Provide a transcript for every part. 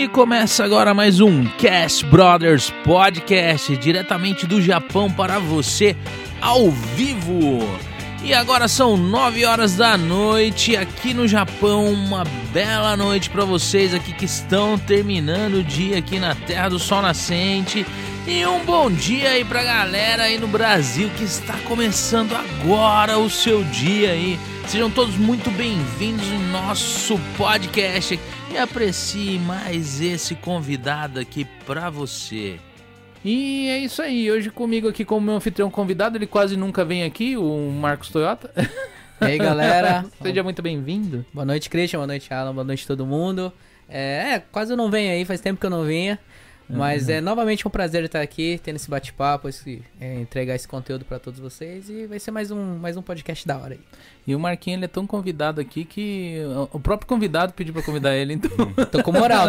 E começa agora mais um Cast Brothers Podcast, diretamente do Japão para você, ao vivo. E agora são 9 horas da noite aqui no Japão, uma bela noite para vocês aqui que estão terminando o dia aqui na Terra do Sol Nascente. E um bom dia aí pra galera aí no Brasil que está começando agora o seu dia aí. Sejam todos muito bem-vindos em nosso podcast e aprecie mais esse convidado aqui pra você. E é isso aí, hoje comigo aqui como meu anfitrião convidado, ele quase nunca vem aqui, o Marcos Toyota. E aí, galera? Seja muito bem-vindo. Boa noite, Christian, boa noite, Alan, boa noite todo mundo. Quase eu não venho aí, faz tempo que eu não vinha. Mas é novamente um prazer estar aqui, tendo esse bate-papo, entregar esse conteúdo para todos vocês. E vai ser mais um podcast da hora aí. E o Marquinhos, ele é tão convidado aqui que o próprio convidado pediu para convidar ele, então... Tô com moral.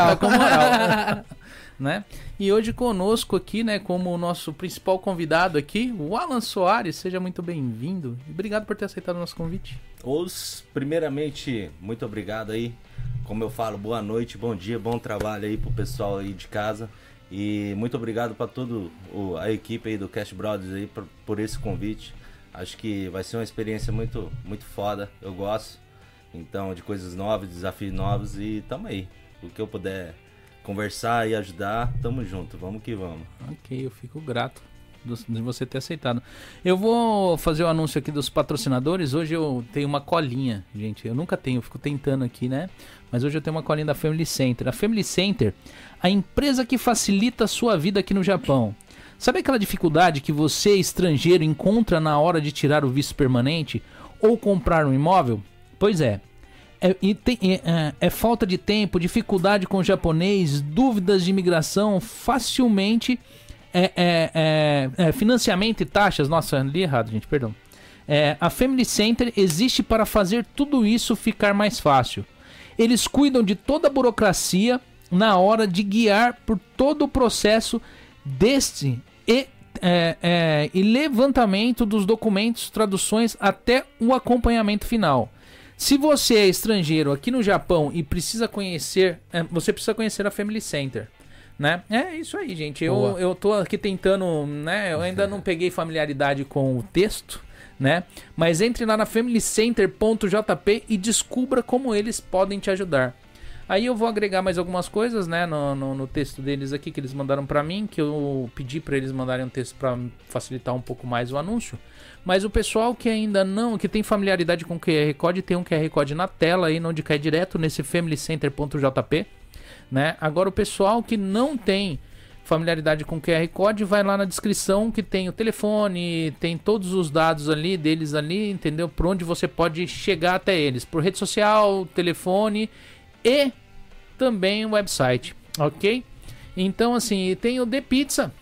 Né? E hoje conosco aqui, né, como o nosso principal convidado aqui, o Alan Soares. Seja muito bem-vindo. Obrigado por ter aceitado o nosso convite. Primeiramente, muito obrigado aí. Como eu falo, boa noite, bom dia, bom trabalho aí pro pessoal aí de casa. E muito obrigado para toda a equipe aí do Cast Brothers aí por esse convite. Acho que vai ser uma experiência muito, muito foda, eu gosto. Então, de coisas novas, desafios novos e tamo aí. O que eu puder conversar e ajudar, tamo junto, vamos que vamos. Ok, eu fico grato de você ter aceitado. Eu vou fazer o anúncio aqui dos patrocinadores. Hoje eu tenho uma colinha, gente. Eu nunca tenho, eu fico tentando aqui, né? Mas hoje eu tenho uma colinha da Family Center. A Family Center, a empresa que facilita a sua vida aqui no Japão. Sabe aquela dificuldade que você, estrangeiro, encontra na hora de tirar o visto permanente ou comprar um imóvel? Pois é. É falta de tempo, dificuldade com o japonês, dúvidas de imigração, facilmente... financiamento e taxas. Nossa, li errado, gente, perdão. A Family Center existe para fazer tudo isso ficar mais fácil. Eles cuidam de toda a burocracia na hora de guiar por todo o processo e levantamento dos documentos, traduções até o acompanhamento final. Se você é estrangeiro aqui no Japão e precisa conhecer, você precisa conhecer a Family Center. Né? É isso aí, gente. Eu tô aqui tentando, né? Eu ainda não peguei familiaridade com o texto, né? Mas entre lá na familycenter.jp e descubra como eles podem te ajudar. Aí eu vou agregar mais algumas coisas, né? No texto deles aqui que eles mandaram pra mim, que eu pedi pra eles mandarem um texto pra facilitar um pouco mais o anúncio. Mas o pessoal que ainda não, que tem familiaridade com o QR Code, tem um QR Code na tela aí, onde cai direto nesse familycenter.jp. Né? Agora o pessoal que não tem familiaridade com o QR Code vai lá na descrição que tem o telefone, tem todos os dados ali deles ali, entendeu? Por onde você pode chegar até eles, por rede social, telefone e também o website, ok? Então assim, tem o The Pizza,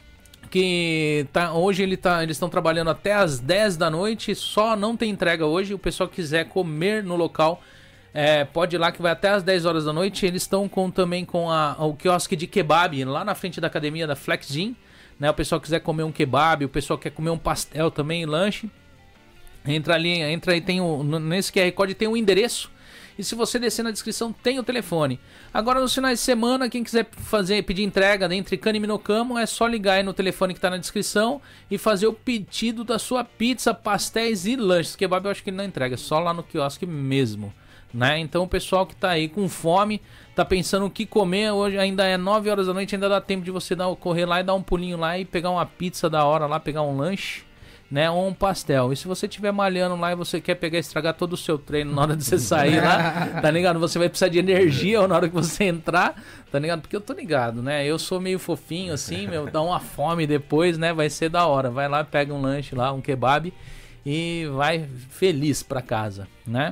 que hoje eles estão trabalhando até as 10 da noite, só não tem entrega hoje. O pessoal que quiser comer no local pode ir lá que vai até as 10 horas da noite. Eles estão também com o quiosque de kebab lá na frente da academia da Flex Gym, né? O pessoal quiser comer um kebab, o pessoal quer comer um pastel também, lanche. Entra aí, nesse QR Code tem um endereço. E se você descer na descrição tem o telefone. Agora nos finais de semana, quem quiser pedir entrega entre Kanemi no Kamo, é só ligar aí no telefone que está na descrição e fazer o pedido da sua pizza, pastéis e lanches. Kebab eu acho que ele não entrega, é só lá no quiosque mesmo. Né? Então o pessoal que tá aí com fome, tá pensando o que comer, hoje ainda é 9 horas da noite, ainda dá tempo de você correr lá e dar um pulinho lá e pegar uma pizza da hora lá, pegar um lanche, né, ou um pastel. E se você estiver malhando lá e você quer pegar e estragar todo o seu treino na hora de você sair lá, tá ligado? Você vai precisar de energia na hora que você entrar, tá ligado? Porque eu tô ligado, né? Eu sou meio fofinho assim, dá uma fome depois, né? Vai ser da hora. Vai lá, pega um lanche lá, um kebab e vai feliz pra casa, né?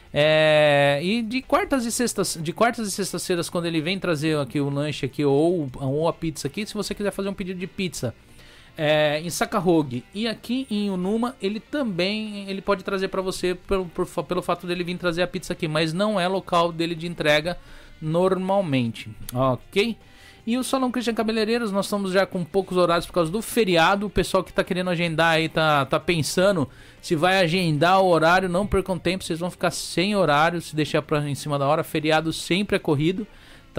E de quartas e sextas-feiras, quando ele vem trazer aqui o lanche aqui ou a pizza aqui, se você quiser fazer um pedido de pizza em Sakahogi e aqui em Unuma, ele pode trazer para você pelo fato dele vir trazer a pizza aqui, mas não é local dele de entrega normalmente, ok? E o Salão Christian Cabeleireiros, nós estamos já com poucos horários por causa do feriado. O pessoal que tá querendo agendar aí, tá pensando se vai agendar o horário. Não percam tempo, vocês vão ficar sem horário se deixar em cima da hora. Feriado sempre é corrido, tá?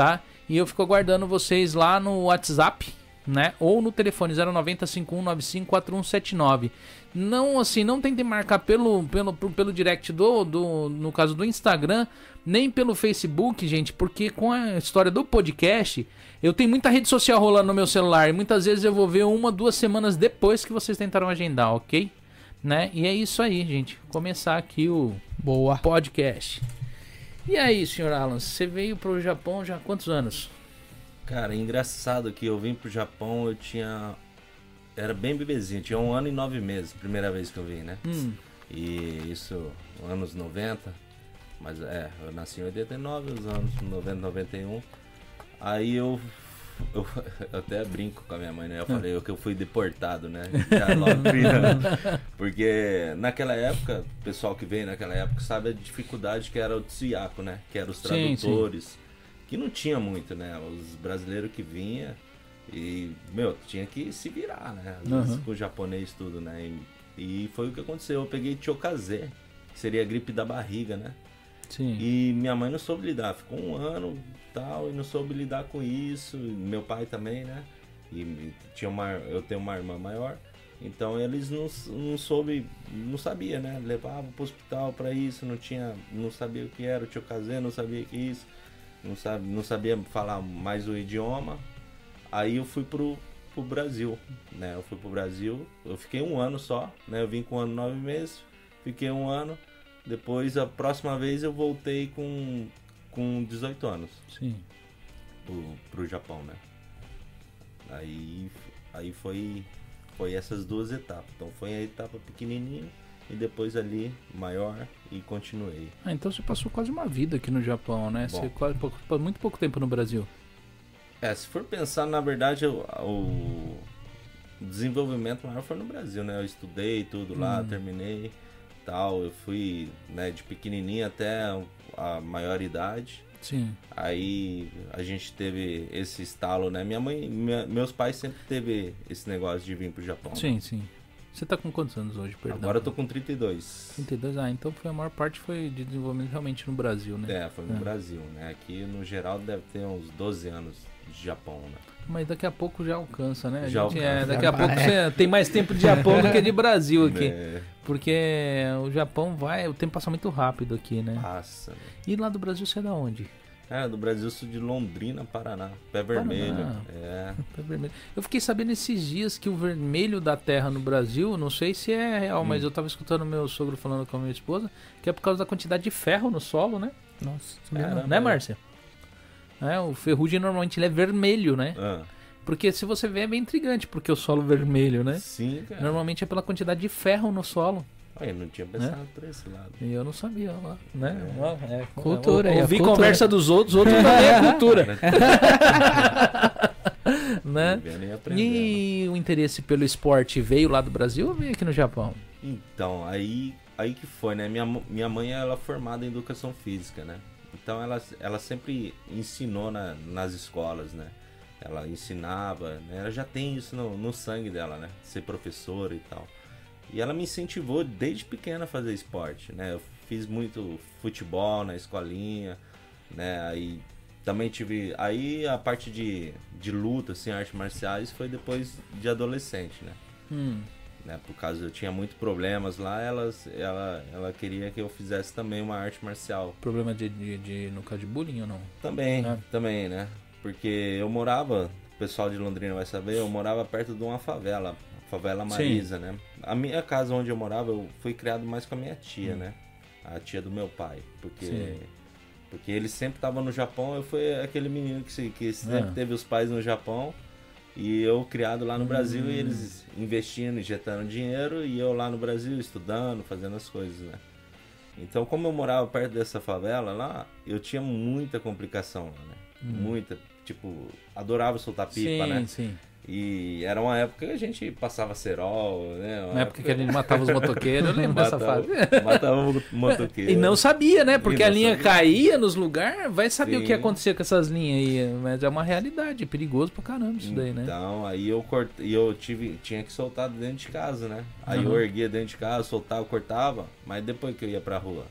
E eu fico aguardando vocês lá no WhatsApp, né? Ou no telefone 090 5195 4179. Não, assim, não tentem marcar pelo direct no caso do Instagram, nem pelo Facebook, gente, porque com a história do podcast, eu tenho muita rede social rolando no meu celular e muitas vezes eu vou ver 1, 2 semanas depois que vocês tentaram agendar, ok? Né? E é isso aí, gente. Começar aqui o podcast. E aí, senhor Alan, você veio pro Japão já há quantos anos? Cara, engraçado que eu vim pro Japão, era bem bebezinho, tinha 1 ano e 9 meses, primeira vez que eu vim, né? E isso, anos 90, mas eu nasci em 89, os anos 90, 91. Aí eu até brinco com a minha mãe, né? Eu falei que eu fui deportado, né? Já logo criando. Porque naquela época, o pessoal que veio naquela época sabe a dificuldade que era o tsuyaku, né? Que eram os tradutores. Sim. Que não tinha muito, né? Os brasileiros que vinha e, tinha que se virar, né? Às vezes com o japonês tudo, né? E foi o que aconteceu. Eu peguei chokaze, que seria a gripe da barriga, né? Sim. E minha mãe não soube lidar. Ficou 1 ano tal e não soube lidar com isso. E meu pai também, né? E eu tenho uma irmã maior. Então eles não sabia, né? Levavam pro hospital pra isso, não sabia o que era o chokaze, não sabia que isso. Não sabia falar mais o idioma. Aí eu fui pro Brasil, né? Eu fui pro Brasil, eu fiquei 1 ano só, né? Eu vim com 1 ano e 9 meses, fiquei 1 ano. Depois, a próxima vez, eu voltei com 18 anos. Sim. Pro Japão, né? Aí foi essas 2 etapas. Então foi a etapa pequenininha e depois ali maior e continuei. Então você passou quase uma vida aqui no Japão, né? Bom, Você muito pouco tempo no Brasil. Se for pensar, na verdade, o desenvolvimento maior foi no Brasil, né? Eu estudei tudo lá, terminei, tal. Eu fui, né, de pequenininho até a maioridade. Sim. Aí a gente teve esse estalo, né? Meus pais sempre teve esse negócio de vir pro Japão. Sim, sim. Você tá com quantos anos hoje, perdão? Agora eu tô com 32. 32? Então a maior parte foi de desenvolvimento realmente no Brasil, né? Foi no Brasil, né? Aqui no geral deve ter uns 12 anos de Japão, né? Mas daqui a pouco já alcança, né? Alcança. Daqui a pouco você tem mais tempo de Japão do que de Brasil aqui. Porque o Japão o tempo passa muito rápido aqui, né? Passa. E lá do Brasil você é da onde? Do Brasil, sul de Londrina, Paraná. Pé Vermelho. Pé Vermelho. Eu fiquei sabendo esses dias que o vermelho da terra no Brasil, não sei se é real, mas eu tava escutando meu sogro falando com a minha esposa, que é por causa da quantidade de ferro no solo, né? Nossa. Né, Márcia? O ferrugem normalmente ele é vermelho, né? Porque se você ver é bem intrigante, porque o solo vermelho, né? Sim, cara. Normalmente é pela quantidade de ferro no solo. Eu não tinha pensado por esse lado. E eu não sabia lá, né? Cultura. Ouvir conversa dos outros também é cultura. Né? E o interesse pelo esporte veio lá do Brasil ou veio aqui no Japão? Então, aí que foi, né? Minha mãe, ela é formada em educação física, né? Então ela sempre ensinou nas escolas, né? Ela ensinava, né? Ela já tem isso no sangue dela, né? Ser professora e tal. E ela me incentivou desde pequena a fazer esporte, né? Eu fiz muito futebol na escolinha, né? Aí também tive... Aí a parte de luta, assim, artes marciais, foi depois de adolescente, né? Né? Por causa eu tinha muitos problemas lá, ela queria que eu fizesse também uma arte marcial. Problema no caso de bullying ou não? Também, né? Porque eu morava, o pessoal de Londrina vai saber, eu morava perto de uma favela Marisa, né? A minha casa onde eu morava, eu fui criado mais com a minha tia, né? A tia do meu pai, porque ele sempre estava no Japão, eu fui aquele menino que sempre teve os pais no Japão, e eu criado lá no Brasil, e eles investindo, injetando dinheiro, e eu lá no Brasil estudando, fazendo as coisas, né? Então, como eu morava perto dessa favela lá, eu tinha muita complicação lá, né? Muita, tipo, adorava soltar pipa, né? Sim. E era uma época que a gente passava cerol, né? Uma época que a gente matava os motoqueiros, eu lembro dessa fase. Matava o motoqueiro. E não sabia, né? Porque a linha caía nos lugares, vai saber o que acontecia com essas linhas aí. Mas é uma realidade, é perigoso pra caramba isso daí, né? Então, aí tinha que soltar dentro de casa, né? Aí eu erguia dentro de casa, soltava, cortava, mas depois que eu ia pra rua.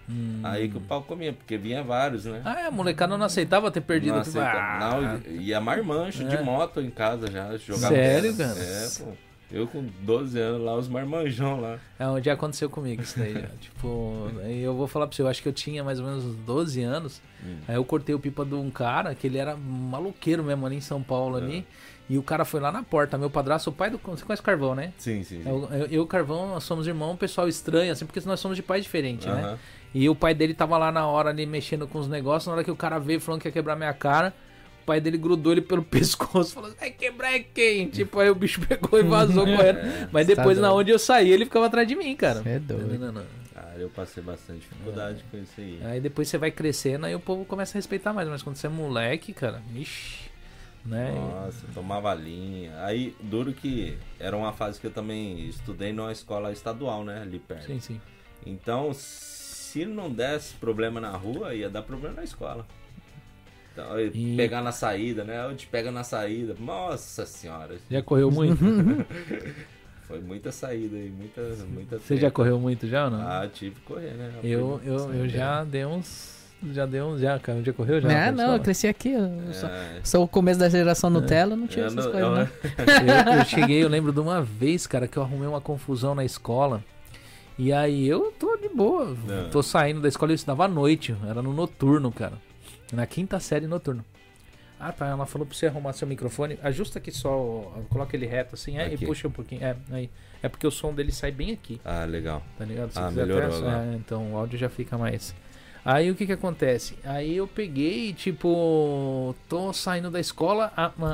Aí que o pau comia, porque vinha vários, né? Ah, a molecada não aceitava ter perdido. Não Tipo, aceita- não, ia marmanjo de moto em casa já. Jogava Sério, bola. cara? É, pô. Eu com 12 anos lá, os marmanjão lá. É onde aconteceu comigo isso daí. Já. Tipo, aí eu vou falar pra você, eu acho que eu tinha mais ou menos uns 12 anos. Aí eu cortei o pipa de um cara, que ele era maloqueiro mesmo ali em São Paulo ali. E o cara foi lá na porta, meu padrasto, o pai do... Você conhece o Carvão, né? Sim, sim. sim. Eu e o Carvão, nós somos irmãos, o pessoal estranho, assim, porque nós somos de pais diferentes, né? Aham. E o pai dele tava lá na hora ali mexendo com os negócios, na hora que o cara veio falando que ia quebrar minha cara, o pai dele grudou ele pelo pescoço, falou, vai quebrar é quem? Tipo, aí o bicho pegou e vazou correndo. Mas depois, Tá na doido. onde eu saí, ele ficava atrás de mim, cara. Cê é doido. Não. Cara, eu passei bastante dificuldade com isso aí. Aí depois você vai crescendo, aí o povo começa a respeitar mais, mas quando você é moleque, cara, ixi, né? Nossa, tomava linha. Aí, duro que era uma fase que eu também estudei numa escola estadual, né? Ali perto. Sim, sim. Então, se não desse problema na rua, ia dar problema na escola. Então, pegar na saída, né? Eu te pego na saída. Nossa senhora. Já correu muito? Foi muita saída aí, muita Você já correu muito já ou não? Ah, tive que correr, né? Eu já dei uns... Já, cara, já correu já? Ah, não, eu cresci aqui. Eu sou o começo da geração Nutella, não tinha essas coisas, né? Eu cheguei, eu lembro de uma vez, cara, que eu arrumei uma confusão na escola. E aí eu tô de boa. Tô saindo da escola, eu estudava à noite. Era no noturno, cara. Na 5ª série noturno. Ah, tá. Ela falou pra você arrumar seu microfone. Ajusta aqui só. Coloca ele reto assim. E puxa um pouquinho. Aí. É porque o som dele sai bem aqui. Ah, legal. Tá ligado? Se quiser melhorou agora. Então o áudio já fica mais. Aí o que acontece? Aí eu peguei, tipo, tô saindo da escola,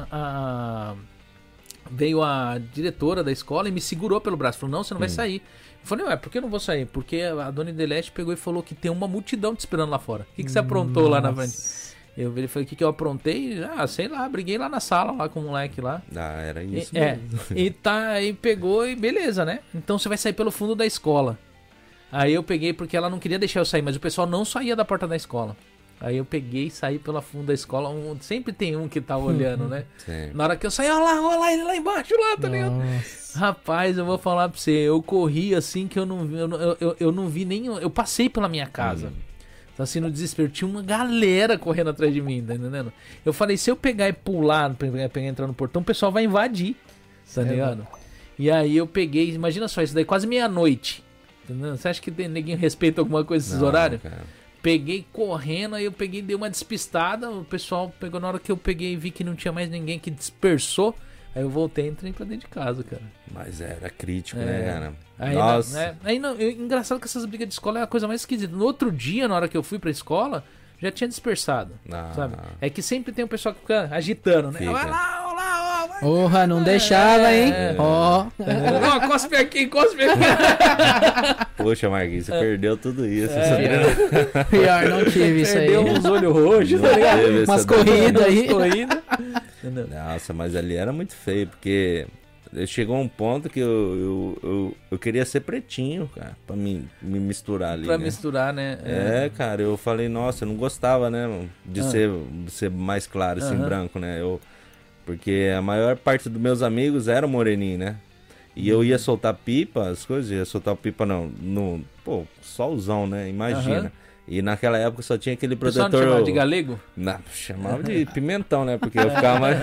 veio a diretora da escola e me segurou pelo braço, falou, não, você não vai sair. Eu falei, ué, por que eu não vou sair? Porque a dona Ideleste pegou e falou que tem uma multidão te esperando lá fora. O que você aprontou lá na frente? Eu falei, o que eu aprontei? Ah, sei lá, briguei lá na sala, lá com o moleque lá. Ah, era isso mesmo. Aí pegou e beleza, né? Então você vai sair pelo fundo da escola. Aí eu peguei porque ela não queria deixar eu sair, mas o pessoal não saía da porta da escola. Aí eu peguei e saí pela fundo da escola. Sempre tem um que tá olhando, né? Sim. Na hora que eu saí, olha lá embaixo, lá, tá ligado? Rapaz, eu vou falar pra você, eu corri assim que eu não vi nem. Eu passei pela minha casa. Então, assim, no desespero, tinha uma galera correndo atrás de mim, tá entendendo? Eu falei, se eu pegar e pular, pegar e entrar no portão, o pessoal vai invadir, tá ligado? E aí eu peguei, imagina só, isso daí quase meia-noite. Entendeu? Você acha que ninguém respeita alguma coisa nesses horários? Cara. Peguei correndo, aí eu peguei, dei uma despistada, o pessoal pegou, na hora que eu peguei e vi que não tinha mais ninguém, que dispersou, aí eu voltei e entrei pra dentro de casa, cara. Mas era crítico, né, cara? Aí, Nossa. Engraçado que essas brigas de escola é a coisa mais esquisita. No outro dia, na hora que eu fui pra escola, já tinha dispersado, sabe? É que sempre tem um pessoal que fica agitando, né? Fica. Vai lá, vai. Porra, não deixava, hein? Ó. Cospe aqui, cospe aqui. Poxa, Marquinhos, você perdeu tudo isso. Pior, não tive isso aí. Perdeu uns olhos roxos, tá ligado? teve Umas essa corridas aí. Nossa, mas ali era muito feio, porque chegou um ponto que eu queria ser pretinho, cara, pra me misturar ali, Pra né? misturar, né? Cara, eu falei, nossa, eu não gostava, né, de ser mais claro, assim, branco, né? Porque a maior parte dos meus amigos eram moreninhos, né? E eu ia soltar pipa, as coisas, ia soltar pipa no solzão, né? Imagina. E naquela época só tinha aquele protetor. Não chamava de galego? Não, chamava de pimentão, né? Porque eu ficava mais.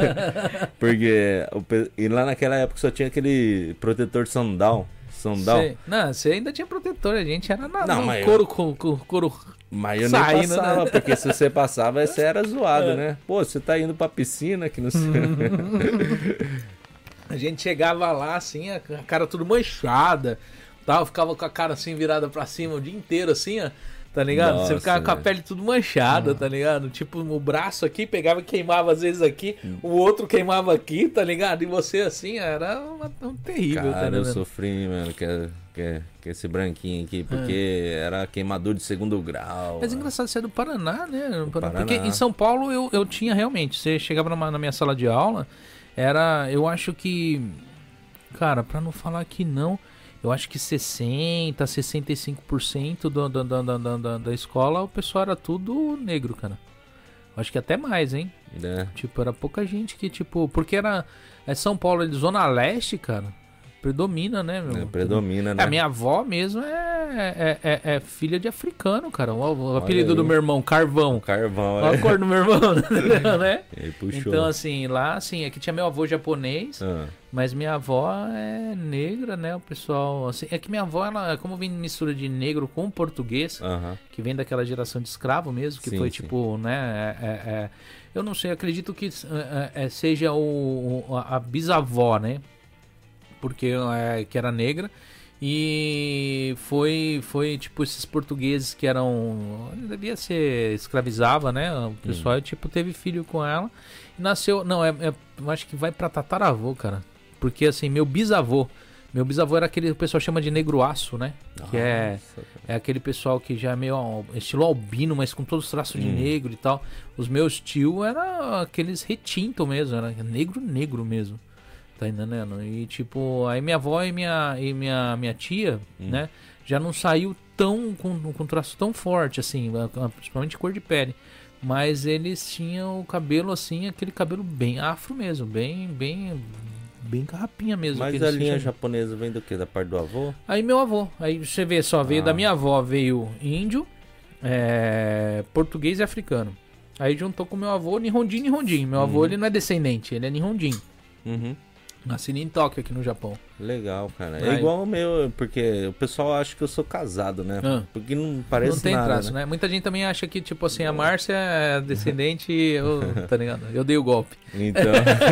E lá naquela época só tinha aquele protetor de sandal. Não, você ainda tinha protetor, a gente era mas couro. Mas eu saindo, nem passava, né? porque se você passava, você era zoado, né? Pô, você tá indo pra piscina que não sei. A gente chegava lá assim, a cara tudo manchada, tal, ficava com a cara assim virada pra cima o dia inteiro assim, ó. Tá ligado? Nossa, você ficava com a pele tudo manchada, tá ligado? Tipo, o braço aqui pegava e queimava às vezes aqui, o outro queimava aqui, tá ligado? E você assim, era um terrível, tá Cara, eu ligado? sofri, mano, que esse branquinho aqui, porque era queimadura de 2º grau. Mas é engraçado ser do Paraná, né? Paraná. Porque em São Paulo eu tinha realmente, você chegava na minha sala de aula, eu acho que, cara, pra não falar que não, eu acho que 65% da escola, o pessoal era tudo negro, cara. Eu acho que até mais, hein? Tipo, era pouca gente que, tipo... Porque era São Paulo, Zona Leste, cara. predomina, né, meu? Predomina, né? A minha avó mesmo é filha de africano, cara. O apelido do meu irmão, Carvão. Carvão, Olha a cor do meu irmão, né? Ele puxou. Então, assim, lá, assim, aqui tinha meu avô japonês, mas minha avó é negra, né? O pessoal, assim, é que minha avó, ela, como vem mistura de negro com português, que vem daquela geração de escravo mesmo, que foi tipo, né? Eu não sei, acredito que seja a bisavó, né? Porque que era negra. E foi tipo esses portugueses que eram, devia ser, escravizava, né, o pessoal, tipo, teve filho com ela e nasceu, não, eu acho que vai pra tataravô, cara, porque assim, meu bisavô era aquele, o pessoal chama de negro-aço, né, que é aquele pessoal que já é meio estilo albino, mas com todos os traços de negro e tal. Os meus tios eram aqueles retinto mesmo, era negro mesmo. Tá entendendo? E tipo, aí minha avó e minha tia, né, já não saiu tão com traço tão forte, assim, principalmente cor de pele. Mas eles tinham o cabelo assim, aquele cabelo bem afro mesmo, bem carrapinha mesmo. Mas a linha japonesa vem do quê? Da parte do avô? Aí meu avô, aí você vê só, veio da minha avó, veio índio, português e africano. Aí juntou com meu avô, Nihondin. Meu avô, ele não é descendente, ele é Nihondin. Nasci em Tóquio, aqui no Japão. Legal, cara. É igual o meu, porque o pessoal acha que eu sou casado, né? Porque não parece nada. Não tem nada, traço, né? Muita gente também acha que, tipo assim, a Márcia é descendente e eu, tá ligado? Eu dei o golpe. Então...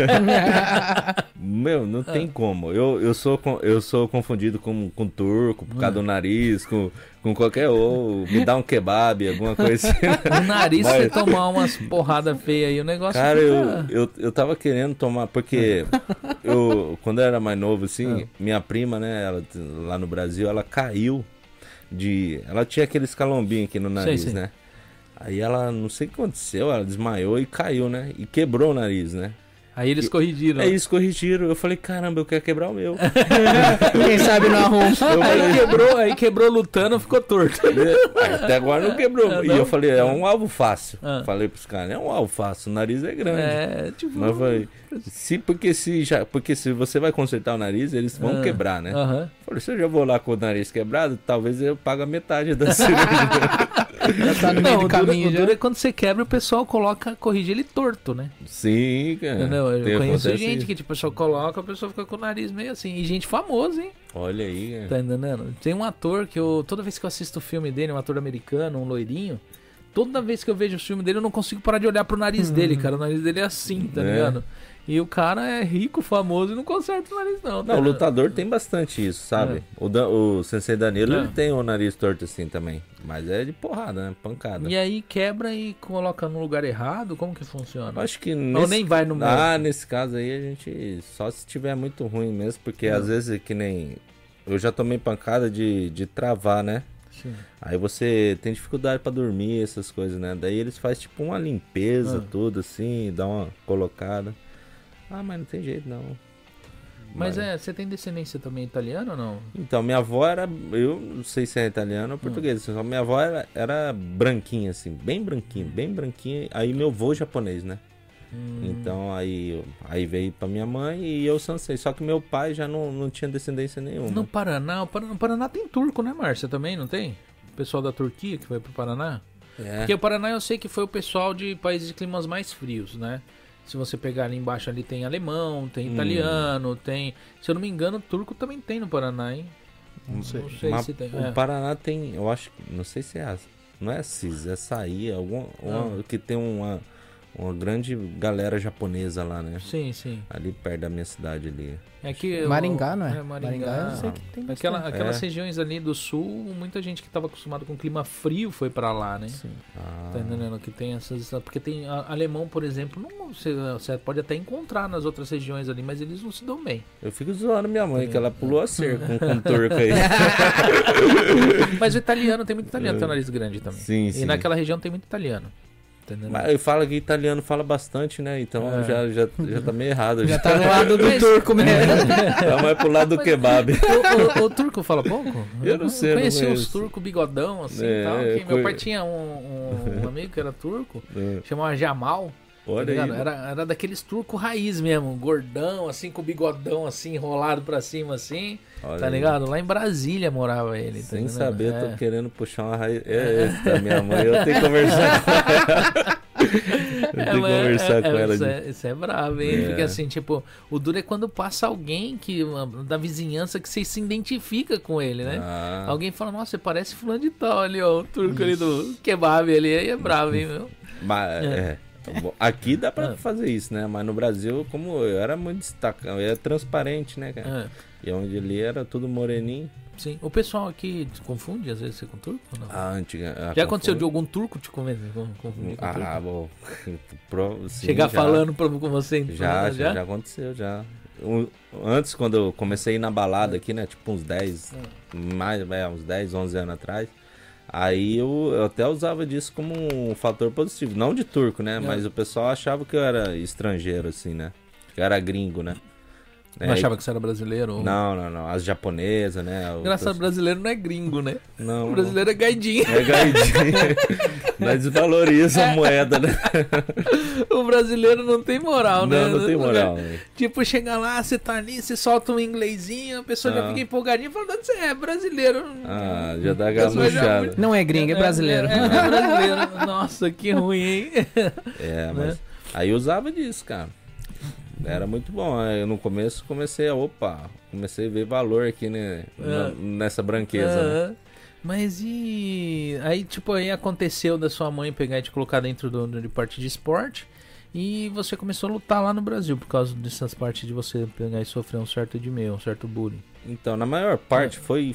Meu, não tem como. Eu sou confundido com turco, por causa do nariz, com qualquer... Ou me dá um kebab, alguma coisa assim. O nariz, você tomar umas porradas feias aí, o negócio... Cara, eu tava querendo tomar, porque quando eu era mais novo, assim, minha prima, né, ela, lá no Brasil, ela caiu ela tinha aquele escalombinho aqui no nariz, sei. né? Aí ela, não sei o que aconteceu, ela desmaiou e caiu, né? E quebrou o nariz, né? Aí eles corrigiram. Aí eles corrigiram. Eu falei, caramba, eu quero quebrar o meu. Quem sabe não arruma. Aí quebrou lutando, ficou torto. Até agora não quebrou. Não? E eu falei, é um alvo fácil. Falei pros caras, é um alvo fácil, o nariz é grande. Tipo... Mas eu falei, porque se você vai consertar o nariz, eles vão quebrar, né? Falei, se eu já vou lá com o nariz quebrado, talvez eu pague a metade da cirurgia. Já tá no meio do caminho. O duro é quando você quebra, o pessoal corrige ele torto, né? Sim, cara. Entendeu? Eu conheço gente que tipo, a pessoa coloca, a pessoa fica com o nariz meio assim. E gente famosa, hein? Olha aí, cara. Tá entendendo? Tem um ator que toda vez que eu assisto o filme dele, um ator americano, um loirinho, toda vez que eu vejo o filme dele, eu não consigo parar de olhar pro nariz dele, cara. O nariz dele é assim, tá ligado? E o cara é rico, famoso e não conserta o nariz, não. Não, o lutador tem bastante isso, sabe? O Sensei Danilo, ele tem o nariz torto assim também. Mas é de porrada, né? Pancada. E aí quebra e coloca no lugar errado? Como que funciona? Acho que Ou nem vai no médico? nesse caso aí a gente... Só se tiver muito ruim mesmo, porque às vezes é que nem... Eu já tomei pancada de travar, né? Sim. Aí você tem dificuldade pra dormir, essas coisas, né? Daí eles fazem tipo uma limpeza, tudo assim, dá uma colocada. Mas não tem jeito, não. Mas você tem descendência também italiana ou não? Então, minha avó era... Eu não sei se é italiana ou portuguesa. Só minha avó era branquinha, assim. Bem branquinha. Aí meu avô japonês, né? Então, aí veio pra minha mãe e eu sansei. Só que meu pai já não tinha descendência nenhuma. No Paraná tem turco, né, Márcia? Também, não tem? O pessoal da Turquia que foi pro Paraná? Porque o Paraná eu sei que foi o pessoal de países de climas mais frios, né? Se você pegar ali embaixo, ali tem alemão, tem italiano, tem... Se eu não me engano, turco também tem no Paraná, hein? Não sei se tem. O Paraná tem, eu acho, não sei se é... Não é Assis, é Açaí, que tem uma grande galera japonesa lá, né? Sim. Ali perto da minha cidade ali. É que Maringá, não é? Maringá, eu sei que tem aquelas regiões ali do sul, muita gente que estava acostumada com clima frio foi pra lá, né? Sim. Tá entendendo? Que tem essas... Porque tem alemão, por exemplo, você pode até encontrar nas outras regiões ali, mas eles não se dão bem. Eu fico zoando minha mãe, que ela pulou a cerca com turco aí. Mas o italiano, tem muito italiano que tem nariz grande também. Sim. E naquela região tem muito italiano. Entendeu? Mas eu falo que italiano fala bastante, né? Então já tá meio errado. Já tá no lado do turco mesmo. Tá mais pro lado do kebab. O turco fala pouco? Eu não sei. Eu conheci uns turcos bigodão assim e tal. Meu pai tinha um amigo que era turco, chamava Jamal. Olha aí. Era daqueles turco raiz mesmo, gordão, assim, com o bigodão assim, enrolado pra cima, assim. Olha tá aí. ligado? Lá em Brasília morava ele. tá Sem entendendo? saber, eu tô querendo puxar uma raiz. É esse da minha mãe, eu tenho que conversar com ela. Eu tenho que conversar com ela. Isso é brabo, hein? É. Porque assim, tipo, o duro é quando passa alguém da vizinhança que você se identifica com ele, né? Ah. Alguém fala, nossa, você parece fulano de tal ali, ó, o turco ali do kebab ali, aí é brabo, hein, meu? Mas, aqui dá pra fazer isso, né? Mas no Brasil, como eu era muito destacado, eu era transparente, né, cara? E onde ele era tudo moreninho. Sim. O pessoal aqui te confunde às vezes você com turco ou não? A antiga. Já aconteceu de algum turco te confundir com turco? Bom. Sim, Chegar já. falando com você em Já aconteceu, já. Antes, quando eu comecei a ir na balada aqui, né? Tipo uns 10, uns 10, 11 anos atrás. Aí eu até usava disso como um fator positivo. Não de turco, né? Mas o pessoal achava que eu era estrangeiro, assim, né? Que eu era gringo, né? Não achava que você era brasileiro? Ou... Não. As japonesas, né? Engraçado, brasileiro não é gringo, né? Não. O brasileiro é gaidinho. É gaidinho. Nós desvaloriza a moeda, né? O brasileiro não tem moral, né? Não tem moral. Né? Tipo, chega lá, você tá ali, você solta um inglesinho, a pessoa já fica empolgadinha falando, você é brasileiro. Já dá galuchada. Não é gringo, é brasileiro. É brasileiro. Nossa, que ruim, hein? Mas aí eu usava disso, cara. Era muito bom. Aí no começo comecei a ver valor aqui, né? Nessa branqueza, né? Mas e... Aí, tipo, aí aconteceu da sua mãe pegar e te colocar dentro de parte de esporte e você começou a lutar lá no Brasil por causa dessas partes de você pegar e sofrer um certo um certo bullying. Então, na maior parte foi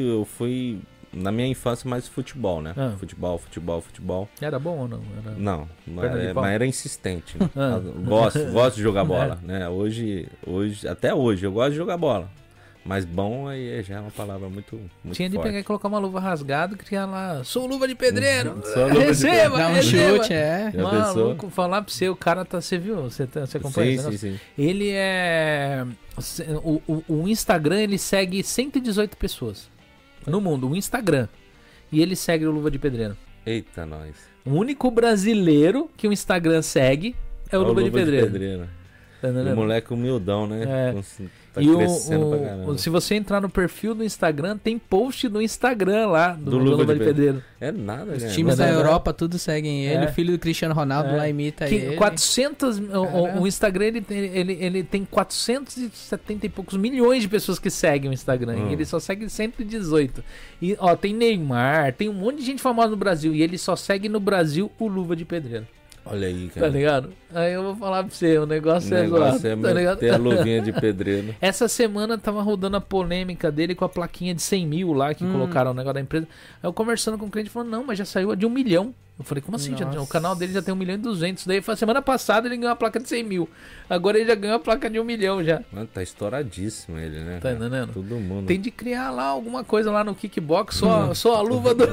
na minha infância mais futebol, né? Futebol. Era bom ou não? Não, Perna de pau? mas era insistente. Né? Gosto de jogar bola, né? Até hoje eu gosto de jogar bola. Mas bom aí já é uma palavra muito Tinha de forte. pegar e colocar uma luva rasgada e criar lá, sou luva de pedreiro. Sou luva de pedreiro. Dá um chute, Maluco, falar pra você, o cara tá, você viu? Você acompanha? Sim. Ele é... O Instagram, ele segue 118 pessoas no mundo, o Instagram. E ele segue o Luva de Pedreiro. Eita, nós. O único brasileiro que o Instagram segue é o Luva de Pedreiro. Tá entendendo? O moleque humildão, né? Tá e crescendo pra caramba. se você entrar no perfil do Instagram, tem post do Instagram lá do Luva de Pedreiro. É nada, Os né? times da Europa tudo seguem ele. O filho do Cristiano Ronaldo lá imita ele. 400, o Instagram ele tem 470 e poucos milhões de pessoas que seguem o Instagram. E ele só segue 118. E ó, tem Neymar, tem um monte de gente famosa no Brasil. E ele só segue no Brasil o Luva de Pedreiro. Olha aí, cara. Tá ligado? Aí eu vou falar pra você, o negócio é zoado. Tá ligado? Ter a luvinha de pedreiro. Essa semana tava rodando a polêmica dele com a plaquinha de 100 mil lá, que colocaram o negócio da empresa. Aí eu conversando com o cliente, falando, não, mas já saiu a de 1 milhão. Eu falei, como assim? O canal dele já tem 1 milhão e 200. Daí foi semana passada ele ganhou a placa de 100 mil. Agora ele já ganhou a placa de 1 milhão já. Mano, tá estouradíssimo ele, né? Tá entendendo? Todo mundo. Tem de criar lá alguma coisa lá no kickbox, só a luva do...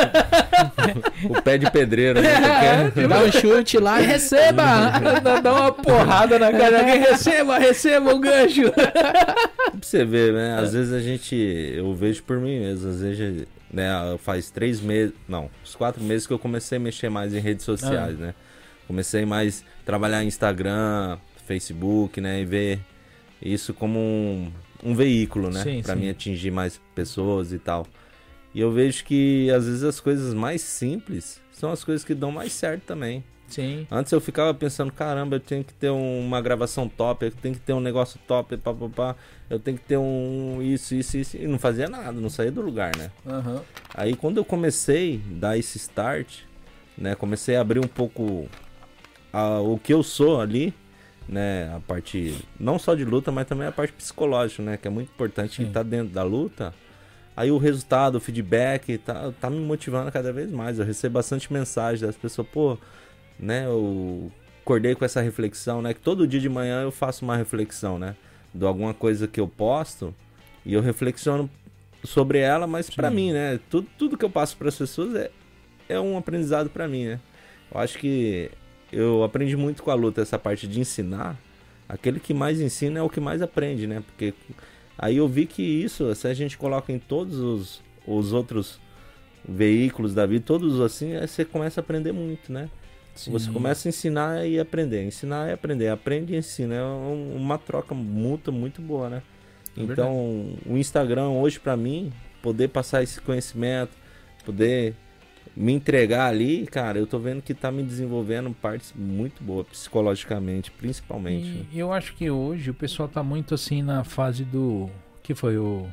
O pé de pedreiro, né? Dá um chute lá e receba! Dá uma porrada na cara de alguém, receba o gancho. Pra você ver, né? Às vezes eu vejo por mim mesmo, às vezes, né? Faz 3 meses, não, uns 4 meses que eu comecei a mexer mais em redes sociais, né? Comecei mais a trabalhar em Instagram, Facebook, né? E ver isso como um veículo, né? Pra mim atingir mais pessoas e tal. E eu vejo que às vezes as coisas mais simples são as coisas que dão mais certo também. Sim. Antes eu ficava pensando, caramba, eu tenho que ter uma gravação top, eu tenho que ter um negócio top, eu tenho que ter isso, e não fazia nada, não saía do lugar, né? Aí quando eu comecei a dar esse start, né, comecei a abrir um pouco o que eu sou ali, né, a parte não só de luta, mas também a parte psicológica, né, que é muito importante, que tá dentro da luta. Aí o resultado, o feedback, tá me motivando cada vez mais. Eu recebo bastante mensagem das pessoas, pô, né, eu acordei com essa reflexão, né, que todo dia de manhã eu faço uma reflexão, né, de alguma coisa que eu posto e eu reflexiono sobre ela, mas pra mim, né, tudo que eu passo para as pessoas é um aprendizado pra mim, né. Eu acho que eu aprendi muito com a luta, essa parte de ensinar. Aquele que mais ensina é o que mais aprende, né, porque aí eu vi que isso, se a gente coloca em todos os outros veículos da vida, todos assim, aí você começa a aprender muito, né. Sim. Você começa a ensinar e aprender, aprende e ensina. É uma troca mútua muito boa, né? Então, o Instagram hoje pra mim, poder passar esse conhecimento, poder me entregar ali, cara, eu tô vendo que tá me desenvolvendo partes muito boas, psicologicamente, principalmente. Né? E eu acho que hoje o pessoal tá muito assim na fase do... que foi o...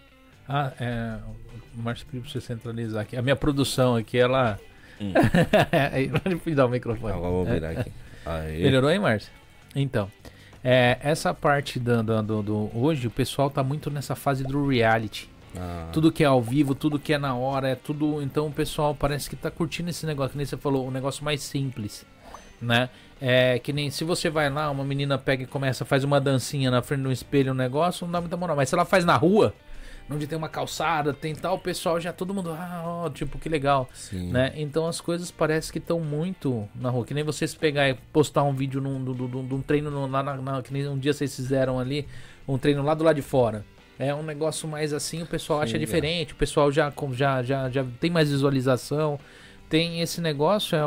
o Márcio pediu pra você centralizar aqui. A minha produção aqui, ela... Pode dar o microfone. Agora eu vou virar aqui. Aí. Melhorou aí, Márcio? Então, essa parte hoje o pessoal tá muito nessa fase do reality. Tudo que é ao vivo, tudo que é na hora, é tudo. Então o pessoal parece que tá curtindo esse negócio, que nem você falou, um negócio mais simples, né? Que nem se você vai lá, uma menina pega e começa, faz uma dancinha na frente de um espelho, um negócio, não dá muita moral. Mas se ela faz na rua, onde tem uma calçada, tem tal, o pessoal já, todo mundo, tipo, que legal. Sim. Né? Então as coisas parece que estão muito na rua. Que nem vocês pegar e postar um vídeo de um treino que nem um dia vocês fizeram ali, um treino lá do lado de fora. É um negócio mais assim, o pessoal acha diferente, o pessoal já tem mais visualização. Tem esse negócio,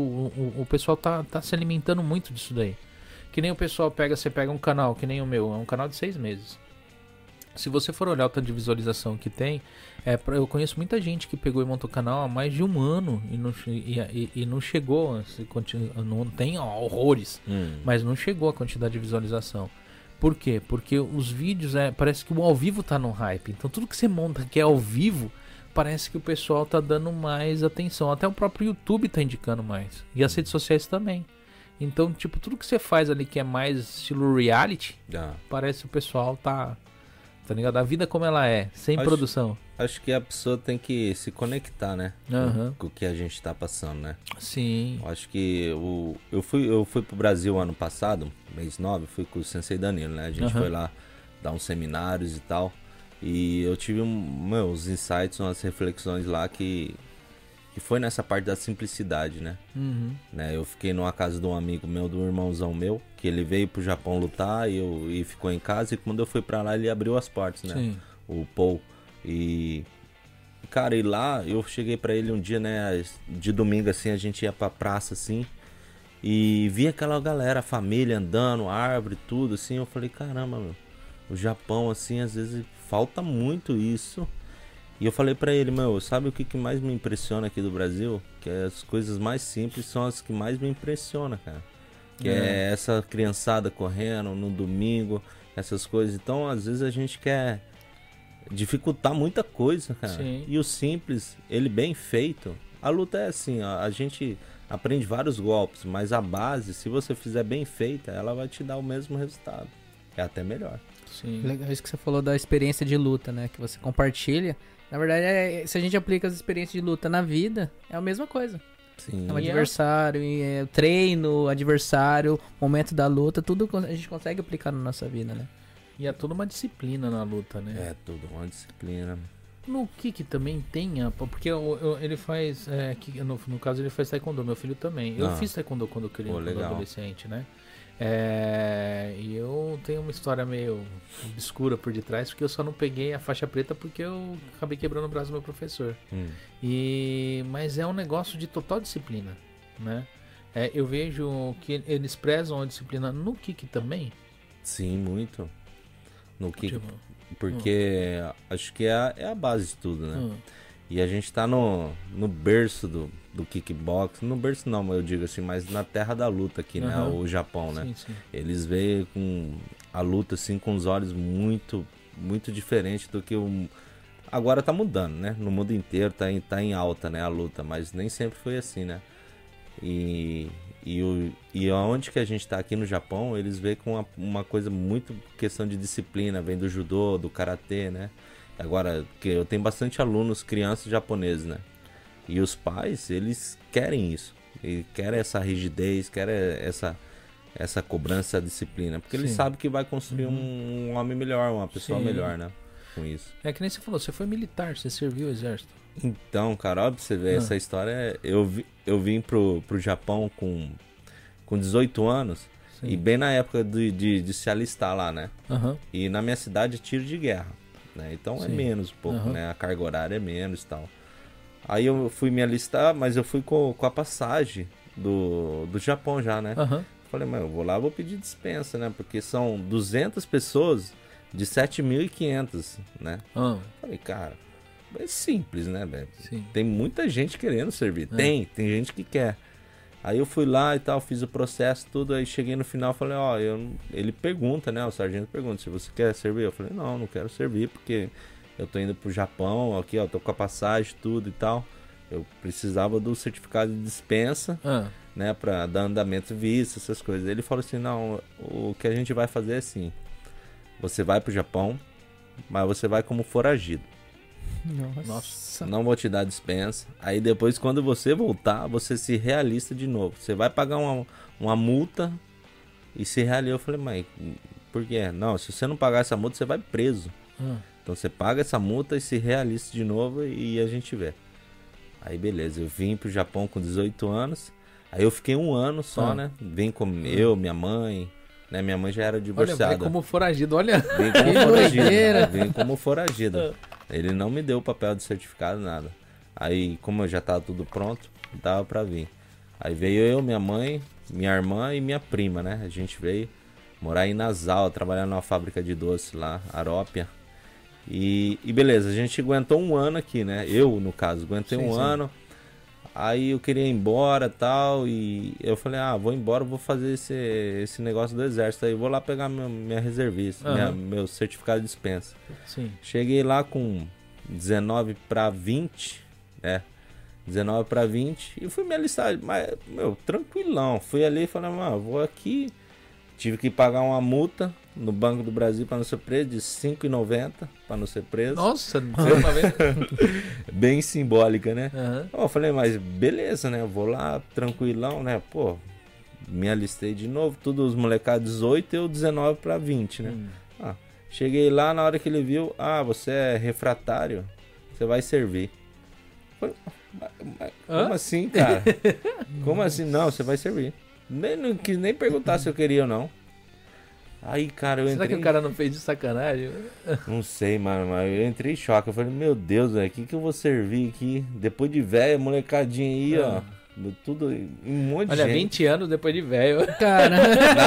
o pessoal tá se alimentando muito disso daí. Que nem o pessoal você pega um canal, que nem o meu, é um canal de 6 meses. Se você for olhar o tanto de visualização que tem, eu conheço muita gente que pegou e montou o canal há mais de um ano e não chegou, não tem horrores, mas não chegou a quantidade de visualização. Por quê? Porque os vídeos, parece que o ao vivo tá no hype. Então tudo que você monta que é ao vivo, parece que o pessoal tá dando mais atenção. Até o próprio YouTube tá indicando mais. E as redes sociais também. Então, tipo, tudo que você faz ali que é mais estilo reality, parece que o pessoal tá ligado? A vida como ela é, sem produção. Acho que a pessoa tem que se conectar, né? Com o que a gente tá passando, né? Sim. Acho que eu fui pro Brasil ano passado, mês 9, fui com o Sensei Danilo, né? A gente foi lá dar uns seminários e tal. E eu tive uns insights, umas reflexões lá que foi nessa parte da simplicidade, né? Eu fiquei numa casa de um amigo meu, de um irmãozão meu, que ele veio pro Japão lutar e ficou em casa. E quando eu fui pra lá, ele abriu as portas, né? Sim. O Paul. E, cara, e lá eu cheguei pra ele um dia, né? De domingo, assim, a gente ia pra praça, assim. E vi aquela galera, a família andando, árvore, tudo, assim. Eu falei, caramba, meu, o Japão, assim, às vezes falta muito isso. E eu falei pra ele, sabe o que mais me impressiona aqui do Brasil? Que as coisas mais simples são as que mais me impressionam, cara. Que é essa criançada correndo no domingo, essas coisas. Então, às vezes a gente quer dificultar muita coisa, cara. Sim. E o simples, ele bem feito. A luta é assim, ó, a gente aprende vários golpes, mas a base, se você fizer bem feita, ela vai te dar o mesmo resultado. É até melhor. Sim. Legal isso que você falou da experiência de luta, né? Que você compartilha. Na verdade, se a gente aplica as experiências de luta na vida, é a mesma coisa. Sim. É um adversário, treino, adversário, momento da luta, tudo a gente consegue aplicar na nossa vida, né? E é toda uma disciplina na luta, né? É tudo uma disciplina. No Kiki também tem, porque ele faz, no caso ele faz taekwondo, meu filho também. Eu fiz taekwondo quando adolescente, né? E eu tenho uma história meio obscura por detrás, porque eu só não peguei a faixa preta porque eu acabei quebrando o braço do meu professor. Mas é um negócio de total disciplina, né? Eu vejo que eles prezam a disciplina no Kiki também. Sim, muito. No Kiki, porque acho que é a base de tudo, né? E a gente tá no berço do kickbox. No berço não, eu digo assim, mas na terra da luta aqui, né? O Japão, né? Sim. Eles veem com a luta assim com os olhos muito, muito diferente do que agora tá mudando, né? No mundo inteiro tá em alta, né? A luta, mas nem sempre foi assim, né? E onde que a gente tá aqui no Japão, eles veem com uma coisa muito questão de disciplina, vem do judô, do karatê, né? Agora, que eu tenho bastante alunos, crianças japoneses, né? E os pais, eles querem isso. Eles querem essa rigidez, querem essa cobrança, essa disciplina. Porque eles sabem que vai construir um homem melhor, uma pessoa melhor, né? Com isso. É que nem você falou, você foi militar, você serviu o exército. Então, cara, ó, pra você ver, essa história, eu vim pro Japão com 18 anos. Sim. E bem na época de se alistar lá, né? E na minha cidade, tiro de guerra. Né? Então é menos um pouco, né? A carga horária é menos e tal. Aí eu fui me alistar, mas eu fui com a passagem do Japão já, né? Aham. Falei, mas eu vou lá, vou pedir dispensa, né? Porque são 200 pessoas de 7.500, né? Ah, Falei, cara, é simples, né, velho? sim. Tem muita gente querendo servir. É. Tem gente que quer. Aí eu fui lá e tal, fiz o processo, tudo. Aí cheguei no final, falei, ó, ele pergunta, né? O sargento pergunta se você quer servir. Eu falei, não quero servir porque eu tô indo pro Japão, aqui, ó, tô com a passagem, tudo e tal. Eu precisava do certificado de dispensa, Ah, né, pra dar andamento visto, essas coisas. Ele falou assim, não, o que a gente vai fazer é assim, você vai pro Japão, mas você vai como foragido. nossa. Não vou te dar dispensa. Aí depois, quando você voltar, você se realista de novo. Você vai pagar uma multa e se realista. Eu falei, mas por quê? Não, se você não pagar essa multa, você vai preso. Ah, Então você paga essa multa e se realista de novo e a gente vê. Aí beleza, eu vim pro Japão com 18 anos. Aí eu fiquei um ano só, né? Vim com eu, minha mãe, né? Minha mãe já era olha, divorciada. vai como foragido, olha. Vim como Que foragido. doideira. Vim como foragido. Ele não me deu o papel de certificado, nada. Aí, como eu já tava tudo pronto, dava pra vir. Aí veio eu, minha mãe, minha irmã e minha prima, né? A gente veio morar em Nassau, trabalhar numa fábrica de doce lá, Arópia. E beleza, a gente aguentou um ano aqui, né? Eu, no caso, aguentei Sim, um sim. ano. Aí eu queria ir embora e tal. E eu falei, vou embora, vou fazer esse negócio do exército aí. Vou lá pegar minha reservista, Aham. meu certificado de dispensa. Sim. Cheguei lá com 19 para 20, né? 19 para 20 e fui me alistar, mas, meu, tranquilão. Fui ali e falei, mano, vou aqui. Tive que pagar uma multa no Banco do Brasil para não ser preso, de R$ 5,90 para não ser preso. Nossa, não deu pra ver. Bem simbólica, né? Aham. Eu falei, mas beleza, né? Eu vou lá, tranquilão, né? Pô, me alistei de novo, tudo os molecados 18 e eu 19 para 20, né? Cheguei lá, na hora que ele viu, você é refratário, você vai servir. Falei, mas como assim, cara? Como assim? Não, você vai servir. Não quis nem perguntar se eu queria ou não. Aí, cara, eu Será entrei... que o cara não fez de sacanagem? Não sei, mano, mas eu entrei em choque. Eu falei, meu Deus, velho, o que eu vou servir aqui? Depois de velho, molecadinha aí, ó. Tudo, um monte de Olha, gente. 20 anos depois de velho. Cara,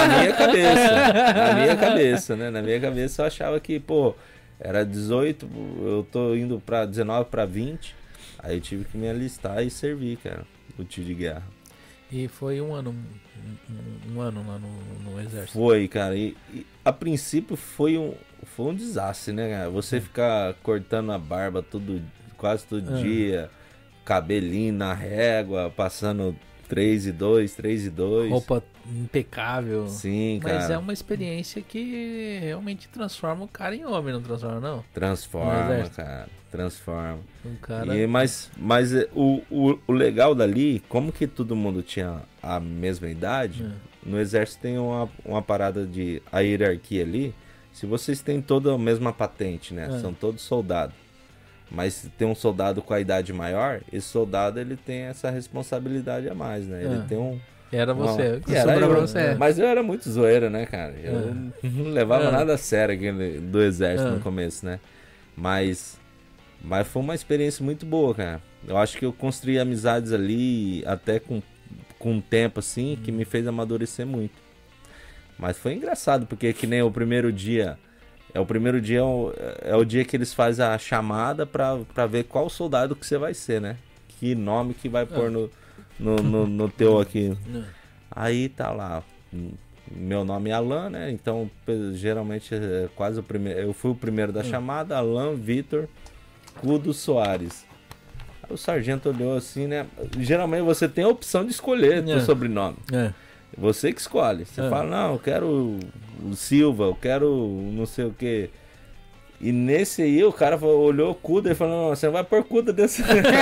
Na minha cabeça, né? Na minha cabeça eu achava que, pô, era 18, eu tô indo pra 19 pra 20. Aí eu tive que me alistar e servir, cara, o tiro de guerra. E foi um ano lá no exército. Foi, cara, e a princípio foi um desastre, né, cara? Você ficar cortando a barba quase todo dia, cabelinho na régua, passando 3 e 2, 3 e 2. Roupa impecável. Sim, cara. Mas é uma experiência que realmente transforma o cara em homem, não transforma, não? No Transforma, exército. cara, transforma. Um cara... Mas o legal dali, como que todo mundo tinha a mesma idade, no exército tem uma parada de a hierarquia ali. Se vocês têm toda a mesma patente, né? São todos soldados. Mas tem um soldado com a idade maior, esse soldado ele tem essa responsabilidade a mais, né? Ele tem um... Era você. E era sobrou eu, pra você. Mas eu era muito zoeiro, né, cara? Eu não levava nada a sério aquele do exército no começo, né? Mas foi uma experiência muito boa, cara. Eu acho que eu construí amizades ali até com o tempo, assim, que me fez amadurecer muito. Mas foi engraçado, porque que nem o primeiro dia... É o dia que eles fazem a chamada pra ver qual soldado que você vai ser, né? Que nome que vai pôr no teu aqui. Aí tá lá, meu nome é Alan, né? Então geralmente é quase o primeiro. Eu fui o primeiro da chamada, Alan Vitor Cudo Soares. Aí o sargento olhou assim, né? Geralmente você tem a opção de escolher teu sobrenome. Você que escolhe. Você fala, não, eu quero o Silva, eu quero não sei o que. E nesse aí o cara olhou o Cuda e falou, não, você não vai pôr Cuda desse.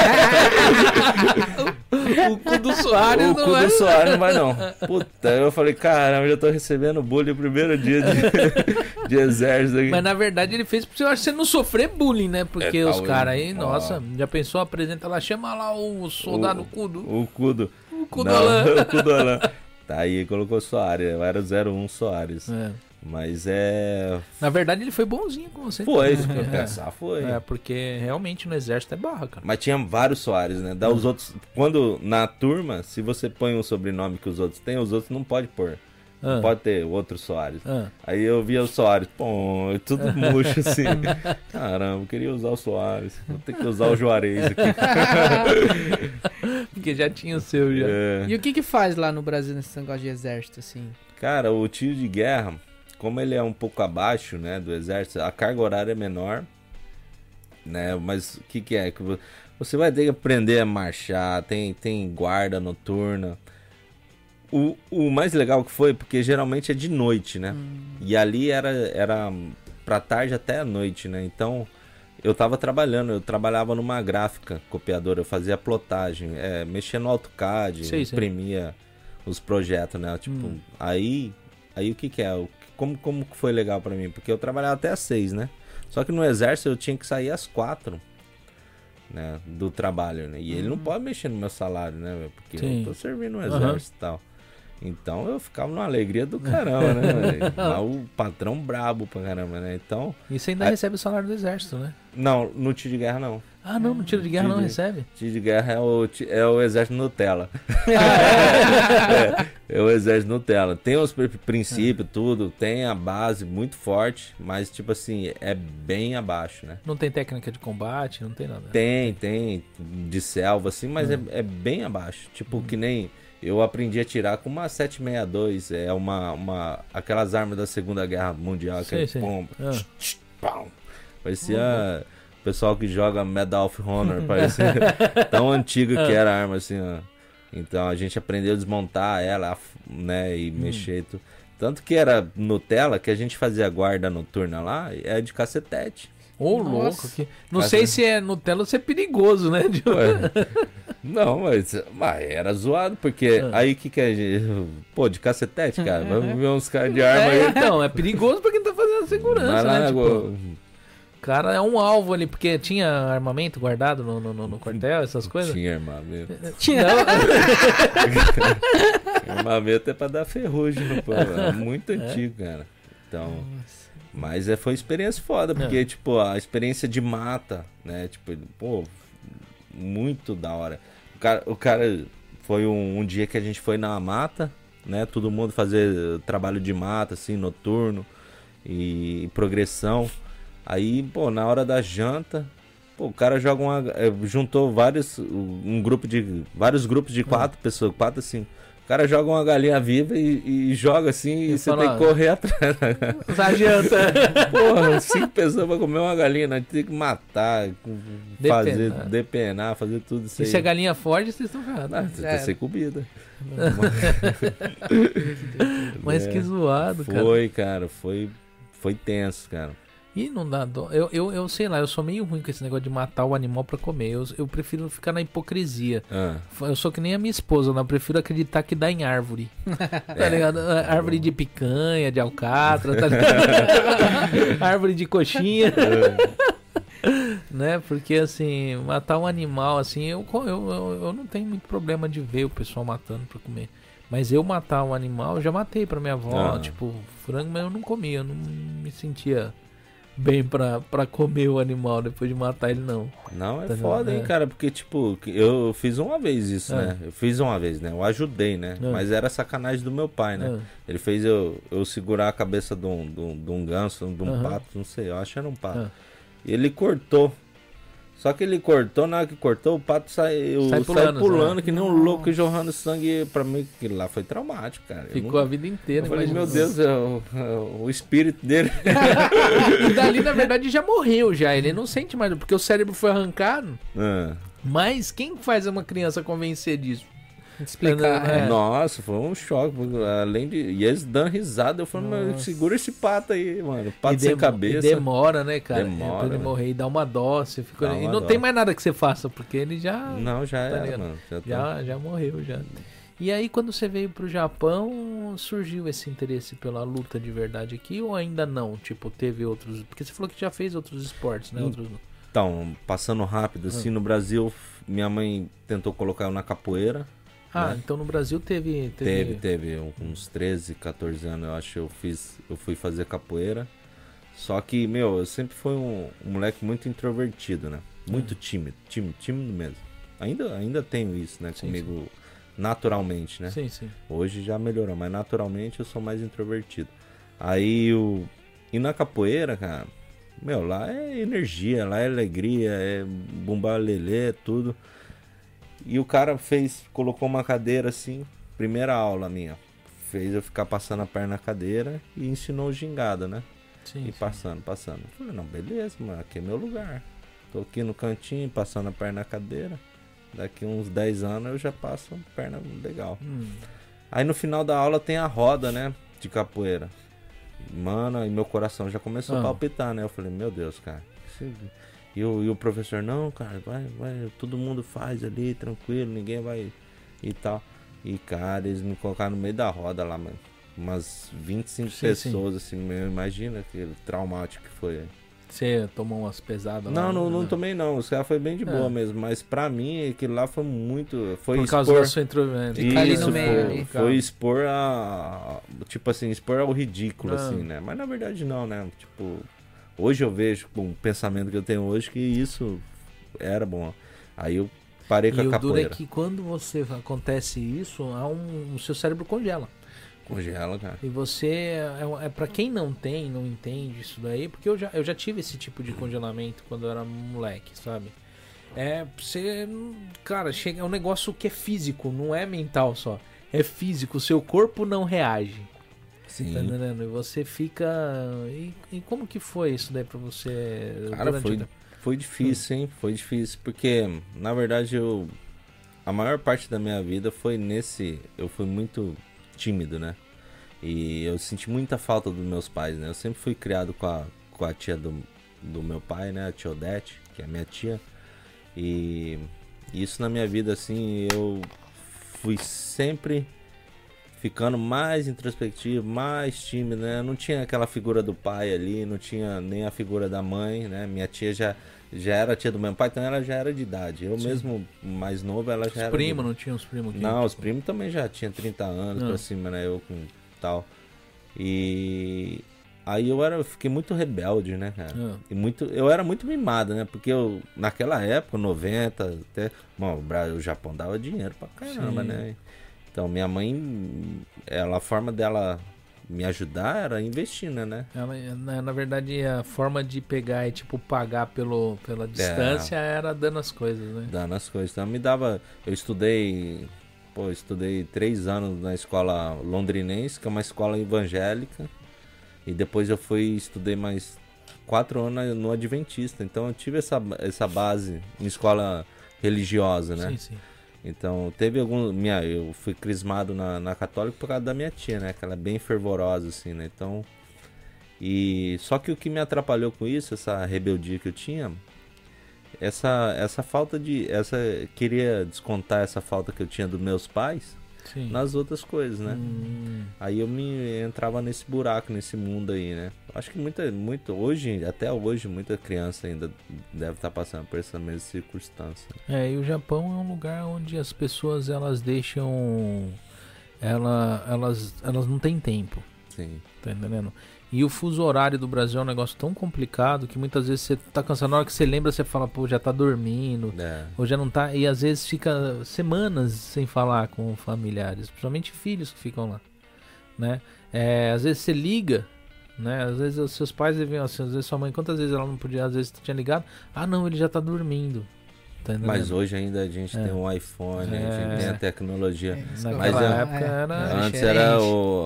O cu do Soares O não cu vai. do Soares não vai não. Puta, eu falei, caramba, eu já tô recebendo bullying o primeiro dia de exército aqui. Mas na verdade ele fez pra você não sofrer bullying, né? Porque os caras aí, ó. nossa, já pensou, apresenta lá, chama lá o soldado Cudo. O Cudo. O Cudo Não, Alan. o Cudo Alan. Tá aí, colocou Soares, eu era 01 Soares. Mas Na verdade, ele foi bonzinho com você. Foi, se for pensar, foi. Porque realmente no exército é barra, cara. Mas tinha vários Soares, né? Os outros... Quando na turma, se você põe um sobrenome que os outros têm, os outros não pode pôr. Não pode ter outro Soares. Aí eu via o Soares, pô, tudo murcho assim. Caramba, eu queria usar o Soares. Vou ter que usar o Juarez aqui. Porque já tinha o seu, já. E o que faz lá no Brasil nesse negócio de exército, assim? Cara, o tiro de guerra, como ele é um pouco abaixo, né, do exército, a carga horária é menor, né? Mas o que é? Você vai ter que aprender a marchar, tem guarda noturna. O mais legal que foi, porque geralmente é de noite, né? E ali era pra tarde até a noite, né? Então, eu trabalhava numa gráfica copiadora, eu fazia plotagem, mexia no AutoCAD, imprimia os projetos, né? Tipo, aí o que é? Como que foi legal pra mim? Porque eu trabalhava até às 6, né? Só que no exército eu tinha que sair às 4, né? Do trabalho, né? E ele não pode mexer no meu salário, né? Porque eu tô servindo no exército e tal. Então eu ficava numa alegria do caramba, né? Lá o patrão brabo pra caramba, né? Então... E você ainda recebe o salário do exército, né? Não, no tiro de guerra não. Ah, não, no tiro de guerra não recebe? Tiro de guerra é o exército Nutella. É o exército Nutella. Tem os princípios, tudo, tem a base muito forte, mas tipo assim, é bem abaixo, né? Não tem técnica de combate, não tem nada? Tem de selva assim, mas é bem abaixo. Tipo, que nem... Eu aprendi a tirar com uma 762, aquelas armas da Segunda Guerra Mundial, aquele pombo. Parecia o pessoal que joga Medal of Honor, parecia tão antigo que era a arma, assim, ó. Então a gente aprendeu a desmontar ela, né, e mexer e tudo. Tanto que era Nutella, que a gente fazia guarda noturna lá, é de cacetete. Ô, louco. Não sei se é Nutella ou se é perigoso, né? Não, mas era zoado, porque aí que a gente... Pô, de cacetete, cara, vamos ver uns caras de arma aí. Então, é perigoso pra quem tá fazendo segurança, né? Tipo, o cara é um alvo ali, porque tinha armamento guardado no quartel, essas coisas? Tinha armamento. Tinha. Armamento é pra dar ferrugem no povo, é muito antigo, cara. Então... Mas foi experiência foda, porque, tipo, a experiência de mata, né? Tipo, pô, muito da hora. O cara foi um dia que a gente foi na mata, né? Todo mundo fazer trabalho de mata, assim, noturno e progressão. Aí, pô, na hora da janta, pô, o cara joga juntou vários grupos de 4 pessoas, 4 assim. O cara joga uma galinha viva e joga assim, e você tem que correr atrás. Usa janta. Porra, 5 pessoas pra comer uma galinha, nós tem que matar, depenar, fazer tudo isso aí. E se a galinha foge, vocês estão ferrados. Você tem que ser comida. Mas que zoado, cara. Foi, cara, foi tenso, cara. E não dá dó. Eu sei lá, eu sou meio ruim com esse negócio de matar o animal pra comer. Eu prefiro ficar na hipocrisia. Eu sou que nem a minha esposa, né? Eu prefiro acreditar que dá em árvore. Tá ligado? Árvore de picanha, de alcatra, tá ligado? Árvore de coxinha. Né? Porque assim, matar um animal, assim, eu não tenho muito problema de ver o pessoal matando pra comer. Mas eu matar um animal, eu já matei pra minha avó, tipo, frango, mas eu não comia, eu não me sentia bem pra comer o animal depois de matar ele, não. Não, é foda, hein, cara, porque, tipo, eu fiz uma vez isso, né? Eu fiz uma vez, né? Eu ajudei, né? Mas era sacanagem do meu pai, né? Ele fez eu segurar a cabeça de um ganso, de um pato, não sei, eu acho que era um pato. E ele cortou. Só que ele cortou, na hora que cortou, o pato saiu pulando que nem um louco, jorrando sangue. Pra mim, que lá foi traumático, cara. Ficou a vida inteira. Eu falei, meu Deus, o espírito dele. E dali, na verdade, já morreu já. Ele não sente mais, porque o cérebro foi arrancado. Mas quem faz uma criança convencer disso? Explicar. Nossa, foi um choque. Além de. E eles dando risada. Eu falei, mas segura esse pato aí, mano. Pato sem cabeça. E demora, né, cara? Demora. Pra ele morrer e dá uma dó. E não tem mais nada que você faça, porque ele já. Não, já era, mano. Já morreu, já. E aí, quando você veio pro Japão, surgiu esse interesse pela luta de verdade aqui ou ainda não? Tipo, teve outros. Porque você falou que já fez outros esportes, né? Então, passando rápido, assim, no Brasil, minha mãe tentou colocar eu na capoeira. Ah, né? então no Brasil teve... Teve uns 13, 14 anos, eu acho que eu fui fazer capoeira. Só que, meu, eu sempre fui um moleque muito introvertido, né? Muito tímido mesmo. Ainda tenho isso, né? Sim, Comigo, naturalmente, né? Sim, sim. Hoje já melhorou, mas naturalmente eu sou mais introvertido. Aí, e na capoeira, cara, meu, lá é energia, lá é alegria, é bumbá lelê, tudo. E o cara colocou uma cadeira assim, primeira aula minha. Fez eu ficar passando a perna na cadeira e ensinou gingada, né? Sim, E passando. Eu falei, não, beleza, mano, aqui é meu lugar. Tô aqui no cantinho, passando a perna na cadeira. Daqui uns 10 anos eu já passo a perna legal. Aí no final da aula tem a roda, né? De capoeira. Mano, aí meu coração já começou a palpitar, né? Eu falei, meu Deus, cara. E o professor, não, cara, vai, todo mundo faz ali, tranquilo, ninguém vai e tal. E, cara, eles me colocaram no meio da roda lá, mano. Umas 25 pessoas, assim, imagina que traumático que foi. Você tomou umas pesadas Não, lá? não tomei não, os caras foi bem de boa mesmo, mas pra mim aquilo lá foi muito... Foi por causa da sua introverso. Ficar ali no meio ali. Foi expor tipo assim, expor ao ridículo, assim, né? Mas na verdade não, né? Tipo, hoje eu vejo, com o pensamento que eu tenho hoje, que isso era bom. Aí eu parei com a capoeira. E o duro é que quando acontece isso, o seu cérebro congela. Congela, cara. E você, pra quem não entende isso daí, porque eu já tive esse tipo de congelamento quando eu era moleque, sabe? Você, cara, é um negócio que é físico, não é mental só. É físico, o seu corpo não reage. Sim. Tá entendendo? E você fica... E como que foi isso daí pra você? Cara, foi difícil, hein? Foi difícil, porque, na verdade, a maior parte da minha vida foi eu fui muito tímido, né? E eu senti muita falta dos meus pais, né? Eu sempre fui criado com a tia do meu pai, né? A tia Odete, que é a minha tia. E isso na minha vida, assim, eu fui sempre ficando mais introspectivo, mais tímido, né? Não tinha aquela figura do pai ali, não tinha nem a figura da mãe, né? Minha tia já era tia do meu pai, então ela já era de idade. Eu mesmo, mais novo, ela já era... Os primos, não tinha os primos? Não, os primos também já tinham 30 anos pra cima, né? Eu com tal. E aí eu fiquei muito rebelde, né, cara? Eu era muito mimado, né? Porque naquela época, 90, até... Bom, o Japão dava dinheiro pra caramba, né? Então, minha mãe, a forma dela me ajudar era investindo, né? Na verdade, a forma de pegar e, tipo, pagar pela distância era dando as coisas, né? Dando as coisas. Então, me dava... Eu estudei 3 anos na escola londrinense, que é uma escola evangélica. E depois eu estudei mais 4 anos no Adventista. Então, eu tive essa base em escola religiosa, né? Sim, sim. Então, teve eu fui crismado na católica por causa da minha tia, né? Que ela é bem fervorosa, assim, né? Então, só que o que me atrapalhou com isso, essa rebeldia que eu tinha, essa falta queria descontar essa falta que eu tinha dos meus pais nas outras coisas, né? Aí eu entrava nesse buraco, nesse mundo aí, né? Acho que até hoje, muita criança ainda deve estar passando por essa mesma circunstância. E o Japão é um lugar onde as pessoas, elas deixam... Elas não têm tempo. Sim. Tá entendendo? E o fuso horário do Brasil é um negócio tão complicado que muitas vezes você tá cansado, na hora que você lembra, você fala, pô, já tá dormindo, ou já não tá, e às vezes fica semanas sem falar com familiares, principalmente filhos que ficam lá, né? Às vezes você liga, né? Às vezes os seus pais deviam assim, às vezes sua mãe, quantas vezes ela não podia, às vezes tinha ligado, não, ele já tá dormindo. Tá, mas hoje ainda a gente tem um iPhone, a gente tem a tecnologia. Naquela época antes era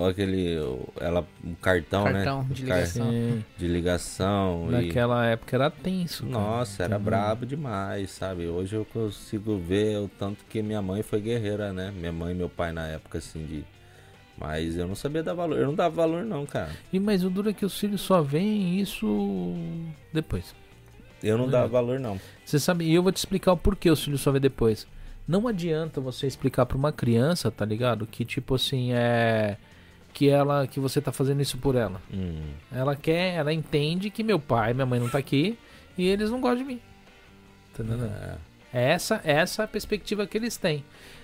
um cartão, né? De ligação. De ligação. Naquela época era tenso. Nossa, era brabo demais, sabe? Hoje eu consigo ver o tanto que minha mãe foi guerreira, né? Minha mãe e meu pai na época, assim, Mas eu não sabia dar valor. Eu não dava valor não, cara. Mas o duro é que os filhos só veem isso depois. Eu não dava valor, não. Você sabe, e eu vou te explicar o porquê os filhos só vê depois. Não adianta você explicar pra uma criança, tá ligado? Que tipo assim, que você tá fazendo isso por ela. Ela entende que meu pai e minha mãe não tá aqui e eles não gostam de mim. Tá entendendo? Essa é a perspectiva que eles têm.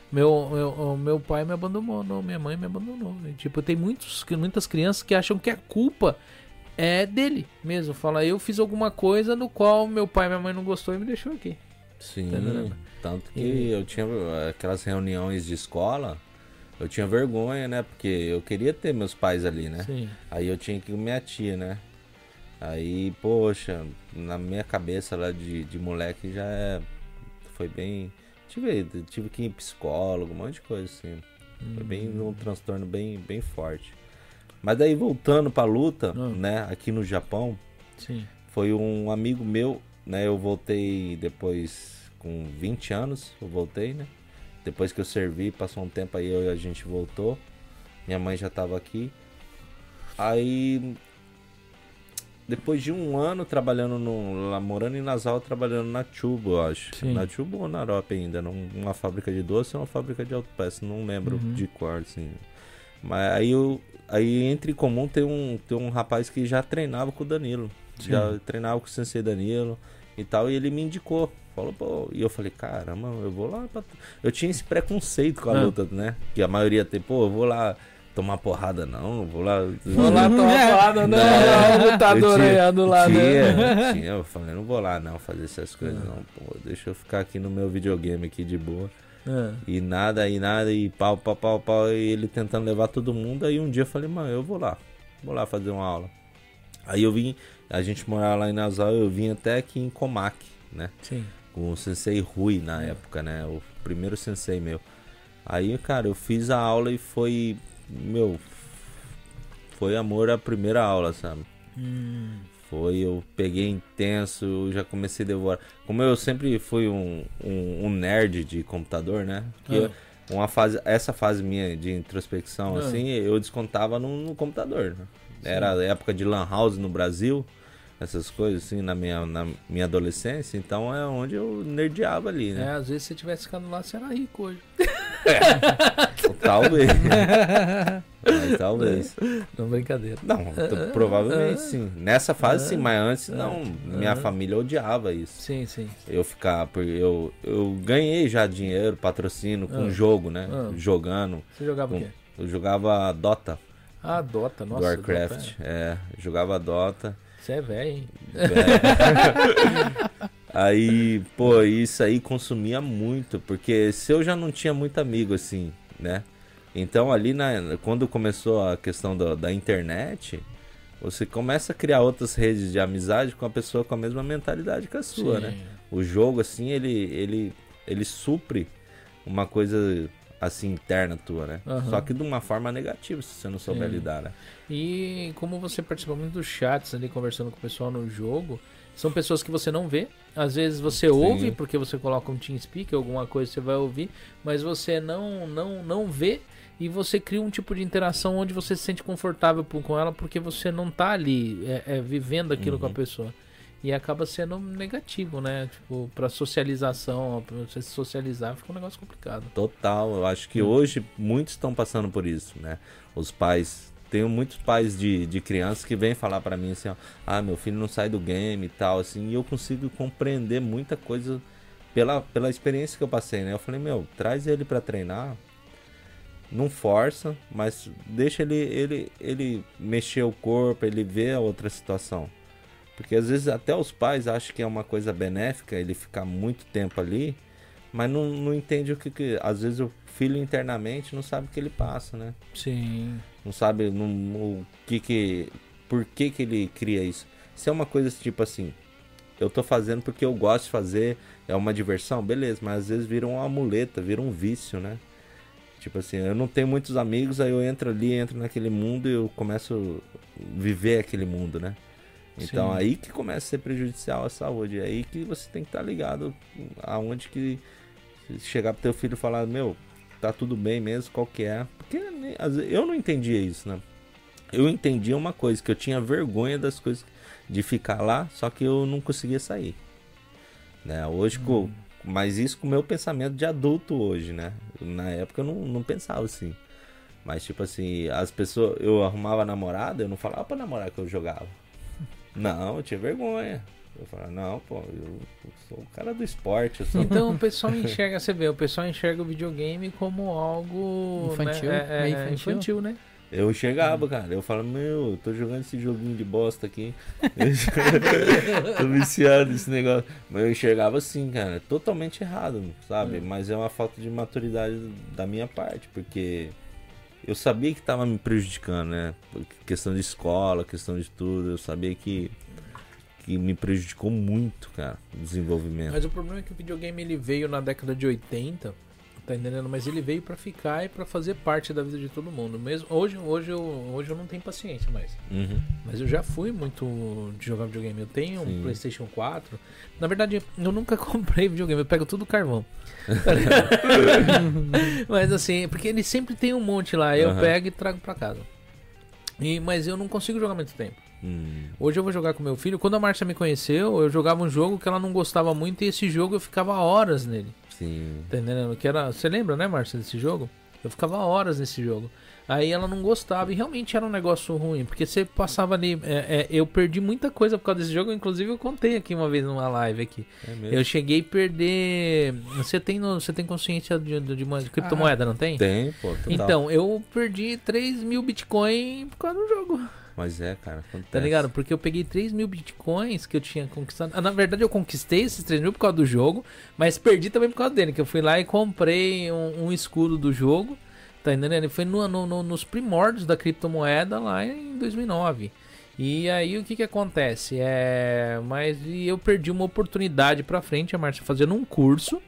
Meu pai me abandonou, minha mãe me abandonou. E, tipo, tem muitas crianças que acham que a culpa é dele mesmo. Fala, eu fiz alguma coisa no qual meu pai e minha mãe não gostou e me deixou aqui. Sim, Entendeu? tanto que eu tinha aquelas reuniões de escola, eu tinha vergonha, né? Porque eu queria ter meus pais ali, né? Sim. Aí eu tinha que ir com minha tia, né? Aí, poxa, na minha cabeça lá de moleque foi bem... Tive que ir em psicólogo, um monte de coisa assim. Foi bem um transtorno bem forte. Mas daí voltando pra luta, né, aqui no Japão, Sim. foi um amigo meu, né, eu voltei depois com 20 anos, eu voltei, né, depois que eu servi, passou um tempo aí a gente voltou, minha mãe já tava aqui, aí depois de um ano trabalhando lá, morando em Nassau, trabalhando na Chubo, eu acho, Sim. na Chubo ou na Europa ainda, numa fábrica de doce ou uma fábrica de autopeças, não lembro de cor, assim, mas aí entre em comum tem um rapaz que já treinava com o Danilo. Sim. Já treinava com o Sensei Danilo e tal. E ele me indicou. Falou, pô. E eu falei, caramba, eu vou lá. Eu tinha esse preconceito com a luta, né? Que a maioria tem, pô, eu vou lá tomar porrada, não. Vou lá tomar porrada, não. Lutador aí do lado. Tinha. Eu falei, não vou lá, não, fazer essas coisas, não. Pô, deixa eu ficar aqui no meu videogame aqui de boa. E nada, e pau, e ele tentando levar todo mundo. Aí um dia eu falei, mano, eu vou lá fazer uma aula. Aí eu vim, a gente morava lá em Nassau, eu vim até aqui em Komak, né? Sim. Com o Sensei Rui na época, né? O primeiro Sensei meu. Aí, cara, eu fiz a aula e foi amor à primeira aula, sabe? Eu peguei intenso, eu já comecei a devorar. Como eu sempre fui um nerd de computador, né? Que essa fase minha de introspecção, assim, eu descontava no computador, né? Era a época de Lan House no Brasil, essas coisas, assim, na minha adolescência. Então é onde eu nerdeava ali, né? Às vezes se você tivesse ficado lá, você era rico hoje. Talvez. Mas talvez. Não, brincadeira. Não, provavelmente sim. Nessa fase sim, mas antes não. Minha família odiava isso. Sim, sim. Eu ganhei já dinheiro, patrocínio com jogo, né? Jogando. Você jogava o quê? Eu jogava Dota. Ah, Dota, nossa. Do Warcraft. Jogava Dota. Você é velho, hein? Aí, pô, isso aí consumia muito, porque se eu já não tinha muito amigo, assim, né? Então ali, quando começou a questão da internet, você começa a criar outras redes de amizade com a pessoa com a mesma mentalidade que a sua, né? O jogo, assim, ele supre uma coisa, assim, interna tua, né? Só que de uma forma negativa, se você não souber lidar, né? E como você participa muito dos chats ali, conversando com o pessoal no jogo, são pessoas que você não vê. Às vezes você ouve, porque você coloca um TeamSpeak, alguma coisa você vai ouvir, mas você não vê. E você cria um tipo de interação onde você se sente confortável com ela, porque você não tá ali vivendo aquilo com a pessoa. E acaba sendo negativo, né? Tipo, pra socialização, pra você se socializar, fica um negócio complicado. Total, eu acho que hoje muitos estão passando por isso, né? Os pais, tenho muitos pais de crianças que vêm falar pra mim assim, ó, ah, meu filho não sai do game e tal, assim, e eu consigo compreender muita coisa pela experiência que eu passei, né? Eu falei, traz ele pra treinar, não força, mas deixa ele mexer o corpo, ele ver a outra situação. Porque às vezes até os pais acham que é uma coisa benéfica ele ficar muito tempo ali, mas não entende o que às vezes o filho internamente não sabe o que ele passa, né? Sim. Não sabe por que ele cria isso. Se é uma coisa tipo assim, eu tô fazendo porque eu gosto de fazer, é uma diversão, beleza, mas às vezes vira uma muleta, vira um vício, né? Tipo assim, eu não tenho muitos amigos, aí eu entro naquele mundo e eu começo a viver aquele mundo, né? Então aí que começa a ser prejudicial à saúde. É aí que você tem que estar ligado aonde que chegar pro teu filho e falar, tá tudo bem mesmo, qual que é? Porque eu não entendia isso, né? Eu entendia uma coisa, que eu tinha vergonha das coisas, de ficar lá, só que eu não conseguia sair. Né? Hoje, mas isso com o meu pensamento de adulto hoje, né? Na época eu não pensava assim. Mas tipo assim, as pessoas, eu arrumava namorada, eu não falava pra namorar que eu jogava. Não, eu tinha vergonha. Eu falava, não, pô, eu sou o cara do esporte. Eu sou... Então o pessoal enxerga, você vê, o pessoal enxerga o videogame como algo Infantil, né, meio infantil, né? Eu enxergava, cara. Eu falava, meu, eu tô jogando esse joguinho de bosta aqui. Tô viciado nesse negócio. Mas eu enxergava assim, cara. Totalmente errado, sabe? Mas é uma falta de maturidade da minha parte. Porque eu sabia que tava me prejudicando, né? Questão de escola, questão de tudo. Eu sabia que me prejudicou muito, cara, o desenvolvimento. Mas o problema é que o videogame ele veio na década de 80, tá entendendo? Mas ele veio pra ficar e pra fazer parte da vida de todo mundo. Mesmo hoje eu não tenho paciência mais. Uhum. Mas eu já fui muito de jogar videogame. Eu tenho Sim. um PlayStation 4. Na verdade, eu nunca comprei videogame. Eu pego tudo carvão. Mas assim, porque ele sempre tem um monte lá. Eu pego e trago pra casa. Mas eu não consigo jogar muito tempo. Hoje eu vou jogar com meu filho. Quando a Márcia me conheceu, eu jogava um jogo que ela não gostava muito. E esse jogo eu ficava horas nele. Sim. Tá entendendo? Que era, você lembra, né, Márcia, desse jogo? Eu ficava horas nesse jogo. Aí ela não gostava e realmente era um negócio ruim, porque você passava ali. Eu perdi muita coisa por causa desse jogo, inclusive eu contei aqui uma vez numa live aqui. É mesmo? Eu cheguei a perder. Você tem consciência de criptomoeda, não tem? Tem, pô, total. Então, eu perdi 3.000 Bitcoin por causa do jogo. Mas cara, acontece. Tá ligado? Porque eu peguei 3.000 bitcoins que eu tinha conquistado. Na verdade, eu conquistei esses 3.000 por causa do jogo, mas perdi também por causa dele, que eu fui lá e comprei um escudo do jogo. Tá entendendo? Ele foi nos primórdios da criptomoeda lá em 2009. E aí o que acontece? Mas eu perdi uma oportunidade pra frente, a Márcia fazendo um curso.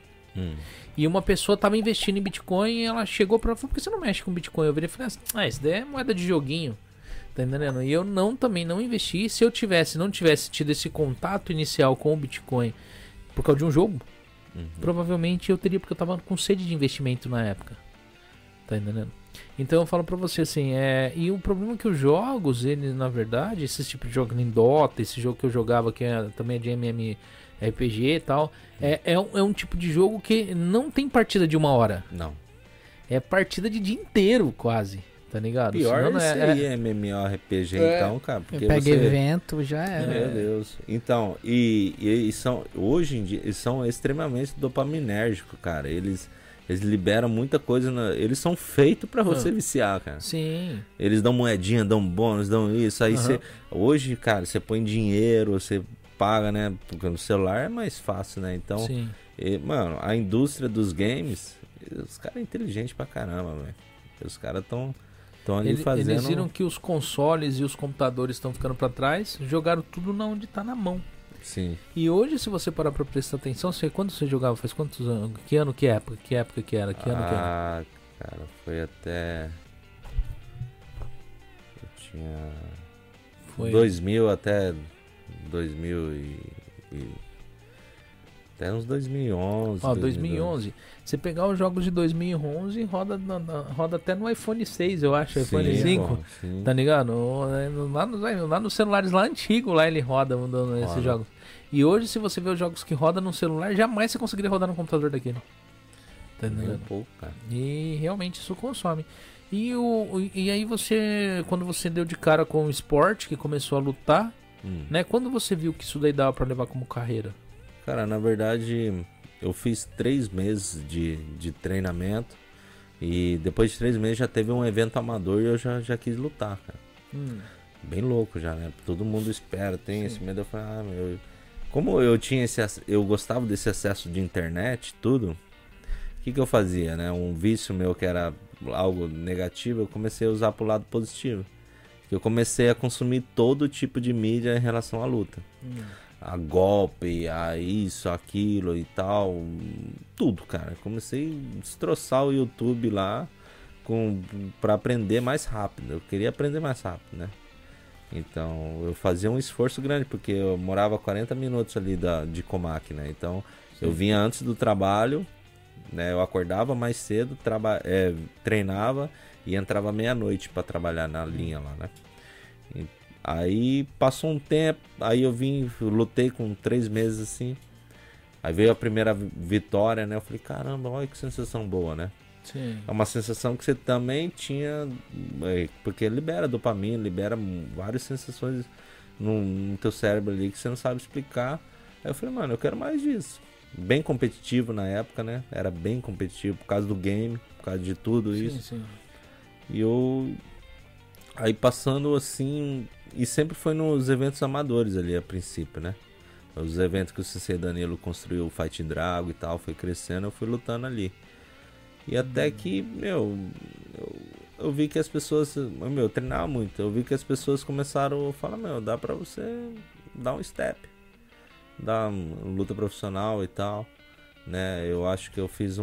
E uma pessoa tava investindo em Bitcoin e ela chegou pra falar, por que você não mexe com Bitcoin? Eu virei e falei assim, isso daí é moeda de joguinho. Tá entendendo? E eu também não investi. Se eu não tivesse tido esse contato inicial com o Bitcoin por causa de um jogo, provavelmente eu teria, porque eu tava com sede de investimento na época. Tá entendendo? Então eu falo pra você assim, e o problema é que os jogos, eles na verdade, esses tipos de jogos em Dota, esse jogo que eu jogava que também é de MMORPG e tal, é um tipo de jogo que não tem partida de 1 hora. Não. É partida de dia inteiro quase. Tá ligado? Pior Senão isso aí é MMORPG, então, cara. Porque pega evento, já era. Meu Deus. Então, e são, hoje em dia, eles são extremamente dopaminérgicos, cara. Eles liberam muita coisa. Eles são feitos pra você viciar, cara. Sim. Eles dão moedinha, dão bônus, dão isso. Aí hoje, cara, você põe dinheiro, você paga, né? Porque no celular é mais fácil, né? Então, Sim. Mano, a indústria dos games, os caras é inteligente pra caramba, velho. Os caras estão ali fazendo... Eles viram que os consoles e os computadores estão ficando pra trás, jogaram tudo na onde tá na mão. Sim. E hoje, se você parar pra prestar atenção, quando você jogava, faz quantos anos? Que ano, que época? Que época que era? Que ano que era? Cara, foi até... Eu tinha... Foi 2000 até 2000 até uns 2011. 2011. Você pegar os jogos de 2011, roda até no iPhone 6, eu acho, iPhone 5. Pô, sim. Tá ligado? Lá nos celulares lá antigos, lá ele roda esses jogos. E hoje, se você vê os jogos que rodam no celular, jamais você conseguiria rodar no computador daquele. Tá entendendo? Um pouco, cara. E realmente isso consome. E aí você, quando você deu de cara com o esporte, que começou a lutar, né? Quando você viu que isso daí dava pra levar como carreira? Cara, na verdade, eu fiz 3 meses de treinamento. E depois de 3 meses já teve um evento amador e eu já quis lutar, cara. Bem louco já, né? Todo mundo espera, tem esse medo. Eu falei, como eu tinha eu gostava desse acesso de internet, tudo. O que eu fazia, né? Um vício meu que era algo negativo, eu comecei a usar pro lado positivo. Eu comecei a consumir todo tipo de mídia em relação à luta. A golpe, a isso, aquilo e tal. Tudo, cara. Comecei a destroçar o YouTube lá pra aprender mais rápido. Eu queria aprender mais rápido, né? Então eu fazia um esforço grande, porque eu morava 40 minutos ali de Comac, né? Então eu vinha antes do trabalho, né? Eu acordava mais cedo, treinava e entrava meia-noite pra trabalhar na linha lá, né? Aí passou um tempo, aí eu lutei com 3 meses assim. Aí veio a primeira vitória, né? Eu falei, caramba, olha que sensação boa, né? Sim. É uma sensação que você também tinha, porque libera dopamina, libera várias sensações no teu cérebro ali que você não sabe explicar. Aí eu falei, mano, eu quero mais disso. Bem competitivo na época, né? Era bem competitivo por causa do game, por causa de tudo isso. Sim. E eu... Aí passando assim... E sempre foi nos eventos amadores ali, a princípio, né? Os eventos que o Sensei Danilo construiu, o Fighting Dragon e tal, foi crescendo, eu fui lutando ali. E até que, eu vi que as pessoas... eu treinava muito. Eu vi que as pessoas começaram a falar, dá pra você dar um step. Dar luta profissional e tal, né? Eu acho que eu fiz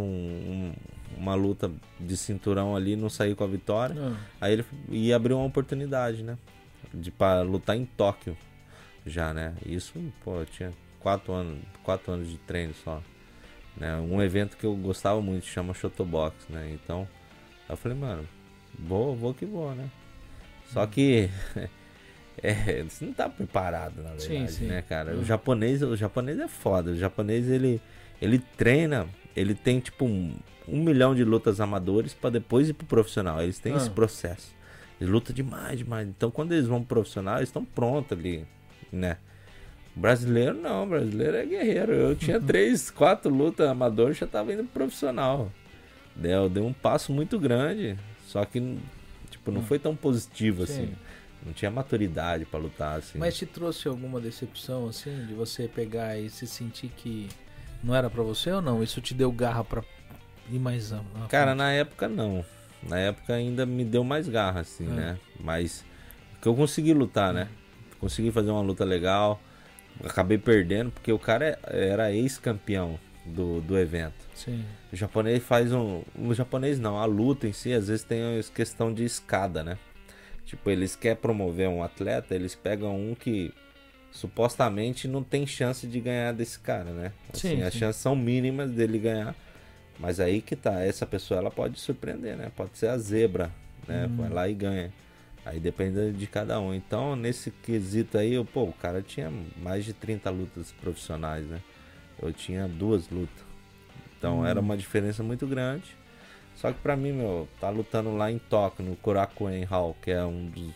uma luta de cinturão ali, não saí com a vitória. Aí ele ia abrir uma oportunidade, né? Pra lutar em Tóquio já, né? Isso, pô, eu tinha 4 anos de treino só, né? Um evento que eu gostava muito, chama Shotobox, né? Então, eu falei, mano, vou que vou, né? Só que você não tá preparado, na verdade, sim. né, cara? O japonês é foda. O japonês, ele treina, ele tem tipo 1 milhão de lutas amadores pra depois ir pro profissional. Eles têm esse processo. Eles lutam demais. Então, quando eles vão pro profissional, eles estão prontos ali, né? O brasileiro não, o brasileiro é guerreiro. Eu tinha 3, 4 lutas amadoras, já tava indo pro profissional. Deu um passo muito grande, só que tipo, não foi tão positivo assim. Não tinha maturidade pra lutar, assim. Mas te trouxe alguma decepção, assim, de você pegar e se sentir que não era pra você ou não? Isso te deu garra pra ir mais na Cara, frente? na época não. Na época ainda me deu mais garra, assim, né? Mas que eu consegui lutar, né? Consegui fazer uma luta legal. Acabei perdendo, porque o cara era ex-campeão do evento. Sim. O japonês faz o japonês não, a luta em si, às vezes tem a questão de escada, né? Tipo, eles querem promover um atleta, eles pegam um que supostamente não tem chance de ganhar desse cara, né? Assim, as chances são mínimas dele ganhar. Mas aí que tá, essa pessoa ela pode surpreender, né? Pode ser a zebra, né? Vai lá e ganha. Aí depende de cada um. Então, nesse quesito aí, o cara tinha mais de 30 lutas profissionais, né? Eu tinha 2 lutas. Então, era uma diferença muito grande. Só que pra mim, tá lutando lá em Tóquio, no Korakuen Hall, que é um dos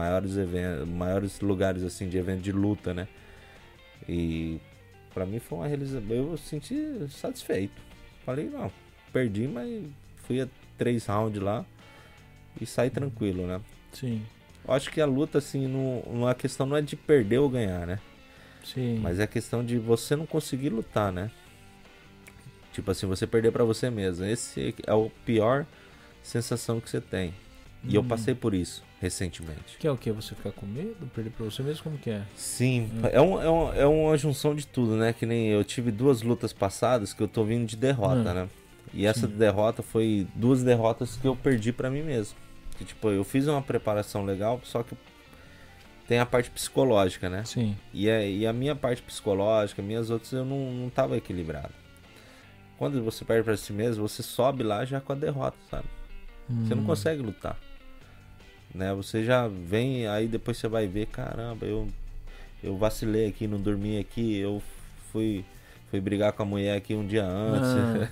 maiores lugares assim de evento de luta, né? E pra mim foi uma realização, eu senti satisfeito. Falei, não, perdi, mas fui a 3 rounds lá e saí tranquilo, né? Sim. Eu acho que a luta, assim, a questão não é de perder ou ganhar, né? Sim. Mas é a questão de você não conseguir lutar, né? Tipo assim, você perder pra você mesmo. Esse é o pior sensação que você tem. E eu passei por isso recentemente. Que é o que? Você ficar com medo? Perder pra você mesmo? Como que é? Sim, é uma junção de tudo, né? Que nem eu tive 2 lutas passadas que eu tô vindo de derrota, né? E essa derrota foi 2 derrotas que eu perdi pra mim mesmo. Que, tipo, eu fiz uma preparação legal, só que tem a parte psicológica, né? Sim. E a minha parte psicológica, minhas outras, eu não tava equilibrado. Quando você perde pra si mesmo, você sobe lá já com a derrota, sabe? Você não consegue lutar, né? Você já vem, aí depois você vai ver, caramba, eu vacilei aqui, não dormi aqui, eu fui brigar com a mulher aqui um dia antes.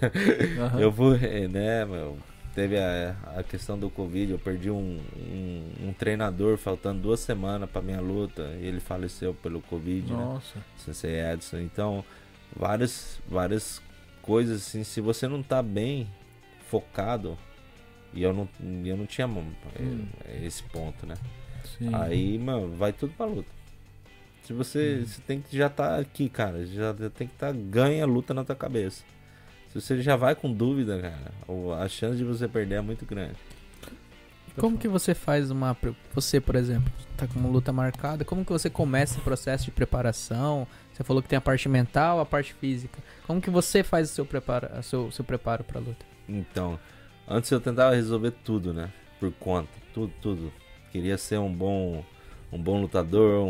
Eu fui, né, teve a questão do Covid, eu perdi um treinador faltando 2 semanas pra minha luta, e ele faleceu pelo Covid, Nossa. né? Sensei Edson. Então, várias coisas assim, se você não tá bem focado, e eu não tinha esse ponto, né? Sim. Aí, mano, vai tudo pra luta. Se você tem que já tá aqui, cara, já tem que ganha a luta na tua cabeça. Se você já vai com dúvida, cara, a chance de você perder é muito grande. Como que você faz você, por exemplo, tá com uma luta marcada, como que você começa o processo de preparação? Você falou que tem a parte mental, a parte física. Como que você faz o seu preparo pra luta? Então, antes eu tentava resolver tudo, né? Por conta, tudo. Queria ser um bom lutador,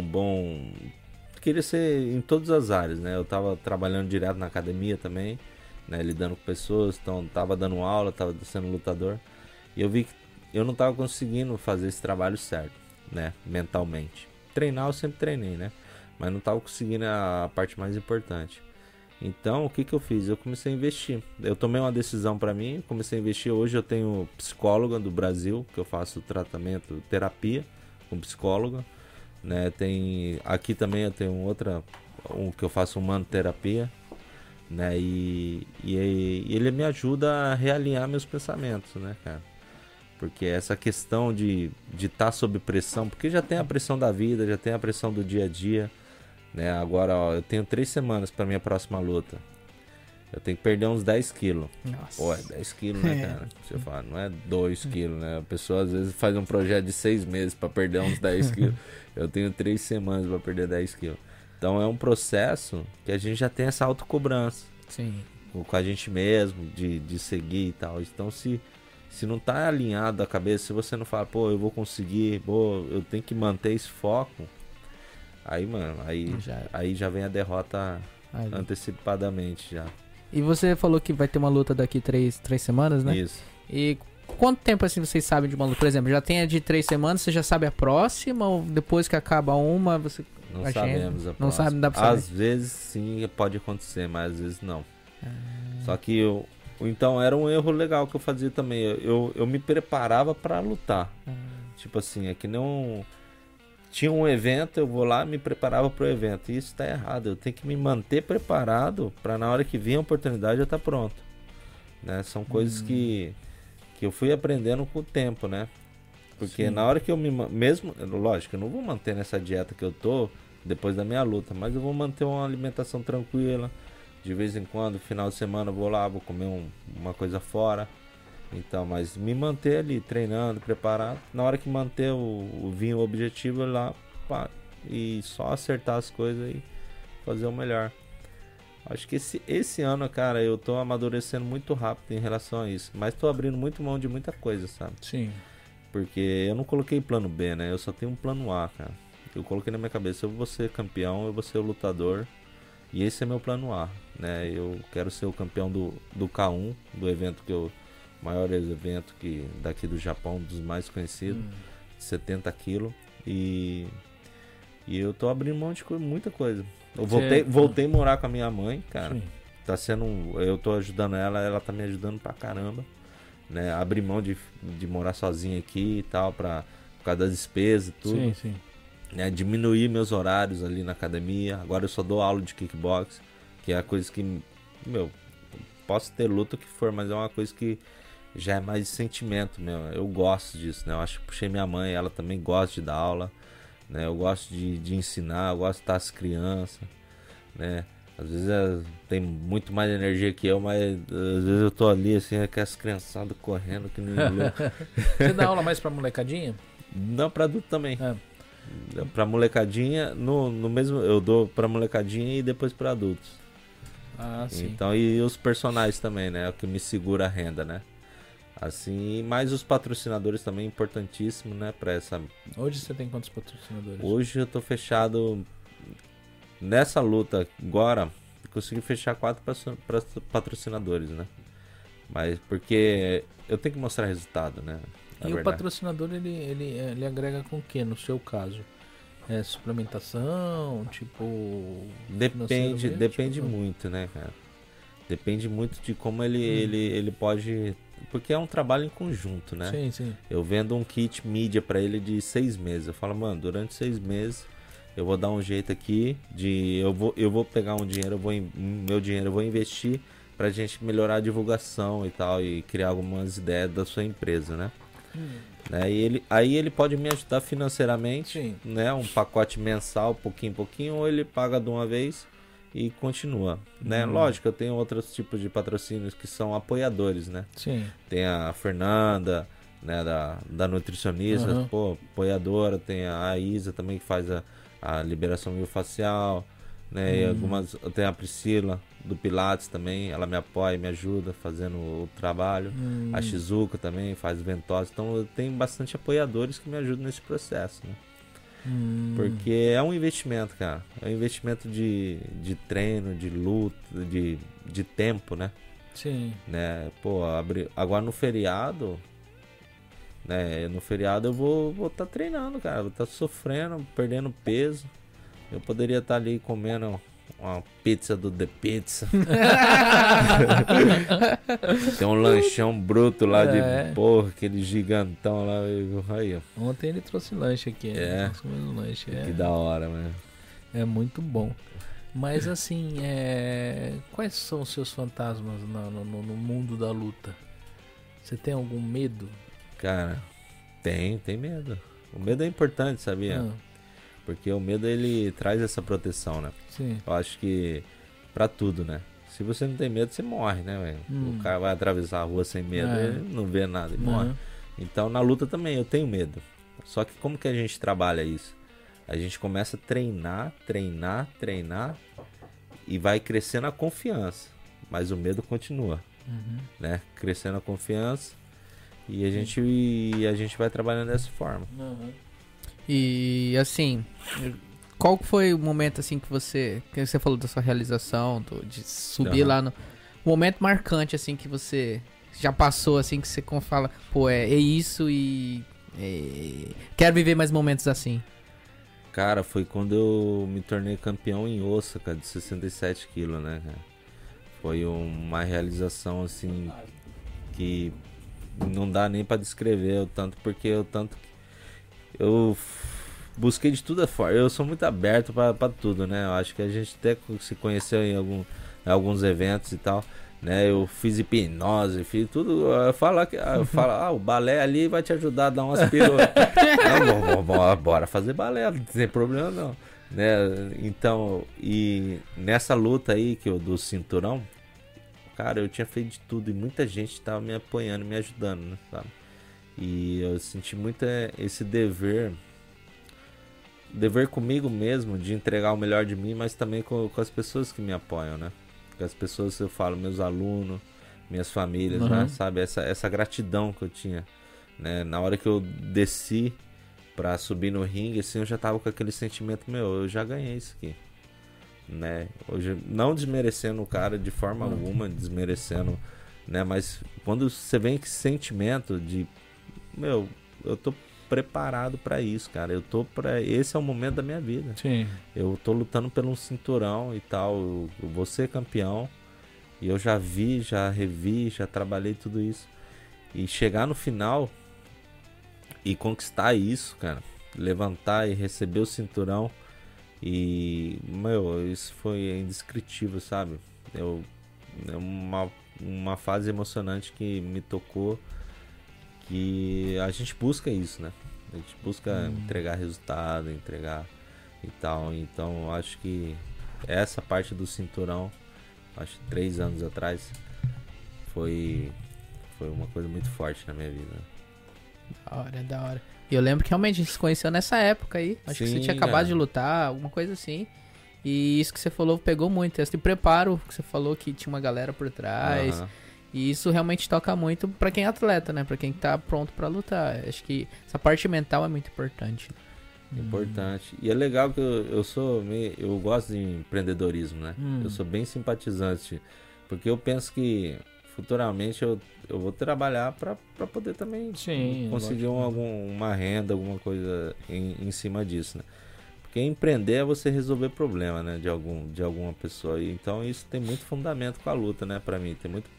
queria ser em todas as áreas, né? Eu tava trabalhando direto na academia também, né? Lidando com pessoas, então tava dando aula, tava sendo lutador. E eu vi que eu não tava conseguindo fazer esse trabalho certo, né? Mentalmente. Treinar eu sempre treinei, né? Mas não tava conseguindo a parte mais importante. Então, o que eu fiz? Eu comecei a investir. Eu tomei uma decisão pra mim, comecei a investir. Hoje eu tenho psicóloga do Brasil, que eu faço tratamento, terapia com psicóloga, né? Aqui também eu tenho que eu faço manoterapia, né? E ele me ajuda a realinhar meus pensamentos, né, cara? Porque essa questão de estar sob pressão, porque já tem a pressão da vida, já tem a pressão do dia a dia, né? Agora, ó, eu tenho 3 semanas para minha próxima luta. Eu tenho que perder uns 10 quilos. Nossa. Pô, é 10 quilos, né, cara? Você fala, não é 2 quilos, né? A pessoa às vezes faz um projeto de 6 meses para perder uns 10 quilos. Eu tenho 3 semanas para perder 10 quilos. Então é um processo que a gente já tem essa autocobrança. Sim. Com a gente mesmo, de seguir e tal. Então se não tá alinhado a cabeça, se você não fala, pô, eu vou conseguir, pô, eu tenho que manter esse foco, aí, mano, aí já vem a derrota antecipadamente já. E você falou que vai ter uma luta daqui 3 semanas, né? Isso. E quanto tempo assim vocês sabem de uma luta? Por exemplo, já tem a de 3 semanas, você já sabe a próxima? Ou depois que acaba uma, você... Não sabemos a próxima. Não sabe, não dá pra saber. Às vezes sim, pode acontecer, mas às vezes não. Só que então era um erro legal que eu fazia também. Eu me preparava pra lutar. Tipo assim, é que não... Tinha um evento, eu vou lá e me preparava pro evento. E isso tá errado. Eu tenho que me manter preparado pra na hora que vir a oportunidade eu estar pronto. Né? São coisas que eu fui aprendendo com o tempo, né? Porque na hora que eu mesmo, lógico, eu não vou manter nessa dieta que eu tô depois da minha luta, mas eu vou manter uma alimentação tranquila. De vez em quando, final de semana eu vou lá, vou comer uma coisa fora. Então, mas me manter ali, treinando, preparado. Na hora que manter o objetivo lá, pá, e só acertar as coisas e fazer o melhor. Acho que esse ano, cara, eu tô amadurecendo muito rápido em relação a isso. Mas tô abrindo muito mão de muita coisa, sabe? Sim. Porque eu não coloquei plano B, né? Eu só tenho um plano A, cara. Eu coloquei na minha cabeça, eu vou ser campeão, eu vou ser o lutador. E esse é meu plano A, né? Eu quero ser o campeão do K1, do evento maior evento daqui do Japão, dos mais conhecidos, 70 quilos. E eu tô abrindo mão de muita coisa. Eu voltei a morar com a minha mãe, cara. Sim. Tá sendo. Eu tô ajudando ela tá me ajudando pra caramba. Né? Abrir mão de morar sozinho aqui e tal, por causa das despesas e tudo. Sim, sim. Né? Diminuir meus horários ali na academia. Agora eu só dou aula de kickbox, que é a coisa que, posso ter luta o que for, mas é uma coisa que já é mais de sentimento, eu gosto disso, né? Eu acho que puxei minha mãe, ela também gosta de dar aula, né? Eu gosto de ensinar, eu gosto de estar as crianças, né? Às vezes tem muito mais energia que eu, mas às vezes eu tô ali assim, aquelas criançadas correndo que nem louco. Você dá aula mais pra molecadinha? Não, pra adulto também. Pra molecadinha, no mesmo, eu dou pra molecadinha e depois pra adultos. Ah, sim. Então, e os personagens também, né? É o que me segura a renda, né? Assim, mais os patrocinadores também, importantíssimo, né? Pra essa... Hoje você tem quantos patrocinadores? Hoje eu tô fechado... Nessa luta agora, consegui fechar 4 patrocinadores, né? Mas porque eu tenho que mostrar resultado, né? E o patrocinador, ele agrega com o que no seu caso? É suplementação, tipo... Depende muito, né, cara? Depende muito de como ele pode... Porque é um trabalho em conjunto, né? Sim, sim. Eu vendo um kit mídia pra ele de 6 meses. Eu falo, mano, durante 6 meses eu vou dar um jeito aqui de... Eu vou pegar um dinheiro, meu dinheiro eu vou investir pra gente melhorar a divulgação e tal, e criar algumas ideias da sua empresa, né? Né? E aí ele pode me ajudar financeiramente, sim, né? Um pacote mensal, pouquinho em pouquinho, ou ele paga de uma vez e continua, né? Lógico, eu tenho outros tipos de patrocínios que são apoiadores, né? Sim. Tem a Fernanda, né, da nutricionista, pô, apoiadora, tem a Isa também que faz a liberação miofascial, né? E tem a Priscila do Pilates também, ela me apoia, me ajuda fazendo o trabalho. A Shizuka também faz ventosa, então eu tenho bastante apoiadores que me ajudam nesse processo, né? Porque é um investimento, cara. É um investimento de treino, de luta, de tempo, né? Sim. Né? Pô, agora no feriado, né? No feriado eu vou tá treinando, cara. Vou tá sofrendo, perdendo peso. Eu poderia estar ali comendo uma pizza do The Pizza. Tem um lanchão bruto lá de porra, aquele gigantão lá. Aí, ó. Ontem ele trouxe lanche aqui. É. Um lanche. Que da hora, mano. É muito bom. Mas assim, quais são os seus fantasmas no mundo da luta? Você tem algum medo? Cara, tem medo. O medo é importante, sabia? Porque o medo, ele traz essa proteção, né? Sim. Eu acho que pra tudo, né? Se você não tem medo, você morre, né, velho? O cara vai atravessar a rua sem medo, ele não vê nada e morre. Então, na luta também, eu tenho medo. Só que como que a gente trabalha isso? A gente começa a treinar e vai crescendo a confiança. Mas o medo continua, né? Crescendo a confiança e a gente vai trabalhando dessa forma. E assim, qual foi o momento assim que você falou da sua realização, de subir lá no momento marcante assim que você já passou, assim que você fala, pô, é isso e quero viver mais momentos assim? Cara, foi quando eu me tornei campeão em Osaka de 67 quilos, né, cara? Foi uma realização, assim, que não dá nem pra descrever o tanto, porque eu busquei de tudo fora. Eu sou muito aberto pra tudo, né? Eu acho que a gente até se conheceu em alguns eventos e tal, né? Eu fiz hipnose, fiz tudo. Eu falo, o balé ali vai te ajudar a dar umas piruas. Não, bora fazer balé, não tem problema não, né? Então, e nessa luta aí do cinturão, cara, eu tinha feito de tudo e muita gente tava me apoiando, me ajudando, né, sabe? E eu senti muito esse dever comigo mesmo, de entregar o melhor de mim, mas também com as pessoas que me apoiam, né? Com as pessoas, eu falo, meus alunos, minhas famílias, né? Sabe? Essa gratidão que eu tinha, né? Na hora que eu desci pra subir no ringue, assim, eu já tava com aquele sentimento, eu já ganhei isso aqui, né? Hoje, não desmerecendo o cara de forma alguma, desmerecendo, né? Mas quando você vem com esse sentimento de, eu tô preparado pra isso, cara. Esse é o momento da minha vida. Sim. Eu tô lutando pelo um cinturão e tal. Eu vou ser campeão. E eu já vi, já revi, já trabalhei tudo isso. E chegar no final e conquistar isso, cara. Levantar e receber o cinturão. E, isso foi indescritível, sabe? É uma fase emocionante que me tocou. Que a gente busca isso, né? A gente busca entregar resultado, entregar e tal. Então, acho que essa parte do cinturão, acho que 3 anos atrás, foi uma coisa muito forte na minha vida. Da hora. E eu lembro que realmente a gente se conheceu nessa época aí. Acho que você tinha acabado de lutar, alguma coisa assim. E isso que você falou pegou muito. Esse preparo que você falou que tinha uma galera por trás. E isso realmente toca muito pra quem é atleta, né? Pra quem tá pronto pra lutar. Acho que essa parte mental é muito importante. Importante. E é legal que eu gosto de empreendedorismo, né? Eu sou bem simpatizante. Porque eu penso que futuramente eu vou trabalhar pra poder também conseguir uma renda, alguma coisa em cima disso, né? Porque empreender é você resolver problema, né? De alguma pessoa. Então isso tem muito fundamento com a luta, né? Pra mim, tem muito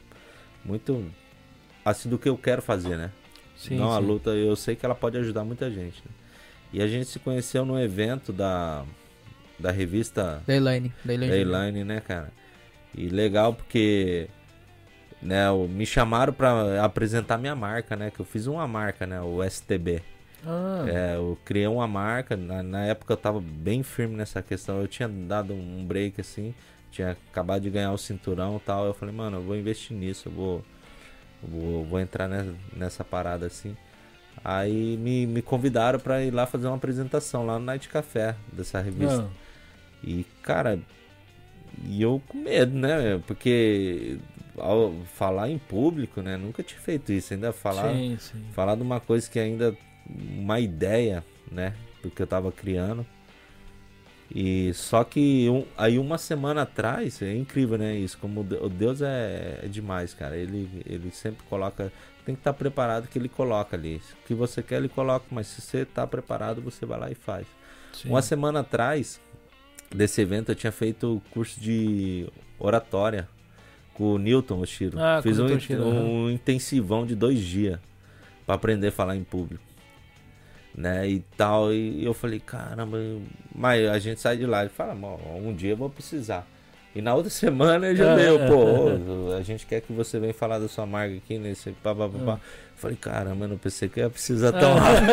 assim do que eu quero fazer, né? A luta, eu sei que ela pode ajudar muita gente, né? E a gente se conheceu num evento da revista da Elaine, né, cara? E legal porque, né, me chamaram pra apresentar minha marca, né? Que eu fiz uma marca, né? O STB. Eu criei uma marca. Na época eu tava bem firme nessa questão. Eu tinha dado um break assim. Tinha acabado de ganhar o cinturão e tal. Eu falei, mano, eu vou investir nisso. Eu vou entrar nessa parada assim. Aí me convidaram pra ir lá fazer uma apresentação lá no Night Café dessa revista. E, cara, eu com medo, né? Porque ao falar em público, né? Nunca tinha feito isso. Ainda falar de uma coisa que ainda... Uma ideia, né? Do que eu tava criando. E só que aí uma semana atrás, é incrível, né? Isso, como o Deus é demais, cara. Ele sempre coloca... Tem que estar preparado que ele coloca ali. O que você quer, ele coloca. Mas se você tá preparado, você vai lá e faz. Uma semana atrás, desse evento eu tinha feito curso de oratória com o Newton Oshiro. Fiz com o Oshiro, um intensivão de 2 dias pra aprender a falar em público, né, e tal, e eu falei, caramba, mas a gente sai de lá e fala, um dia eu vou precisar. E na outra semana já deu, pô, a gente quer que você venha falar da sua marca aqui nesse papapá. Falei, caramba, eu não pensei que ia precisar tão rápido.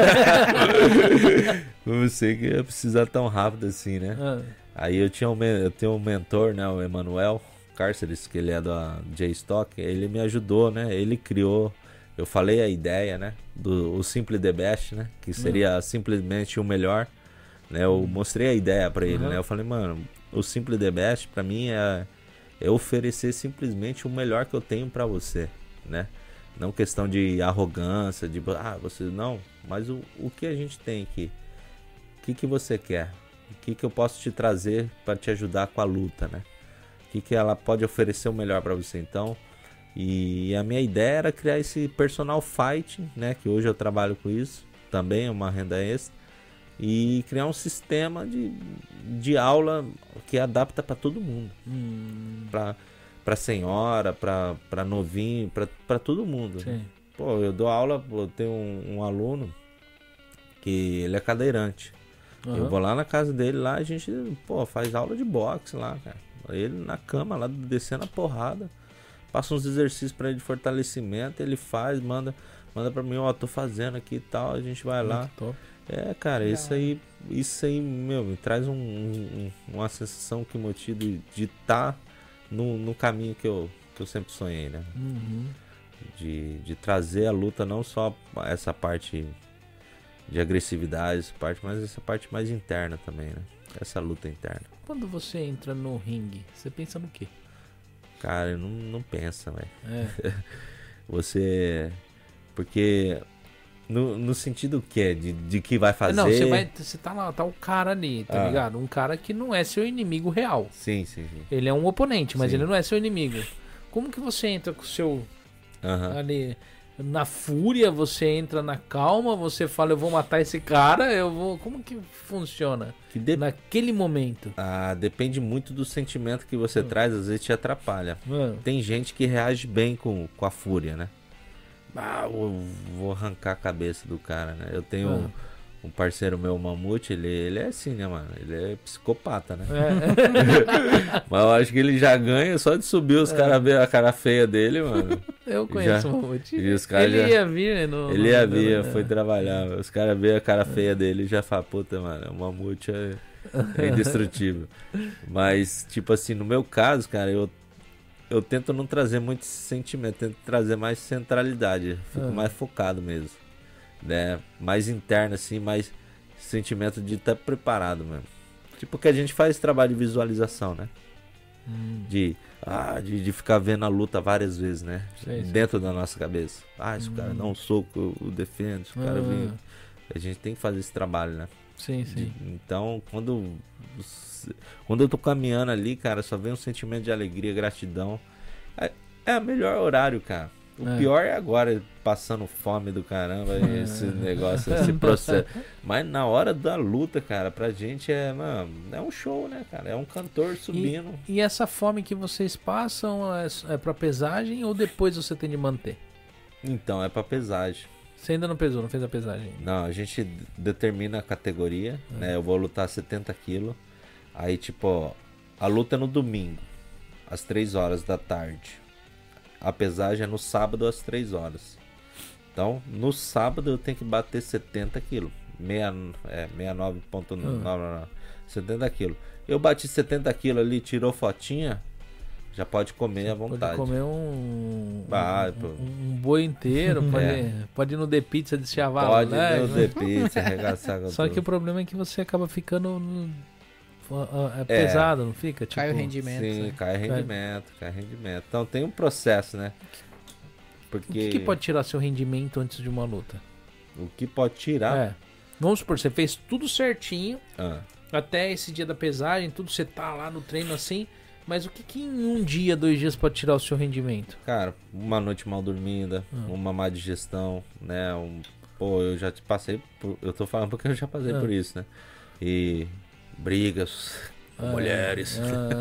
Não pensei que ia precisar tão rápido assim, né? Aí eu tenho um mentor, né, o Emanuel Cárceres, que ele é da J-Stock, ele me ajudou, né? Ele criou, eu falei a ideia, né, do Simply the Best, né, que seria simplesmente o melhor, né? Eu mostrei a ideia pra ele, né? Eu falei, mano, o Simply the Best pra mim é oferecer simplesmente o melhor que eu tenho pra você, né? Não questão de arrogância, de você não, mas o que a gente tem aqui? O que você quer? O que eu posso te trazer para te ajudar com a luta, né? O que ela pode oferecer o melhor para você? Então, e a minha ideia era criar esse personal fighting, né? Que hoje eu trabalho com isso, também é uma renda extra, e criar um sistema de aula que adapta para todo mundo, para senhora, para novinho, para todo mundo. Sim. Pô, eu dou aula, eu tenho um aluno que ele é cadeirante. Eu vou lá na casa dele, lá a gente, faz aula de boxe lá, cara. Ele na cama, lá descendo a porrada. Passa uns exercícios pra ele de fortalecimento, ele faz, manda pra mim, tô fazendo aqui e tal, a gente vai lá. Top. Cara, isso aí, meu, me traz uma sensação que motiva de estar no caminho que eu sempre sonhei, né? De trazer a luta, não só essa parte de agressividade, mas essa parte mais interna também, né? Essa luta interna. Quando você entra no ringue, você pensa no quê? Cara, não pensa, velho. Você... Porque... No sentido que é? De que vai fazer... Não, você tá lá, tá o cara ali, tá ligado? Um cara que não é seu inimigo real. Sim. Ele é um oponente, mas ele não é seu inimigo. Como que você entra com o seu... ali... Na fúria, você entra na calma, você fala, eu vou matar esse cara, como que funciona naquele momento? Depende muito do sentimento que você traz, às vezes te atrapalha. Tem gente que reage bem com a fúria, né? Eu vou arrancar a cabeça do cara, né? Eu tenho um parceiro meu, o Mamute, ele é assim, né, mano? Ele é psicopata, né? Mas eu acho que ele já ganha só de subir os caras ver a cara feia dele, mano. Eu conheço o Mamute. Ele ia vir, né? Ele ia vir, foi trabalhar. Os caras veem a cara feia dele e já falam, puta, mano, o Mamute é indestrutível. Mas, tipo assim, no meu caso, cara, eu tento não trazer muito esse sentimento, tento trazer mais centralidade. Fico mais focado mesmo. Né, mais interno assim, mais sentimento de estar preparado mesmo. Tipo que a gente faz trabalho de visualização, né? De ficar vendo a luta várias vezes, né? Dentro da nossa cabeça. Se o cara dá um soco, eu defendo, se o cara vem. A gente tem que fazer esse trabalho, né? Sim. Então, quando eu tô caminhando ali, cara, só vem um sentimento de alegria, gratidão. É o melhor horário, cara. O pior é agora, passando fome do caramba, esse negócio, esse processo. Mas na hora da luta, cara, pra gente é um show, né, cara? É um cantor subindo. E essa fome que vocês passam é pra pesagem ou depois você tem de manter? Então, é pra pesagem. Você ainda não pesou, não fez a pesagem? Não, a gente determina a categoria, né? Eu vou lutar 70 quilos. Aí, tipo, a luta é no domingo, às 3 horas da tarde. A pesagem é no sábado às 3 horas. Então, no sábado eu tenho que bater 70 quilos. 69,9. 70 quilos. Eu bati 70 quilos ali, tirou fotinha, já pode comer à vontade. Pode comer um boi inteiro, pode ir no The Pizza de chavalo, pode né? Ir no The Pizza, arregaçar com Só tudo. que o problema é que você acaba ficando... pesado, não fica? Tipo, cai o rendimento. Sim, cai rendimento. Então tem um processo, né? Porque... O que pode tirar seu rendimento antes de uma luta? O que pode tirar? Vamos supor, você fez tudo certinho, até esse dia da pesagem, tudo, você tá lá no treino assim, mas o que em 1 dia, 2 dias pode tirar o seu rendimento? Cara, uma noite mal dormida, uma má digestão, né? Eu já te passei eu tô falando porque eu já passei por isso, né? E... brigas mulheres.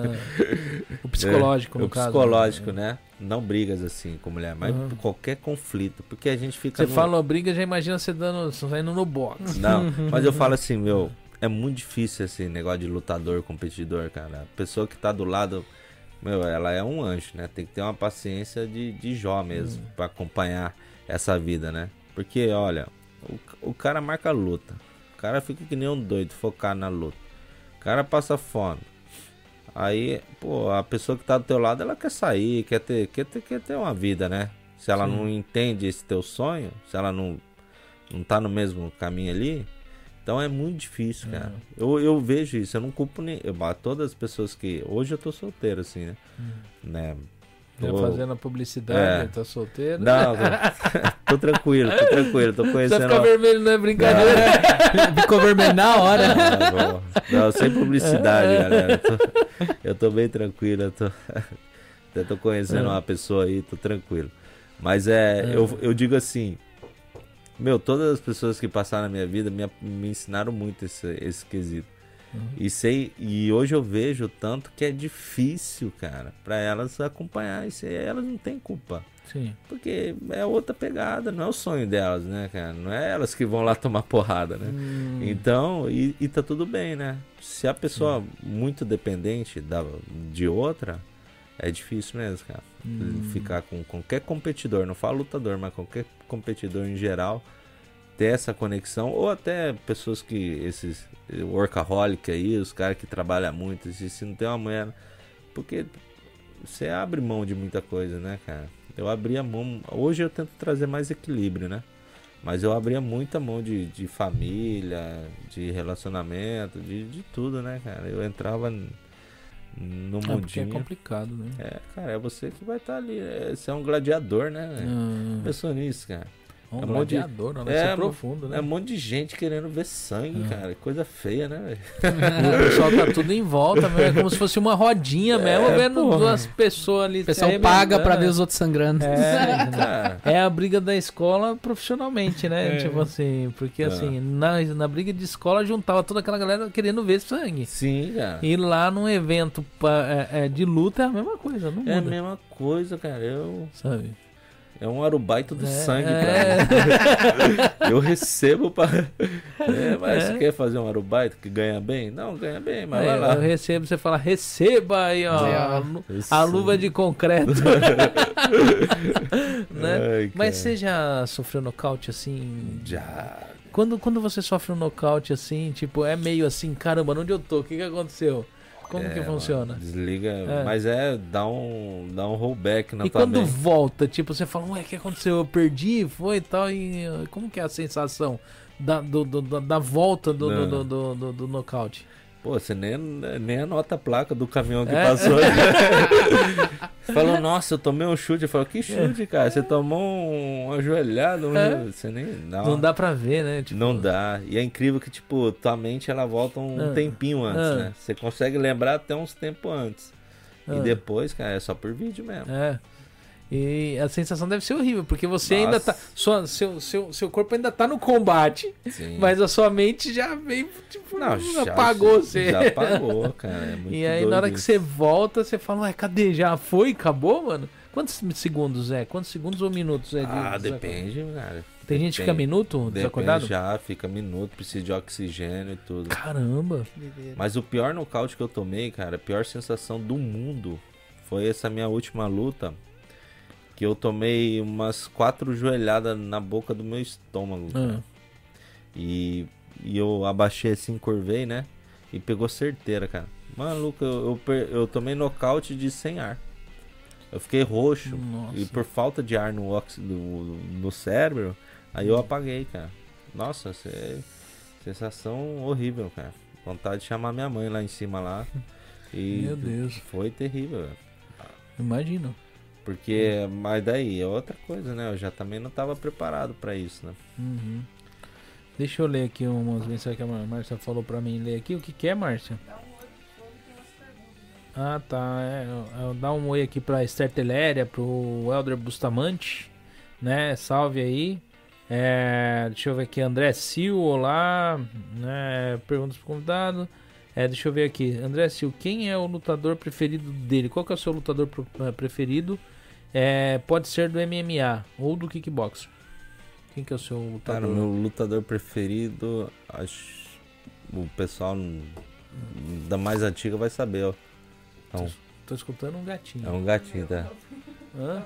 O psicológico, no o caso. psicológico, né? Não brigas assim com mulher, mas qualquer conflito. Porque a gente fica. Você fala briga, já imagina você saindo no box. Não, mas eu falo assim, meu, é muito difícil esse negócio de lutador, competidor, cara. A pessoa que tá do lado, meu, ela é um anjo, né? Tem que ter uma paciência de Jó mesmo, pra acompanhar essa vida, né? Porque, olha, o cara marca a luta. O cara fica que nem um doido, focado na luta. O cara passa fome. Aí, pô, a pessoa que tá do teu lado, ela quer sair, quer ter uma vida, né? Se ela não entende esse teu sonho, se ela não tá no mesmo caminho ali, então é muito difícil, cara. Eu vejo isso, eu não culpo nem... todas as pessoas que... Hoje eu tô solteiro, assim, né? Tô fazendo a publicidade, tá solteiro. Não, tô tranquilo, tô conhecendo... Você fica vermelho, não é brincadeira. Ficou vermelho na hora. Não, sem publicidade, galera. Eu tô bem tranquilo, eu tô conhecendo uma pessoa aí, tô tranquilo. Mas eu digo assim, meu, todas as pessoas que passaram na minha vida me ensinaram muito esse quesito. E hoje eu vejo tanto que é difícil, cara, pra elas acompanhar isso aí. Elas não têm culpa. Sim. Porque é outra pegada, não é o sonho delas, né, cara? Não é elas que vão lá tomar porrada, né? Então, e tá tudo bem, né? Se a pessoa muito dependente de outra, é difícil mesmo, cara. Ficar com qualquer competidor, não falo lutador, mas qualquer competidor em geral, ter essa conexão, ou até pessoas que, esses workaholic aí, os caras que trabalham muito, se não tem uma mulher, porque você abre mão de muita coisa, né, cara? Eu abria mão, hoje eu tento trazer mais equilíbrio, né? Mas eu abria muita mão de família, de relacionamento, de tudo, né, cara? Eu entrava no mundinho. Porque é complicado, né? Cara, é você que vai estar ali. Você é um gladiador, né? Pensou nisso, cara. Um gladiador, não vai ser profundo, né? É um monte de gente querendo ver sangue, cara. Coisa feia, né, velho? E o pessoal tá tudo em volta, mesmo. É como se fosse uma rodinha mesmo, vendo duas pessoas ali. O pessoal paga pra ver os outros sangrando. É a briga da escola profissionalmente, né? Tipo assim, porque assim, na briga de escola juntava toda aquela galera querendo ver sangue. Sim, cara. E lá num evento de luta é a mesma coisa, não muda. É a mesma coisa, cara. Sabe? É um arubaito do sangue pra mim. Eu recebo pra... mas você quer fazer um arubaito que ganha bem? Não, ganha bem, mas vai lá. Eu recebo, você fala, receba aí, ó, a luva de concreto. Né? Ai, mas você já sofreu nocaute assim? Já. Quando você sofre um nocaute assim, tipo, é meio assim, caramba, onde eu tô? O que aconteceu? Como que funciona? Desliga, mas dá um rollback na tua mente. E quando volta, tipo, você fala, ué, o que aconteceu? Eu perdi, foi e tal, e como que é a sensação da volta do nocaute? Pô, você nem anota a placa do caminhão que passou. Falou, nossa, eu tomei um chute. Eu falo, que chute, cara? Você tomou uma ajoelhada? Você nem... Não dá pra ver, né? Tipo... Não dá. E é incrível que, tipo, tua mente, ela volta um tempinho antes, né? Você consegue lembrar até uns tempos antes. E depois, cara, é só por vídeo mesmo. E a sensação deve ser horrível, porque você ainda tá... Seu corpo ainda tá no combate, mas a sua mente já veio, tipo, apagou você. Já apagou, cara. É muito e aí, na hora que você volta, você fala, ué, cadê? Já foi? Acabou, mano? Quantos segundos é? Quantos segundos ou minutos é? Depende, cara. Tem gente que fica minuto desacordado? Já, fica minuto, precisa de oxigênio e tudo. Caramba! Mas o pior nocaute que eu tomei, cara, a pior sensação do mundo foi essa minha última luta, que eu tomei umas 4 joelhadas na boca do meu estômago, cara. E eu abaixei assim, curvei, né? E pegou certeira, cara. Maluco, eu tomei nocaute de sem ar. Eu fiquei roxo. Nossa. E por falta de ar no cérebro, aí eu apaguei, cara. Nossa, sensação horrível, cara. Vontade de chamar minha mãe lá em cima lá. E meu Deus. Foi terrível, velho. Imagino. Porque, mas daí é outra coisa, né? Eu já também não estava preparado para isso, né? Deixa eu ler aqui umas mensagens que a Márcia falou para mim ler aqui. O que é, Márcia? Ah, tá. Dá um oi aqui pra Esther Teléria, pro Helder Bustamante, né? Salve aí. Deixa eu ver aqui. André Sil, olá. Perguntas pro convidado. Deixa eu ver aqui. André Silva, quem é o lutador preferido dele? Qual que é o seu lutador preferido? Pode ser do MMA ou do kickboxer. Quem que é o seu lutador? Cara, meu lutador preferido, acho o pessoal da mais antiga vai saber, ó. Então, Tô escutando um gatinho. é um gatinho, tá? Hã?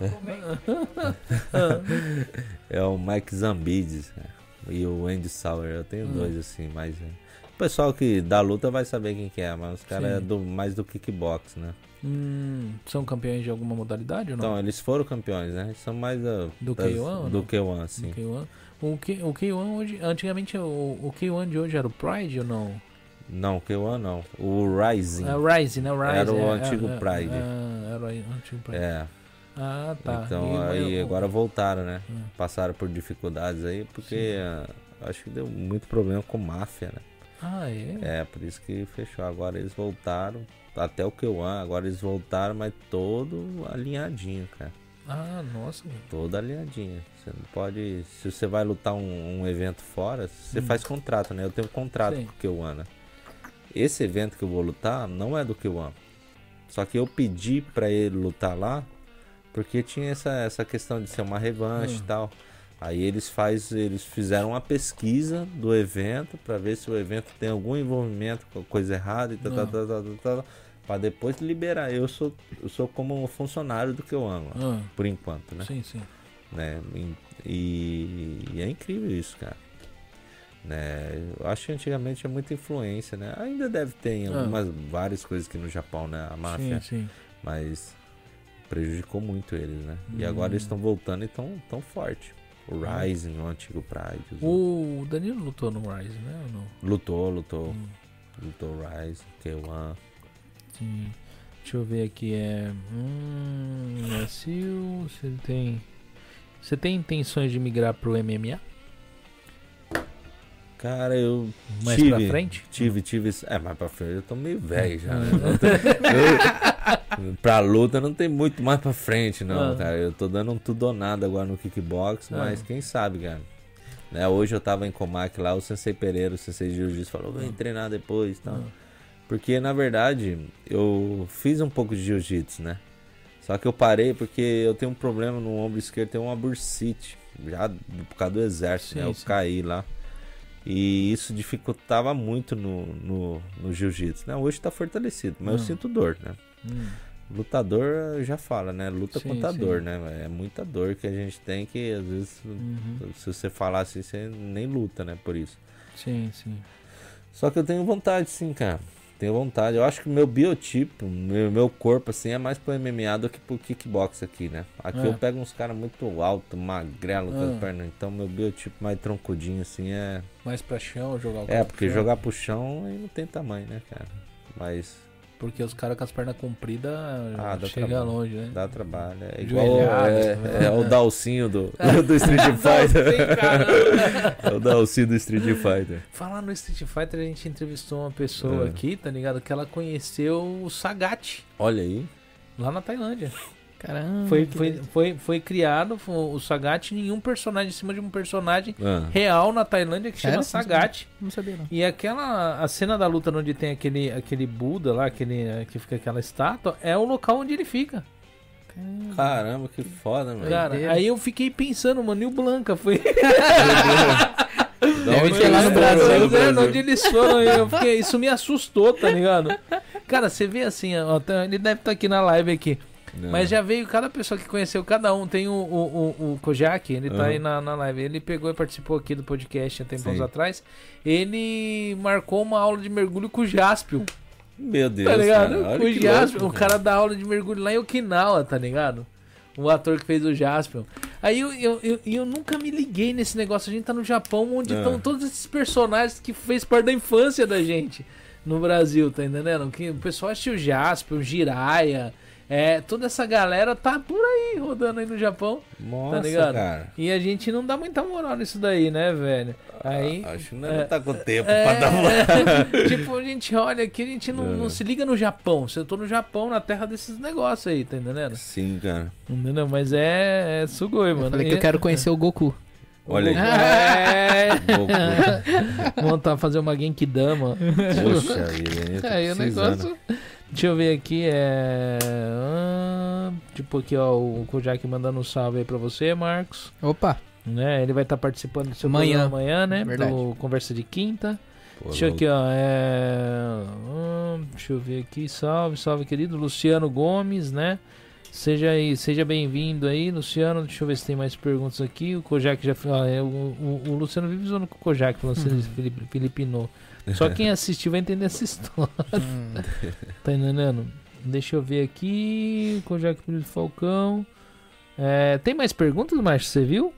É o Mike Zambides, cara, e o Andy Sauer. Eu tenho dois assim, mas o pessoal que dá luta vai saber quem que é, mas os caras mais do kickbox, né? São campeões de alguma modalidade ou não? Então, eles foram campeões, né? Eles são mais Do K1? do K1, sim. O K1 hoje, antigamente o K1 de hoje era o Pride ou não? Não, o K1 não. O Rising. É o Rising, né? O Rising, Era o antigo Pride. Era o antigo Pride. Ah, tá. Então, aí agora voltaram, né? Passaram por dificuldades aí, porque acho que deu muito problema com máfia, né? Por isso que fechou. Agora eles voltaram, até o K1, agora eles voltaram, mas todo alinhadinho, cara. Nossa. Todo alinhadinho. Você não pode... Se você vai lutar um evento fora, você faz contrato, né? Eu tenho contrato com o K1, né? Esse evento que eu vou lutar não é do K1. Só que eu pedi pra ele lutar lá, porque tinha essa questão de ser uma revanche e tal. Aí eles fizeram uma pesquisa do evento pra ver se o evento tem algum envolvimento com coisa errada e tal, pra depois liberar. Eu sou como um funcionário do que eu amo, por enquanto, né? Sim. Né? E é incrível isso, cara. Né? Eu acho que antigamente tinha muita influência, né? Ainda deve ter em várias coisas aqui no Japão, né? A máfia. Sim. Mas prejudicou muito eles, né? E agora eles estão voltando e tão forte. O Rising, o antigo Pride. O Danilo lutou no Rising, né? Ou não? Lutou. Lutou o Rising, K1. Sim. Deixa eu ver aqui. Brasil, você tem intenções de migrar pro MMA? Cara, eu mais pra frente? Tive. Mais pra frente eu tô meio velho já. Né? Pra luta não tem muito mais pra frente, não, cara. Eu tô dando um tudo ou nada agora no kickbox, mas quem sabe, cara. Né? Hoje eu tava em Comac lá, o Sensei Pereira, o Sensei de Jiu-Jitsu, falou, vem treinar depois e tal. Porque, na verdade, eu fiz um pouco de Jiu-Jitsu, né? Só que eu parei porque eu tenho um problema no ombro esquerdo, tem uma bursite, já por causa do exército, né? Eu caí lá. E isso dificultava muito no Jiu-Jitsu, né? Hoje tá fortalecido, mas eu sinto dor, né? Lutador já fala, né? Luta contra a dor, né? É muita dor que a gente tem que, às vezes, se você falar assim, você nem luta, né? Por isso. Sim. Só que eu tenho vontade, sim, cara. Tenho vontade. Eu acho que o meu biotipo, meu corpo, assim, é mais pro MMA do que pro kickbox aqui, né? Aqui eu pego uns caras muito altos, magrelo, com as pernas. Então, meu biotipo mais troncudinho, assim, é... Mais pra chão, jogar o porque jogar pro chão aí não tem tamanho, né, cara? Mas... Porque os caras com as pernas compridas chegam trabalho, longe, né? Dá trabalho. É igual o Dalcinho do Street Fighter. É o Dalcinho do Street Fighter. Falar no Street Fighter, a gente entrevistou uma pessoa aqui, tá ligado? Que ela conheceu o Sagat. Olha aí. Lá na Tailândia. Caramba. Foi criado o Sagat em um personagem, em cima de um personagem real na Tailândia que chama Sagat. Não sabia, não. E a cena da luta onde tem aquele Buda lá, que fica aquela estátua, é o local onde ele fica. Caramba, que foda, mano. Cara, aí eu fiquei pensando, mano, e o Blanca foi... Deve ser lá no Brasil. Onde eles foram, isso me assustou, tá ligado? Cara, você vê assim, ó, ele deve estar aqui na live aqui. Não. Mas já veio cada pessoa que conheceu cada um. Tem o Kojak, ele tá aí na live. Ele pegou e participou aqui do podcast há tempos atrás. Ele marcou uma aula de mergulho com o Jaspion. Meu Deus, tá ligado? Cara, com o Jaspion, o cara dá aula de mergulho lá em Okinawa, tá ligado? O ator que fez o Jaspion. Aí eu nunca me liguei nesse negócio. A gente tá no Japão, onde estão todos esses personagens que fez parte da infância da gente no Brasil, tá entendendo? Que o pessoal assistiu o Jaspion, o Jiraiya. Toda essa galera tá por aí, rodando aí no Japão. Nossa, tá ligado? Cara. E a gente não dá muita moral nisso daí, né, velho? Aí, acho que não tá com tempo pra dar moral. Tipo, a gente olha aqui, a gente não se liga no Japão. Se eu tô no Japão, na terra desses negócios aí, tá entendendo? Sim, cara. Entendeu? Mas sugoi, mano. Eu falei que eu quero conhecer o Goku. Olha aí. É. Goku. Montar, fazer uma Genkidama. Poxa vida, eu tô Aí o precisando. negócio. Deixa eu ver aqui, tipo aqui, ó, o Kojak mandando um salve aí pra você, Marcos. Opa, Né? Ele vai estar participando do seu Amanhã. programa amanhã, né? Verdade. Do Conversa de Quinta. Pô, Deixa eu aqui, ó. Deixa eu ver aqui. Salve, salve, querido. Luciano Gomes, né? Seja bem-vindo aí, Luciano. Deixa eu ver se tem mais perguntas aqui. O Kojak já. O Luciano vive zoando com o Kojak, falando assim, Filipinou. Só quem assistiu vai entender essa história. Tá entendendo? Deixa eu ver aqui. Kojak Filho de Falcão. Tem mais perguntas, Márcio? Você viu?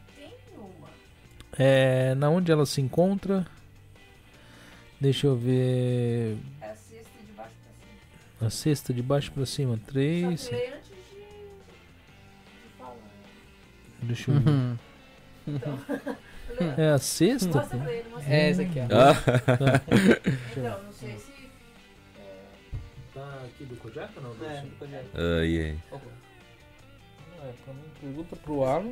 Na onde ela se encontra? Deixa eu ver. É a cesta de baixo pra cima. A cesta de baixo pra cima. 3. Só que lê antes de falar. Deixa eu ver. Uhum. É a sexta? Mostra pra ele, mostra pra É ele. essa aqui, ó. Então, não sei se... Tá aqui do Kojak ou não? Ai, ai. Pergunta pro Alan.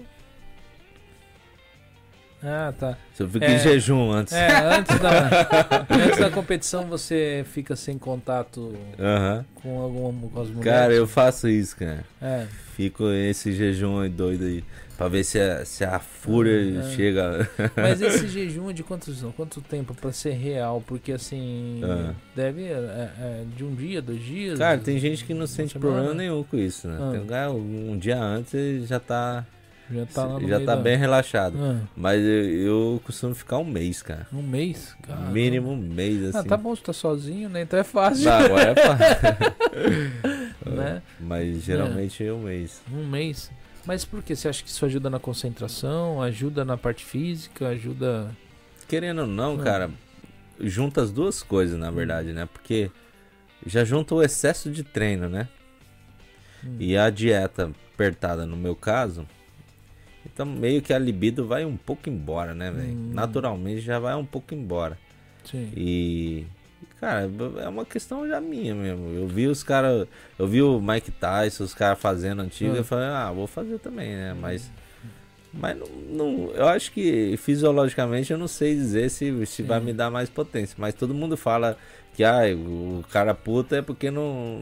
Ah, tá. Se eu fico em jejum antes. Antes da competição você fica sem contato Aham. com as mulheres? Cara, eu faço isso, cara. É. Fico esse jejum aí doido aí. Pra ver se a fúria chega. Mas esse jejum é de quanto tempo pra ser real? Porque assim, deve de um dia, 2 dias? Cara, tem gente que não sente semana? problema nenhum com isso, né? Tem um cara, um dia antes ele já tá lá no já meio tá da- bem relaxado. Ah, Mas eu costumo ficar um mês, cara. um mês? Caramba. Mínimo um mês, assim. Ah, tá bom, você tá sozinho, né? Então é fácil. Tá, agora é fácil. Né? Mas geralmente é um mês. Um mês. Mas por que? Você acha que isso ajuda na concentração? Ajuda na parte física? Ajuda... Querendo ou não, cara, junta as duas coisas, na verdade, né? Porque já junta o excesso de treino, né? E a dieta apertada, no meu caso, então meio que a libido vai um pouco embora, né, velho? Naturalmente já vai um pouco embora. Sim. E, cara, é uma questão já minha mesmo. Eu vi os caras, eu vi o Mike Tyson, os caras fazendo antigo, eu falei, vou fazer também, né? Mas não, eu acho que fisiologicamente eu não sei dizer se vai me dar mais potência. Mas todo mundo fala que o cara puta é porque não.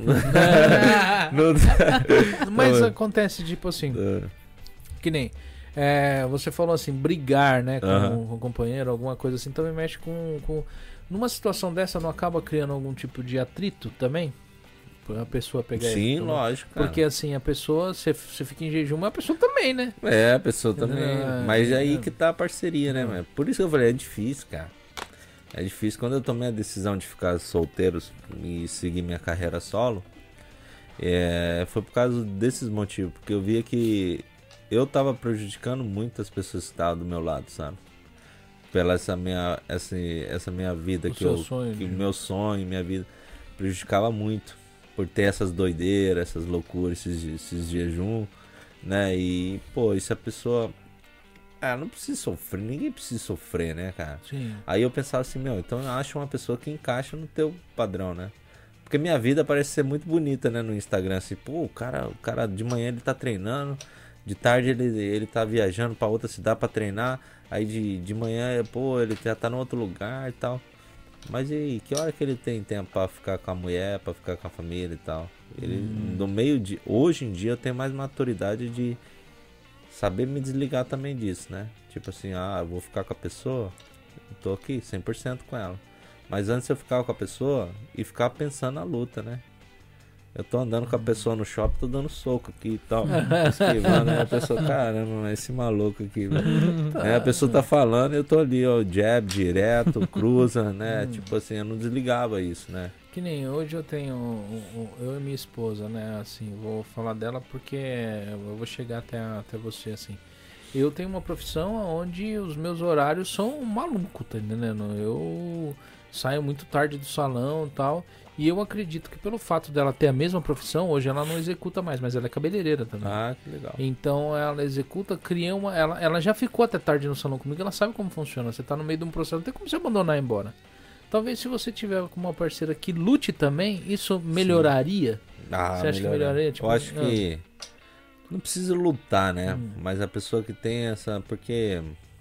Mas acontece tipo assim, que nem você falou assim, brigar, né, com o companheiro, alguma coisa assim, também mexe com... Numa situação dessa não acaba criando algum tipo de atrito também? A pessoa pegar Sim, isso, lógico, cara. Porque assim, a pessoa, você fica em jejum, mas a pessoa também, né? A pessoa também. Mas aí que tá a parceria, né, mano? Por isso que eu falei, é difícil, cara. É difícil. Quando eu tomei a decisão de ficar solteiro e seguir minha carreira solo, foi por causa desses motivos. Porque eu via que eu tava prejudicando muito as pessoas que estavam do meu lado, sabe? Pela essa minha vida, O meu sonho, minha vida, prejudicava muito. Por ter essas doideiras, essas loucuras, esses jejum, né? E, pô, e se a pessoa... não precisa sofrer, ninguém precisa sofrer, né, cara? Sim. Aí eu pensava assim, então eu acho uma pessoa que encaixa no teu padrão, né? Porque minha vida parece ser muito bonita, né, no Instagram, assim, pô, o cara de manhã ele tá treinando, de tarde ele tá viajando pra outra cidade pra treinar, aí de manhã, pô, ele já tá no outro lugar e tal. Mas e aí, que hora que ele tem tempo pra ficar com a mulher, pra ficar com a família e tal? Ele, no meio de... Hoje em dia eu tenho mais maturidade de saber me desligar também disso, né? Tipo assim, eu vou ficar com a pessoa, eu tô aqui 100% com ela. Mas antes eu ficava com a pessoa e ficava pensando na luta, né? Eu tô andando com a pessoa no shopping, tô dando soco aqui e tal, esquivando, e a pessoa, caramba, esse maluco aqui, velho. Aí a pessoa tá falando, eu tô ali, ó, jab direto, cruza, né? Tipo assim, eu não desligava isso, né? Que nem hoje eu tenho, eu e minha esposa, né, assim, vou falar dela porque eu vou chegar até você, assim. Eu tenho uma profissão onde os meus horários são malucos, tá entendendo? Eu saio muito tarde do salão e tal, e eu acredito que pelo fato dela ter a mesma profissão, hoje ela não executa mais, mas ela é cabeleireira também. Ah, que legal. Então ela executa, ela já ficou até tarde no salão comigo, ela sabe como funciona. Você tá no meio de um processo, não tem como você abandonar e ir embora. Talvez se você tiver com uma parceira que lute também, isso melhoraria? Você acha que melhoraria? Tipo, eu acho que não precisa lutar, né? Mas a pessoa que tem essa... Porque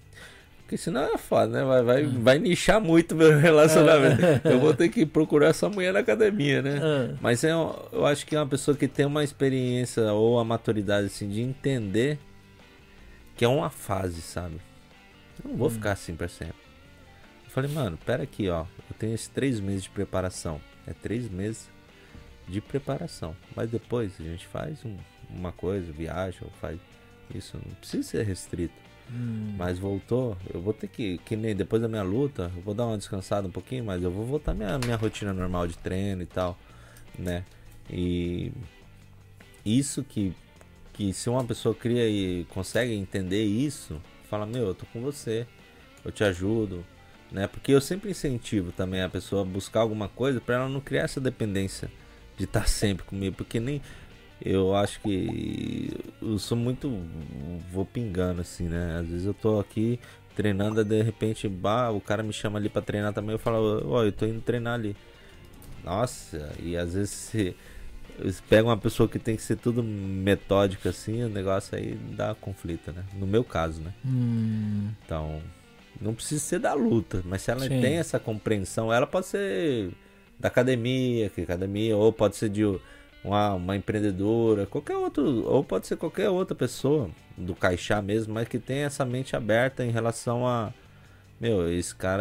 Porque senão é foda, né? Vai nichar muito meu relacionamento. Eu vou ter que procurar essa mulher na academia, né? Mas eu acho que é uma pessoa que tem uma experiência ou a maturidade, assim, de entender que é uma fase, sabe? Eu não vou ficar assim pra sempre. Eu falei, mano, pera aqui, ó. Eu tenho esses 3 meses de preparação. É 3 meses de preparação. Mas depois a gente faz uma coisa, viaja, ou faz isso. Não precisa ser restrito. Mas voltou, eu vou ter que nem depois da minha luta, eu vou dar uma descansada um pouquinho, mas eu vou voltar minha rotina normal de treino e tal, né? E isso que se uma pessoa cria e consegue entender isso, fala, meu, eu tô com você, eu te ajudo, né? Porque eu sempre incentivo também a pessoa a buscar alguma coisa pra ela não criar essa dependência de estar sempre comigo, porque nem eu acho que eu sou muito, vou pingando assim, né? Às vezes eu tô aqui treinando, de repente, o cara me chama ali pra treinar também, eu falo, ó, eu tô indo treinar ali. Nossa, e às vezes você pega uma pessoa que tem que ser tudo metódico assim, o negócio aí dá conflito, né? No meu caso, né? Então, não precisa ser da luta, mas se ela Sim. tem essa compreensão, ela pode ser da academia, ou pode ser de uma empreendedora, qualquer outro, ou pode ser qualquer outra pessoa do Caixá mesmo, mas que tem essa mente aberta em relação a, meu, esse cara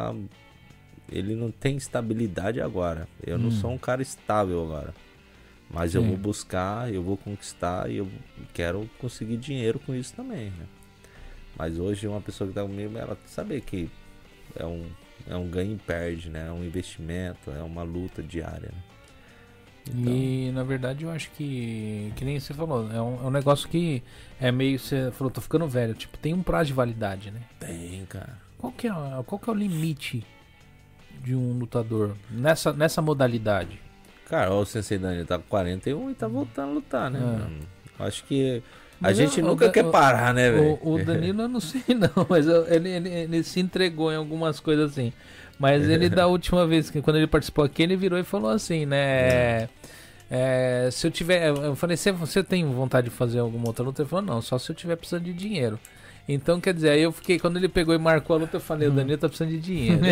ele não tem estabilidade agora. Eu não sou um cara estável agora, mas eu vou buscar, eu vou conquistar e eu quero conseguir dinheiro com isso também, né? Mas hoje uma pessoa que tá comigo, ela sabe que é um ganho e perde, né? É um investimento, é uma luta diária, né? Então, E na verdade eu acho que nem você falou, é um negócio que é meio, você falou, tô ficando velho, tipo, tem um prazo de validade, né? tem, cara. Qual que é o limite de um lutador nessa modalidade? Cara, ó, o Sensei Daniel tá com 41 e tá voltando a lutar, né? mano? Acho que a Mas gente o nunca quer parar, né, velho? O Danilo eu não sei não, mas ele se entregou em algumas coisas assim. Mas ele da última vez, quando ele participou aqui, ele virou e falou assim, né? Se eu tiver... Eu falei, você tem vontade de fazer alguma outra luta? Ele falou, não, só se eu tiver precisando de dinheiro. Então, quer dizer, aí eu fiquei... Quando ele pegou e marcou a luta, eu falei, o Danilo tá precisando de dinheiro.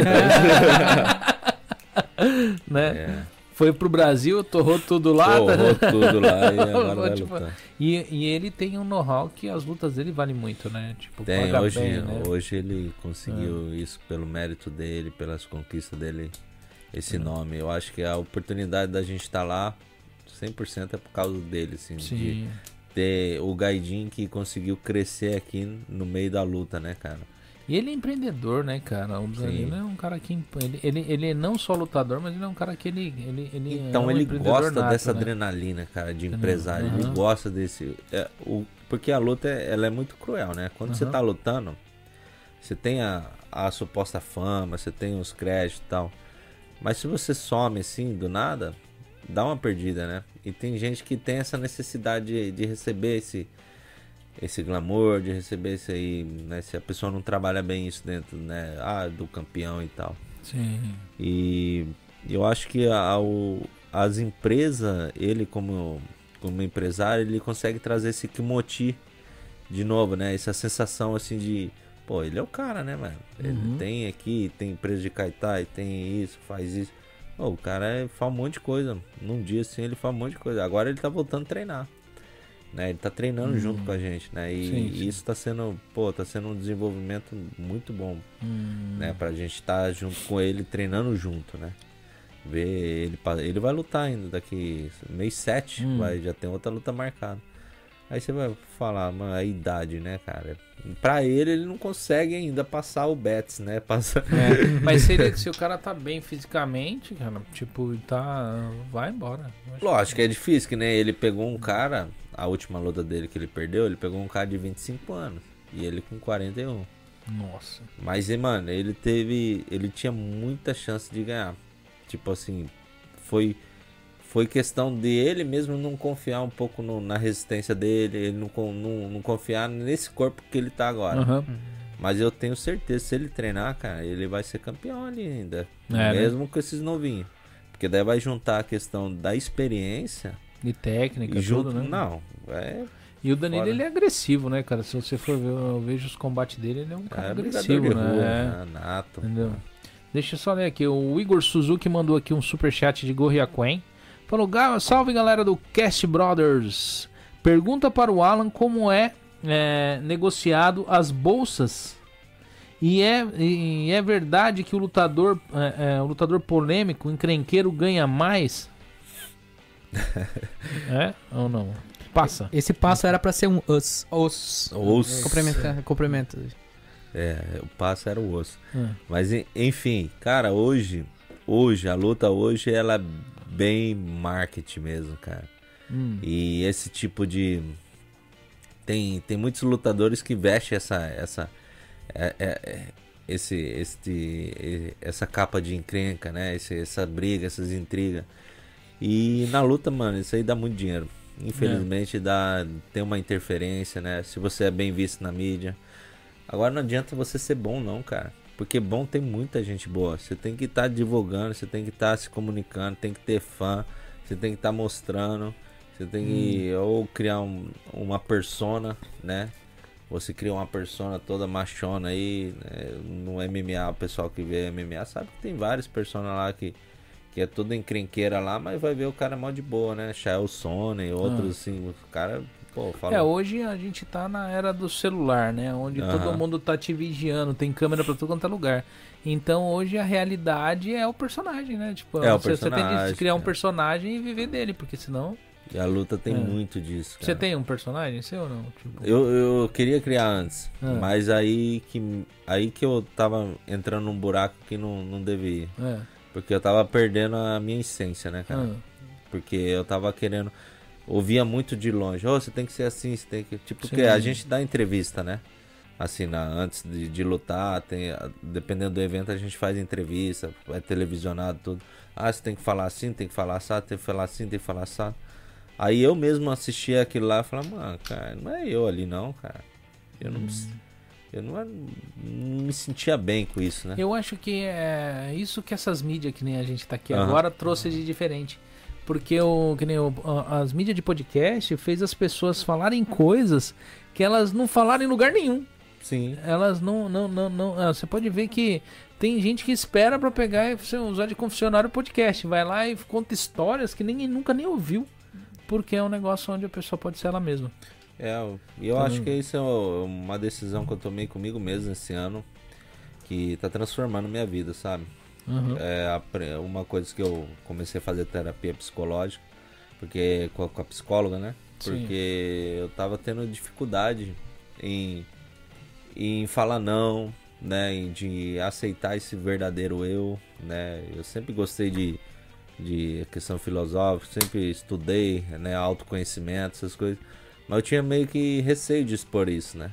Né? É. Foi pro Brasil, torrou tudo lá. Torrou tudo lá e agora vai Tipo, lutar. E ele tem um know-how que as lutas dele valem muito, né? Tipo, Tem, paga hoje, bem, né? hoje ele conseguiu isso pelo mérito dele, pelas conquistas dele, esse nome. Eu acho que a oportunidade da gente estar lá, 100% é por causa dele, assim, de Sim. ter o Gaidin que conseguiu crescer aqui no meio da luta, né, cara? E ele é empreendedor, né, cara? O Danilo é um cara que... Ele é não só lutador, mas ele é um cara que ele Então é um ele empreendedor gosta nato, dessa né? adrenalina, cara, de empresário. Ele Aham. gosta desse... porque a luta, ela é muito cruel, né? Quando você tá lutando, você tem a suposta fama, você tem os créditos e tal. Mas se você some assim, do nada, dá uma perdida, né? E tem gente que tem essa necessidade de receber esse glamour, de receber isso aí, né? Se a pessoa não trabalha bem isso dentro, né? Do campeão e tal. Sim. E eu acho que as empresas, ele como empresário, ele consegue trazer esse Kimoti de novo, né? Essa sensação assim de, pô, ele é o cara, né, mano? Ele tem aqui, tem empresa de Kaitai, tem isso, faz isso. Pô, o cara faz um monte de coisa. Num dia assim ele faz um monte de coisa. Agora ele tá voltando a treinar, né? Ele tá treinando junto com a gente, né? E Sim. isso tá sendo um desenvolvimento muito bom, né? Pra gente estar junto com ele, treinando junto, né? Ver ele vai lutar ainda daqui mês 7, já tem outra luta marcada. Aí você vai falar, mano, a idade, né, cara? Pra ele não consegue ainda passar o Betts, né? Mas se o cara tá bem fisicamente, cara, tipo, vai embora. Lógico que é difícil, que nem ele pegou um cara, a última luta dele que ele perdeu, ele pegou um cara de 25 anos e ele com 41. Nossa. Mas, mano, ele tinha muita chance de ganhar. Tipo assim, foi questão de ele mesmo não confiar um pouco na resistência dele, ele não confiar nesse corpo que ele tá agora. Aham. Mas eu tenho certeza, se ele treinar, cara, ele vai ser campeão ali ainda. É, mesmo com esses novinhos. Porque daí vai juntar a questão da experiência E técnica, e junto. tudo, né? Não, E o Danilo, Foda. ele é agressivo, né, cara? Se você for ver, eu vejo os combates dele, ele é um cara agressivo, brigador de né? rua, nato. Entendeu? Deixa eu só ler aqui. O Igor Suzuki mandou aqui um superchat de Gorriaquen. Falou, salve galera do Cast Brothers. Pergunta para o Alan como é negociado as bolsas. E é verdade que o lutador polêmico, encrenqueiro, ganha mais? É ou não? Passa. Esse passo era pra ser um os. Complementa. O passo era o osso. Hum. Mas enfim, cara, hoje a luta hoje ela é bem marketing mesmo, cara. E esse tipo de tem muitos lutadores que vestem essa capa de encrenca, né? Essa briga, essas intrigas. E na luta, mano, isso aí dá muito dinheiro. Infelizmente tem uma interferência, né? Se você é bem visto na mídia. Agora não adianta você ser bom não, cara. Porque bom tem muita gente boa. Você tem que estar divulgando, você tem que estar se comunicando, tem que ter fã, você tem que estar mostrando, você tem que ou criar uma persona, né? Você cria uma persona toda machona aí, né? No MMA, o pessoal que vê MMA sabe que tem várias personas lá que é toda encrenqueira lá, mas vai ver o cara mó de boa, né? Shael Sonnen, outros assim, o cara, pô, fala... Hoje a gente tá na era do celular, né? Onde todo mundo tá te vigiando, tem câmera pra tudo quanto é lugar. Então hoje a realidade é o personagem, né? Tipo, você tem que criar um personagem e viver dele, porque senão... E a luta tem muito disso, cara. Você tem um personagem seu ou não? Tipo... Eu queria criar antes, mas aí que eu tava entrando num buraco que não devia ir. Porque eu tava perdendo a minha essência, né, cara? Porque eu tava querendo... Ouvia muito de longe. Você tem que ser assim, você tem que... Tipo, porque a gente dá entrevista, né? Assim, antes de lutar, dependendo do evento, a gente faz entrevista, é televisionado, tudo. Você tem que falar assim, tem que falar assado, tem que falar assim, tem que falar assado. Aí eu mesmo assistia aquilo lá e falava, mano, cara, não é eu ali não, cara. Eu não me sentia bem com isso, né? Eu acho que é isso que essas mídias que nem a gente tá aqui agora trouxe de diferente. Porque as mídias de podcast fez as pessoas falarem coisas que elas não falaram em lugar nenhum. Sim. Elas não. Você pode ver que tem gente que espera pra pegar e usar de confessionário podcast. Vai lá e conta histórias que ninguém nunca nem ouviu. Porque é um negócio onde a pessoa pode ser ela mesma. Eu acho que isso é uma decisão que eu tomei comigo mesmo esse ano, que tá transformando minha vida, sabe? Uma coisa que eu comecei a fazer terapia psicológica, porque com a psicóloga, né? Porque eu tava tendo dificuldade em falar não, né? De aceitar esse verdadeiro eu, né? Eu sempre gostei de questão filosófica, sempre estudei, né? Autoconhecimento, essas coisas. Mas eu tinha meio que receio de expor isso, né?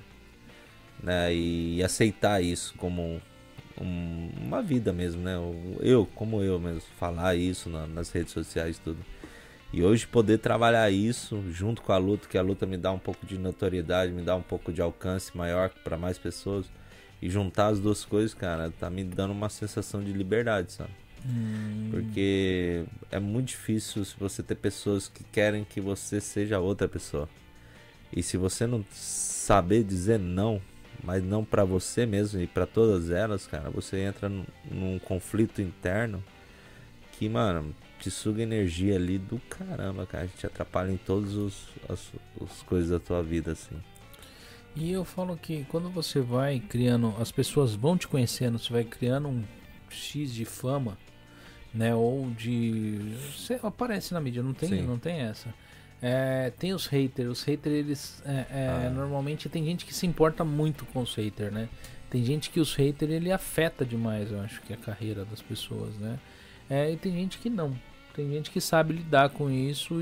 E aceitar isso como uma vida mesmo, né? Como eu mesmo, falar isso nas redes sociais e tudo. E hoje poder trabalhar isso junto com a luta, que a luta me dá um pouco de notoriedade, me dá um pouco de alcance maior para mais pessoas. E juntar as duas coisas, cara, tá me dando uma sensação de liberdade, sabe? Porque é muito difícil se você ter pessoas que querem que você seja outra pessoa. E se você não saber dizer não, mas não pra você mesmo e pra todas elas, cara, você entra num conflito interno que, mano, te suga energia ali do caramba, cara. Te atrapalha em todas as coisas da tua vida, assim. E eu falo que quando você vai criando, as pessoas vão te conhecendo, você vai criando um X de fama, né? Ou de... Você aparece na mídia, não tem essa. Tem os haters. Os haters, eles... Normalmente tem gente que se importa muito com os haters, né? Tem gente que os haters, ele afeta demais, eu acho, que a carreira das pessoas, né? E tem gente que não. Tem gente que sabe lidar com isso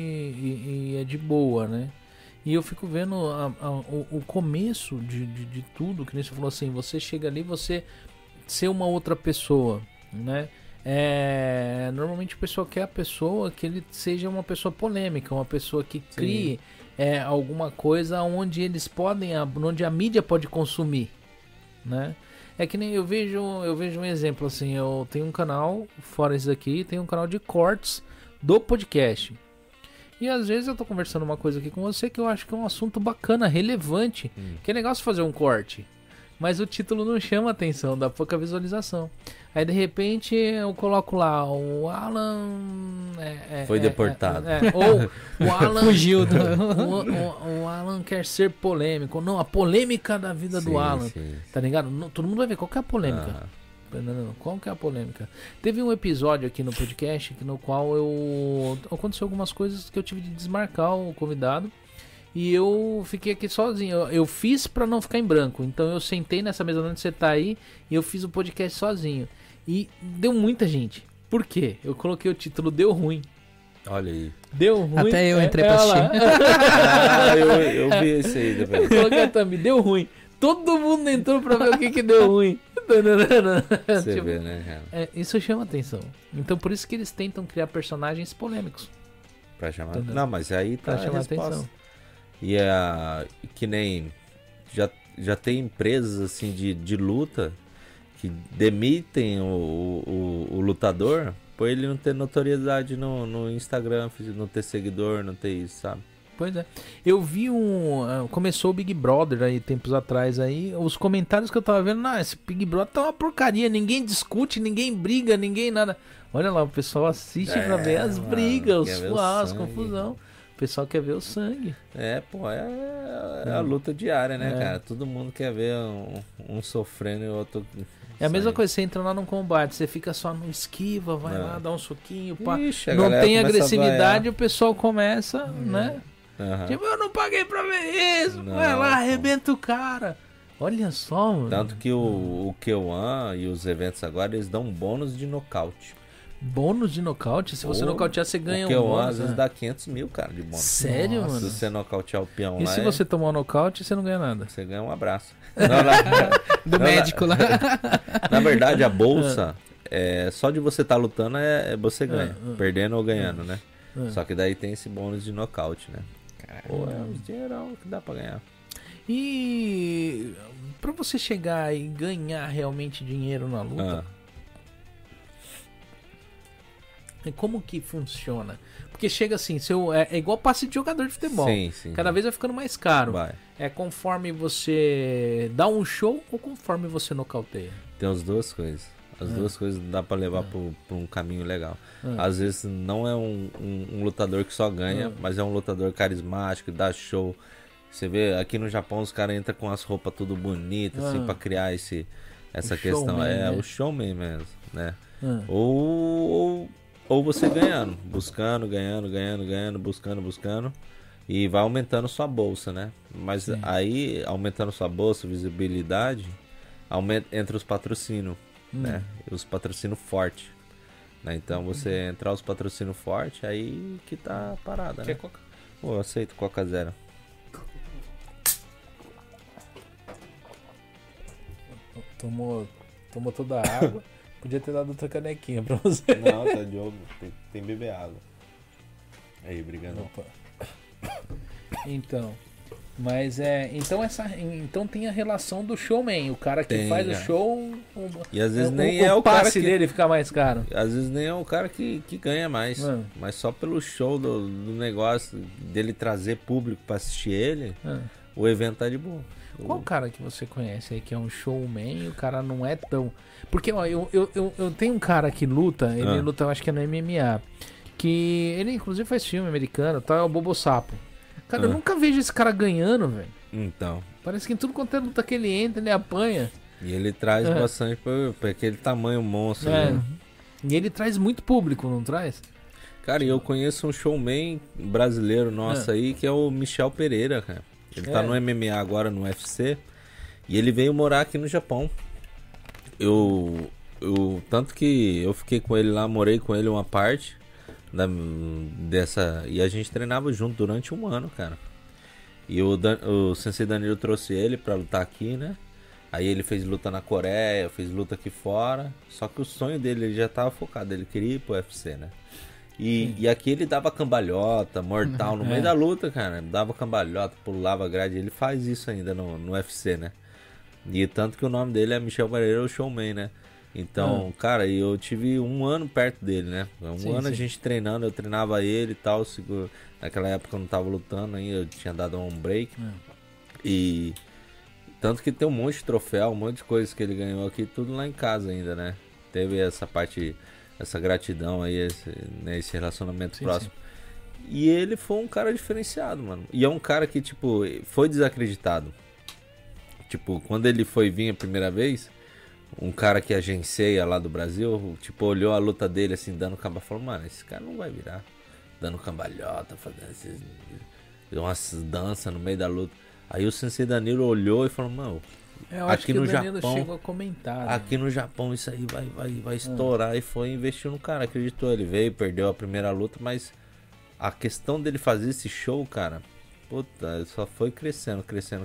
e é de boa, né? E eu fico vendo o começo de tudo, que nem você falou assim, você chega ali, você ser uma outra pessoa, né? Normalmente o pessoal quer a pessoa que ele seja uma pessoa polêmica, uma pessoa que crie alguma coisa onde eles podem, onde a mídia pode consumir, né? É que nem eu vejo um exemplo assim, eu tenho um canal, fora isso aqui, tem um canal de cortes do podcast. E às vezes eu tô conversando uma coisa aqui com você que eu acho que é um assunto bacana, relevante, que é negócio fazer um corte. Mas o título não chama atenção, dá pouca visualização. Aí de repente eu coloco lá, o Alan... Foi deportado. Ou o Alan... Fugiu do... o Alan quer ser polêmico. Não, a polêmica da vida do Alan. Sim. Tá ligado? Todo mundo vai ver qual que é a polêmica. Não, qual que é a polêmica? Teve um episódio aqui no podcast no qual aconteceu algumas coisas que eu tive de desmarcar o convidado e eu fiquei aqui sozinho. Eu fiz pra não ficar em branco. Então eu sentei nessa mesa onde você tá aí e eu fiz o podcast sozinho. E deu muita gente. Por quê? Eu coloquei o título Deu Ruim. Olha aí. Deu ruim. Até eu entrei pra assistir. Eu vi isso aí Eu também. coloquei a thumb, deu ruim. Todo mundo entrou pra ver o que deu ruim. Você Tipo, vê, né, cara? isso chama atenção. Então por isso que eles tentam criar personagens polêmicos. Pra chamar. Entendeu? Não, mas aí tá Pra a chamar resposta. atenção. E que nem já tem empresas assim de luta que demitem o lutador por ele não ter notoriedade no Instagram, não ter seguidor, não ter isso, sabe? Pois é. Eu vi começou o Big Brother aí tempos atrás aí. Os comentários que eu tava vendo, esse Big Brother tá uma porcaria. Ninguém discute, ninguém briga, ninguém nada. Olha lá, o pessoal assiste pra ver as mano, brigas, quer os ver o fuás, sangue. confusão. O pessoal quer ver o sangue. Pô, é a luta diária, né, É. cara? Todo mundo quer ver um sofrendo e o outro. É a mesma saindo. coisa, você entra lá num combate, você fica só no esquiva, vai É. lá, dá um soquinho, pá. Ixi, a Não galera tem começa a agressividade, vaiar. o pessoal começa, né? Aham. Tipo, eu não paguei pra ver isso. Não, Vai lá, pô. arrebenta o cara. Olha só, mano. Tanto que o Q1 e os eventos agora, eles dão um bônus de nocaute. Bônus de nocaute? Se você Ou nocautear, você ganha o um Q1 bônus. às vezes né? dá 500 mil, cara, de bônus. Sério, Nossa. Se mano? você nocautear o peão E lá, se você tomar um nocaute, você não ganha nada? você ganha um abraço. Não, Do médico lá. na verdade, a bolsa, só de você estar lutando, você ganha. Ah, ah. Perdendo ou ganhando, né? Ah. Só que daí tem esse bônus de nocaute, né? Pô, é uns dinheirão que dá pra ganhar. E pra você chegar e ganhar realmente dinheiro na luta, como que funciona? Porque chega assim, é igual passe de jogador de futebol. Sim, sim. Cada vez vai ficando mais caro. Vai. É conforme você dá um show ou conforme você nocauteia? Tem as duas coisas. As duas coisas dá pra levar por um caminho legal. Às vezes não é um lutador que só ganha, mas é um lutador carismático, dá show. Você vê, aqui no Japão os caras entram com as roupas tudo bonitas, assim, pra criar essa O questão. showman, né? O showman mesmo, né? Ah. Ou você ganhando, buscando, ganhando, buscando. E vai aumentando sua bolsa, né? Mas Sim. aí, aumentando sua bolsa, visibilidade, entra os patrocínios, né? E os patrocínios fortes. Né? Então você entrar os patrocínios fortes, aí que tá a parada, Quer né? Coca? Pô, eu aceito Coca Zero. Tomou toda a água. Podia ter dado outra canequinha pra você. Não, tá Diogo, tem que beber água. Aí, brigando. Opa. Então. Mas então tem a relação do showman, o cara que Tem, faz o cara. show. E às vezes nem é o passe cara que... dele fica mais caro. Às vezes nem é o cara que ganha mais. Mas só pelo show do negócio, dele trazer público pra assistir ele, o evento tá de boa. Qual cara que você conhece aí que é um showman e o cara não é tão. Porque, ó, eu tenho um cara que luta, ele luta, eu acho que é no MMA. Que ele inclusive faz filme americano, tá? É o Bobo Sapo. Cara, eu nunca vejo esse cara ganhando, velho. Então. Parece que em tudo quanto é luta que ele entra, ele apanha. E ele traz bastante pra aquele tamanho monstro. É. Né? E ele traz muito público, não traz? Cara, e eu conheço um showman brasileiro nosso aí, que é o Michel Pereira, cara. Ele tá no MMA agora, no UFC. E ele veio morar aqui no Japão. Tanto que eu fiquei com ele lá, morei com ele uma parte dessa. E a gente treinava junto durante um ano, cara. E o Sensei Danilo trouxe ele pra lutar aqui, né? Aí ele fez luta na Coreia, fez luta aqui fora. Só que o sonho dele, ele já tava focado, ele queria ir pro UFC, né? E aqui ele dava cambalhota, mortal, no meio da luta, cara. Dava cambalhota, pulava grade. Ele faz isso ainda no UFC, né? E tanto que o nome dele é Michel Pereira, o showman, né? Então, cara, e eu tive um ano perto dele, né? Sim, A sim. gente treinando, eu treinava ele e tal. Naquela época eu não tava lutando ainda, eu tinha dado um break. E tanto que tem um monte de troféu, um monte de coisas que ele ganhou aqui, tudo lá em casa ainda, né? Teve essa parte, essa gratidão aí, esse relacionamento Sim, próximo. E ele foi um cara diferenciado, mano. E é um cara que, tipo, foi desacreditado. Tipo, quando ele foi vir a primeira vez, um cara que agencia lá do Brasil, tipo, olhou a luta dele assim, dando cambalhota, falou, mano, esse cara não vai virar. Dando cambalhota, fazendo umas danças no meio da luta. Aí o Sensei Danilo olhou e falou, mano, Eu acho aqui que no o Danilo Japão, chegou a comentar. né? aqui no Japão isso aí vai estourar. E foi investir no cara, acreditou. Ele veio, perdeu a primeira luta, mas a questão dele fazer esse show, cara, puta, só foi crescendo.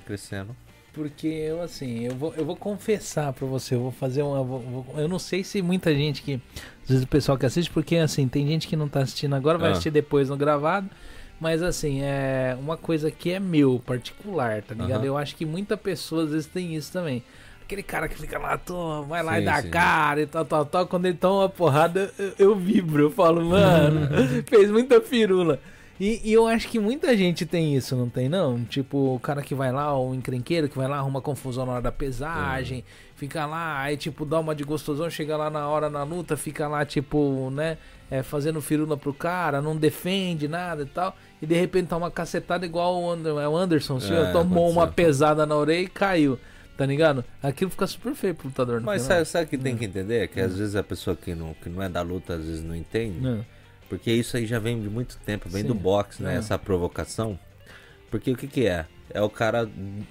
Porque eu, assim, eu vou confessar pra você, eu vou fazer uma. Eu não sei se muita gente que. Às vezes o pessoal que assiste, porque assim, tem gente que não tá assistindo agora, vai assistir depois no gravado. Mas assim, é uma coisa que é meu, particular, tá ligado? Eu acho que muita pessoa às vezes tem isso também. Aquele cara que fica lá, vai lá e dá Sim. cara e tal. Quando ele toma uma porrada, eu vibro. Eu falo, mano, fez muita firula. E eu acho que muita gente tem isso, não tem não? Tipo, o cara que vai lá, o encrenqueiro que vai lá, arruma confusão na hora da pesagem, fica lá, aí tipo, dá uma de gostosão, chega lá na hora na luta, fica lá, tipo, né, fazendo firula pro cara, não defende nada e tal, e de repente toma uma cacetada igual o Anderson, tomou uma pesada na orelha e caiu. Tá ligado? Aquilo fica super feio pro lutador. Mas sabe o que tem que entender? Que às vezes a pessoa que não é da luta, às vezes não entende. Porque isso aí já vem de muito tempo, vem do boxe, né? Essa provocação. Porque o que é? É o cara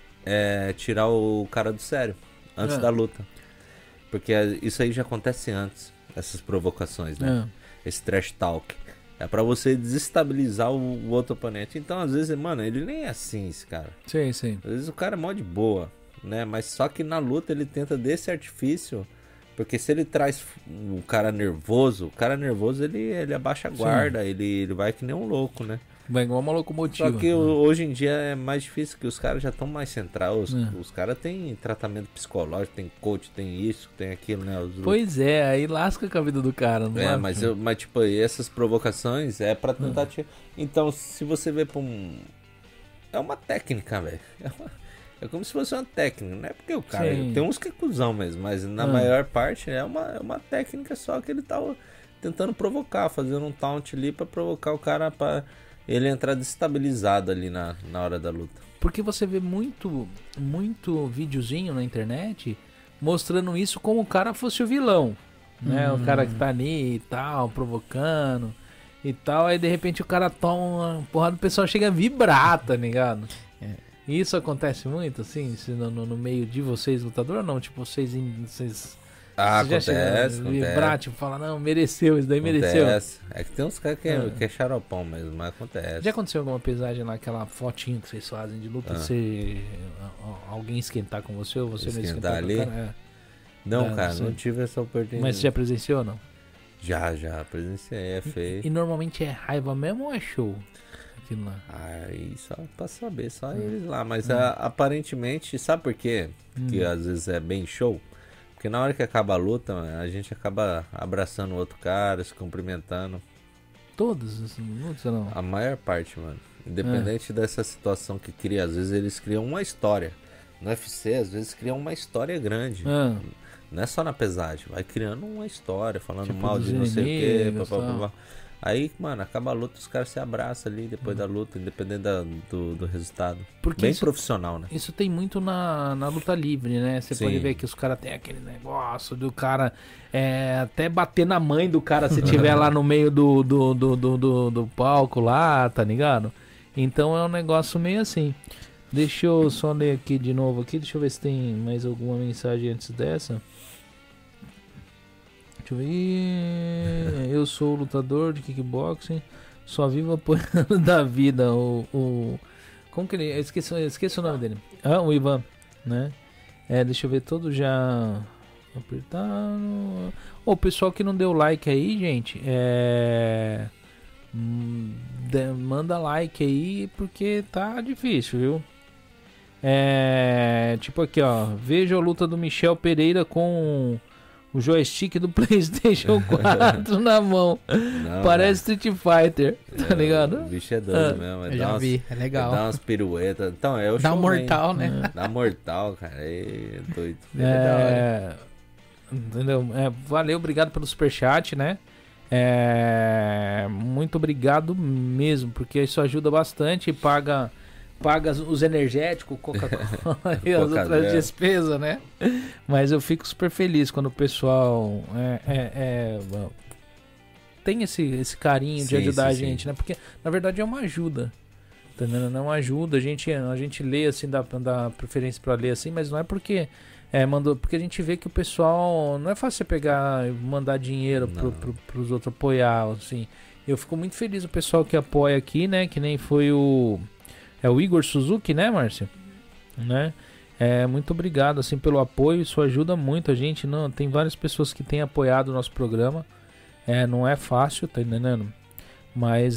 tirar o cara do sério, antes da luta. Porque isso aí já acontece antes, essas provocações, né? Esse trash talk. É pra você desestabilizar o outro oponente. Então, às vezes, mano, ele nem é assim, esse cara. Sim. Às vezes o cara é mó de boa, né? Mas só que na luta ele tenta desse artifício. Porque se ele traz o cara nervoso ele abaixa a guarda, ele vai que nem um louco, né? Vai igual uma locomotiva. Só que hoje em dia é mais difícil, que os caras já estão mais centrados. Os caras têm tratamento psicológico, tem coach, tem isso, tem aquilo, né? Pois é, aí lasca com a vida do cara, não é? Mas tipo, essas provocações é pra tentar te... Então, se você vê pra é uma técnica, velho. É como se fosse uma técnica, não é porque o cara... Sim. Tem uns que é cuzão mesmo, mas na maior parte é uma técnica só que ele tá tentando provocar, fazendo um taunt ali pra provocar o cara pra ele entrar destabilizado ali na hora da luta. Porque você vê muito videozinho na internet mostrando isso como o cara fosse o vilão, né? O cara que tá ali e tal, provocando e tal, aí de repente o cara toma uma porrada, o pessoal chega a vibrar, tá ligado? Isso acontece muito, assim, no meio de vocês, lutador, ou não? Tipo, vocês já chegaram a vibrar, tipo, falar, não, mereceu, isso daí mereceu. É que tem uns caras que é xaropão mesmo, mas acontece. Já aconteceu alguma pesagem lá, aquela fotinho que vocês fazem de luta, alguém esquentar com você ou você mesmo esquentar ali? com o cara? Não, cara, sim. não tive essa oportunidade. Mas você já presenciou ou não? Já presenciei, é feio. E normalmente é raiva mesmo ou é show? Aquilo lá. Aí só pra saber, só eles lá. Mas aparentemente, sabe por quê? Que às vezes é bem show? Porque na hora que acaba a luta, a gente acaba abraçando o outro cara, se cumprimentando. Todas as lutas ou não? A maior parte, mano. Independente dessa situação que cria, às vezes eles criam uma história. No UFC, às vezes criam uma história grande. Não é só na pesagem, vai criando uma história, falando Tipo mal de dos não sei o que, inimigos, papapá. Aí, mano, acaba a luta, os caras se abraçam ali depois da luta, independente do resultado. Porque bem isso- profissional, né? Isso tem muito na luta livre, né? Você Sim. pode ver que os caras têm aquele negócio do cara até bater na mãe do cara se tiver lá no meio do palco lá, tá ligado? Então é um negócio meio assim. Deixa eu só ler aqui de novo aqui, deixa eu ver se tem mais alguma mensagem antes dessa. Deixa eu ver. Eu sou lutador de kickboxing, só vivo apoiando da vida. Como que ele. Eu esqueci o nome dele. O Ivan, né? Deixa eu ver, todos já apertaram. O pessoal que não deu like aí, gente, manda like aí porque tá difícil, viu? Tipo aqui, ó. Veja a luta do Michel Pereira com o joystick do PlayStation 4 na mão. Não, Parece Street Fighter, tá ligado? O bicho é doido mesmo. Eu já vi, é legal. Dá umas piruetas. Então, é o Dá um showman. mortal, né? Dá mortal, cara. É doido. Entendeu? Valeu, obrigado pelo superchat, né? Muito obrigado mesmo, porque isso ajuda bastante e paga os energéticos, Coca-Cola e as outras despesas, né? Mas eu fico super feliz quando o pessoal tem esse carinho de ajudar a gente, né? Porque na verdade é uma ajuda. Tá entendendo? Não ajuda, a gente lê assim, dá preferência pra ler assim, mas não é porque porque a gente vê que o pessoal não é fácil você pegar e mandar dinheiro pros outros apoiar, assim. Eu fico muito feliz o pessoal que apoia aqui, né? Que nem foi o Igor Suzuki, né, Márcio? Né? Muito obrigado assim pelo apoio, isso ajuda muito a gente. Não, tem várias pessoas que têm apoiado o nosso programa. Não é fácil, tá entendendo? Mas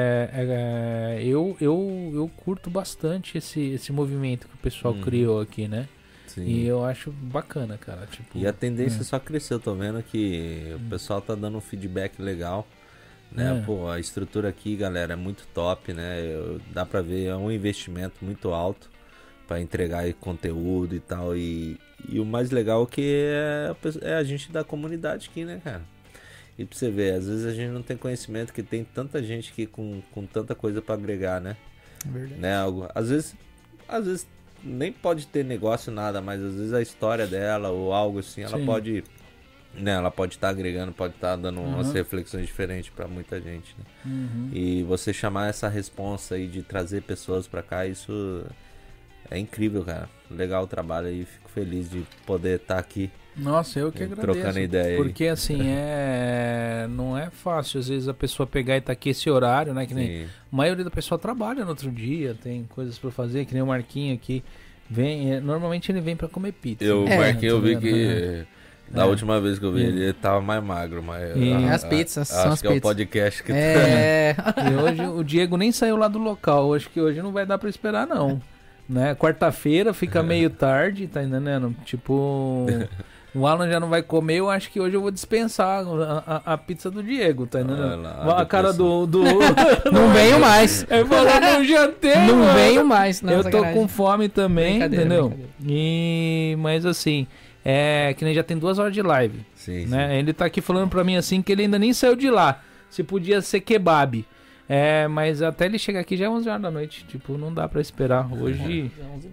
eu curto bastante esse movimento que o pessoal criou aqui, né? Sim. E eu acho bacana, cara. Tipo, e a tendência só cresceu, tô vendo que o pessoal tá dando um feedback legal, né? Pô, a estrutura aqui, galera, é muito top, né? Dá pra ver, é um investimento muito alto pra entregar aí conteúdo e tal. E o mais legal que é a gente da comunidade aqui, né, cara? E pra você ver, às vezes a gente não tem conhecimento que tem tanta gente aqui com tanta coisa pra agregar, né? Verdade. Né? Às vezes nem pode ter negócio nada, mas às vezes a história dela ou algo assim, ela pode, né? Ela pode estar agregando, pode estar dando umas reflexões diferentes pra muita gente, né? E você chamar essa responsa aí de trazer pessoas pra cá, isso é incrível, cara. Legal o trabalho aí, fico feliz de poder estar aqui. Nossa, eu que agradeço. Trocando ideia. Porque assim, não é fácil às vezes a pessoa pegar e tá aqui esse horário, né? Que nem a maioria da pessoa trabalha no outro dia, tem coisas pra fazer, que nem o Marquinho aqui. Normalmente ele vem pra comer pizza. O Marquinho, eu vi que da última vez que eu vi ele tava mais magro, mas as pizzas são as acho que é o podcast que E hoje o Diego nem saiu lá do local. Acho que hoje não vai dar pra esperar, não. Né? Quarta-feira fica meio tarde, tá entendendo? Tipo, o Alan já não vai comer, eu acho que hoje eu vou dispensar a pizza do Diego, tá entendendo? A cara do... Não venho mais. Ele falou, não jantei, Não mano. venho mais. Não, Eu tô sacanagem. com fome também, entendeu? Brincadeira. Mas assim, que nem já tem 2 horas de live, Sim, né? Ele tá aqui falando pra mim assim que ele ainda nem saiu de lá. Se podia ser kebab. Mas até ele chegar aqui já é 11 horas da noite. Tipo, não dá pra esperar. Hoje...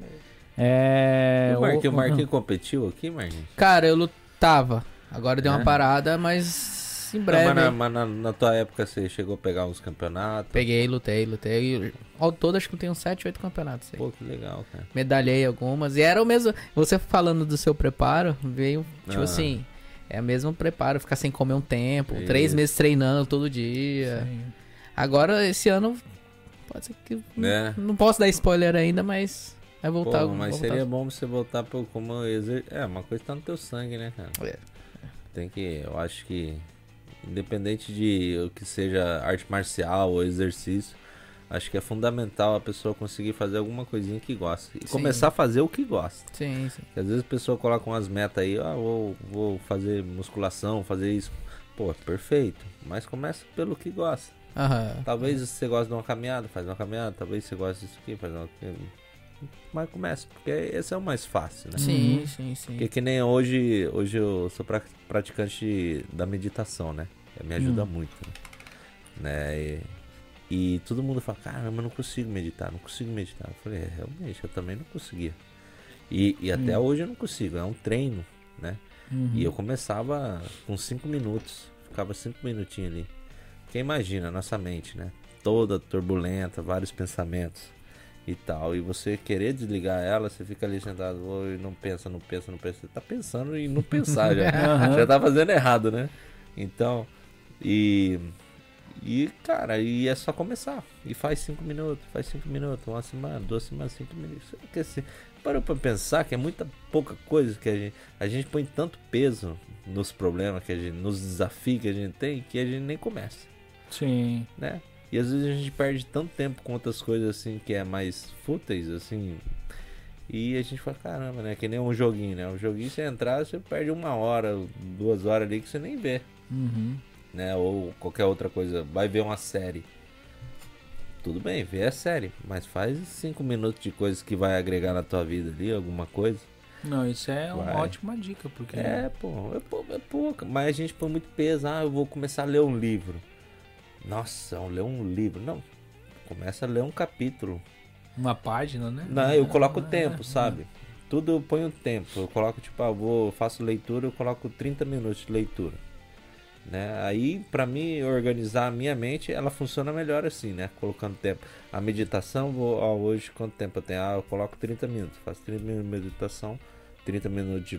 O Marquinhos competiu aqui, Marquinhos? Cara, eu lutava. Agora deu uma parada, mas em breve. Mas na tua época você chegou a pegar uns campeonatos? Peguei, lutei. Ao todo acho que eu tenho 7, 8 campeonatos aí. Pô, que legal, cara. Medalhei algumas. E era o mesmo... Você falando do seu preparo, veio, tipo assim... É o mesmo preparo, ficar sem comer um tempo. 3 meses treinando todo dia. Sim. Agora, esse ano... Pode ser que... Não posso dar spoiler ainda, mas... Vai voltar. Pô, mas seria bom você voltar como uma coisa tá no teu sangue, né, cara? Tem que... Eu acho que... Independente de o que seja arte marcial ou exercício... Acho que é fundamental a pessoa conseguir fazer alguma coisinha que gosta. E começar a fazer o que gosta. Sim. Porque às vezes a pessoa coloca umas metas aí, vou fazer musculação, fazer isso. Pô, perfeito. Mas começa pelo que gosta. Talvez você goste de uma caminhada, faz uma caminhada. Talvez você goste disso aqui, faz uma... Mas começa, porque esse é o mais fácil, né? Sim. Porque que nem hoje eu sou praticante da meditação, né? Me ajuda muito, né? E todo mundo fala, caramba, eu não consigo meditar. Eu falei, realmente, eu também não conseguia. E até hoje eu não consigo, é um treino, né? E eu começava com 5 minutos, ficava 5 minutinhos ali. Porque imagina, a nossa mente, né? Toda turbulenta, vários pensamentos e tal. E você querer desligar ela, você fica ali sentado e não pensa. Você tá pensando em não pensar já. Já tá fazendo errado, né? Então, cara, é só começar. E faz 5 minutos, uma semana, 2 semanas, 5 minutos. Porque assim, parou pra pensar que é muita pouca coisa que a gente põe tanto peso nos problemas, nos desafios que a gente tem, que a gente nem começa. Sim. Né? E às vezes a gente perde tanto tempo com outras coisas assim que é mais fúteis, assim, E a gente fala, caramba, né? Que nem um joguinho, né? Um joguinho, você entrar, você perde 1 hora, 2 horas ali que você nem vê, Uhum. né? Ou qualquer outra coisa. Vai ver uma série. Tudo bem, vê a série, mas faz 5 minutos de coisas que vai agregar na tua vida ali, alguma coisa. Não, isso é uma Vai. ótima dica, porque... É pouco. Mas a gente põe muito peso. Ah, eu vou começar a ler um livro. Nossa, ler um livro. Não, começa a ler um capítulo. Uma página, né? Não, eu coloco o tempo, sabe? Tudo eu ponho tempo. Eu coloco, tipo, faço leitura, eu coloco 30 minutos de leitura. Né? Aí, pra mim, organizar a minha mente, ela funciona melhor assim, né? Colocando tempo. A meditação, hoje, quanto tempo eu tenho? Eu coloco 30 minutos. Faço 30 minutos de meditação, 30 minutos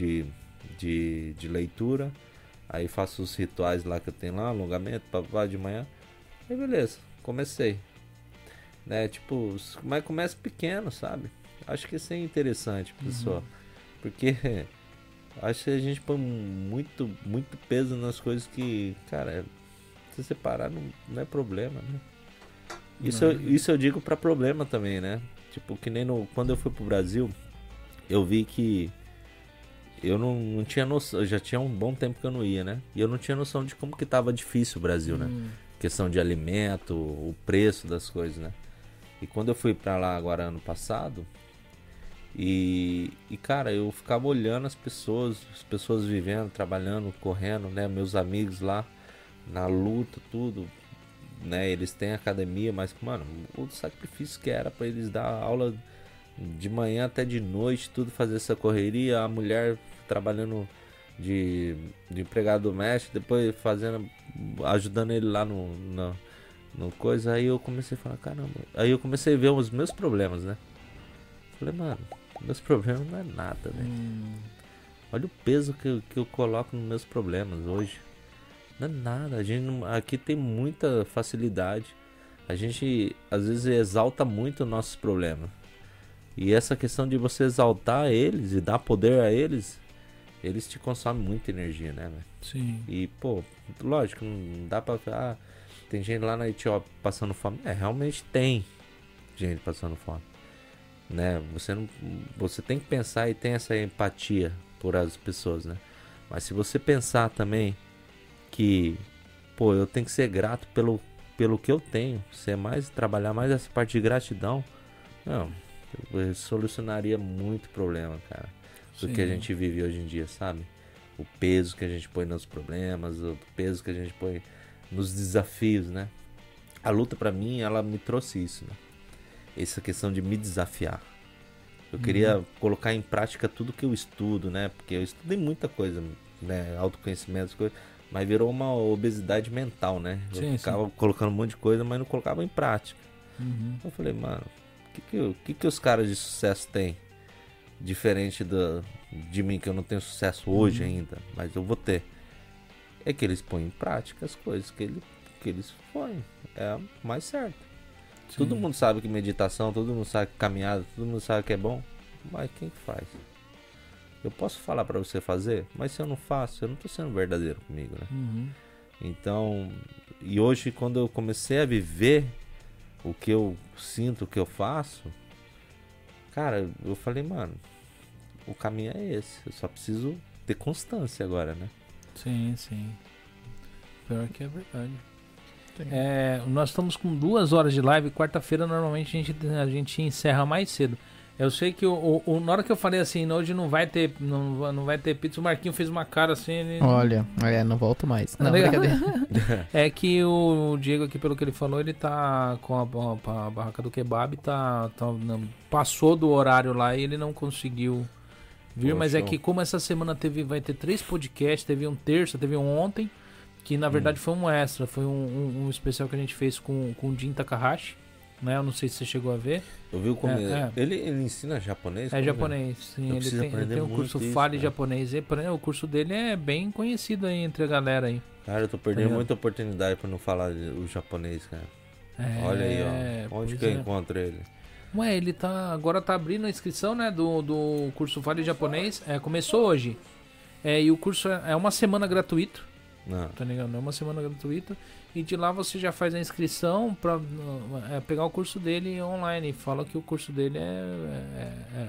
de leitura. Aí faço os rituais lá que eu tenho lá, alongamento, papá de manhã. Aí, beleza, comecei. Né? Tipo, mas começa pequeno, sabe? Acho que isso é interessante, pessoal. Porque acho que a gente põe muito peso nas coisas que, cara, se separar não é problema, né? Isso eu digo pra problema também, né? Tipo, que nem quando eu fui pro Brasil, eu vi que eu não tinha noção, já tinha um bom tempo que eu não ia, né? E eu não tinha noção de como que tava difícil o Brasil, né? Questão de alimento, o preço das coisas, né? E quando eu fui pra lá agora ano passado, e cara, eu ficava olhando as pessoas vivendo, trabalhando, correndo, né? Meus amigos lá, na luta, tudo, né? Eles têm academia, mas, mano, o sacrifício que era pra eles dar aula de manhã até de noite, tudo, fazer essa correria, a mulher trabalhando de empregado doméstico, depois ajudando ele lá no coisa. Aí eu comecei a falar, caramba, aí eu comecei a ver os meus problemas, né? Falei, mano, meus problemas não é nada, né? Olha o peso que eu coloco nos meus problemas hoje. Não é nada, aqui tem muita facilidade. A gente às vezes exalta muito nossos problemas. E essa questão de você exaltar eles e dar poder a eles te consomem muita energia, né, velho? Sim. E, pô, lógico, não dá pra... tem gente lá na Etiópia passando fome. Realmente tem gente passando fome, né? Você tem que pensar e tem essa empatia por as pessoas, né? Mas se você pensar também que, pô, eu tenho que ser grato pelo que eu tenho, trabalhar mais essa parte de gratidão, não, solucionaria muito problema, cara, do que a gente vive hoje em dia, sabe? O peso que a gente põe nos problemas, o peso que a gente põe nos desafios, né? A luta pra mim, ela me trouxe isso, né? Essa questão de me desafiar. Eu queria colocar em prática tudo que eu estudo, né? Porque eu estudei muita coisa, né? Autoconhecimento, coisas, mas virou uma obesidade mental, né? Eu ficava colocando um monte de coisa, mas não colocava em prática. Eu falei, mano, o que os caras de sucesso têm? Diferente de mim, que eu não tenho sucesso hoje ainda, mas eu vou ter. É que eles põem em prática as coisas que eles põem. É mais certo. Sim. Todo mundo sabe que meditação, todo mundo sabe que caminhada, todo mundo sabe que é bom. Mas quem que faz? Eu posso falar pra você fazer, mas se eu não faço, eu não tô sendo verdadeiro comigo, né? Então, e hoje quando eu comecei a viver o que eu sinto, o que eu faço, cara, eu falei, mano, o caminho é esse. Eu só preciso ter constância agora, né? Sim. Pior que é verdade. Nós estamos com 2 horas de live. Quarta-feira normalmente a gente encerra mais cedo. Eu sei que na hora que eu falei assim, hoje não vai ter pizza, o Marquinho fez uma cara assim. Olha, não volto mais. Não, brincadeira. É que o Diego aqui, pelo que ele falou, ele tá com a barraca do kebab, passou do horário lá e ele não conseguiu vir. Mas é que como essa semana vai ter 3 podcasts, teve um terça, teve um ontem, que na verdade foi um extra, foi um especial que a gente fez com o Jin Takahashi, né? Eu não sei se você chegou a ver. Eu vi como ele ensina japonês? É japonês, sim. Ele tem um curso Fale Japonês. O curso dele é bem conhecido aí entre a galera aí. Cara, eu tô perdendo muita oportunidade pra não falar o japonês, cara. Olha aí, ó. Onde que eu encontro ele? Ué, ele agora tá abrindo a inscrição, né, do curso Fale Japonês. Começou hoje. E o curso é uma semana gratuito. Não. Tá ligado? É uma semana gratuita. E de lá você já faz a inscrição pra pegar o curso dele online. Fala que o curso dele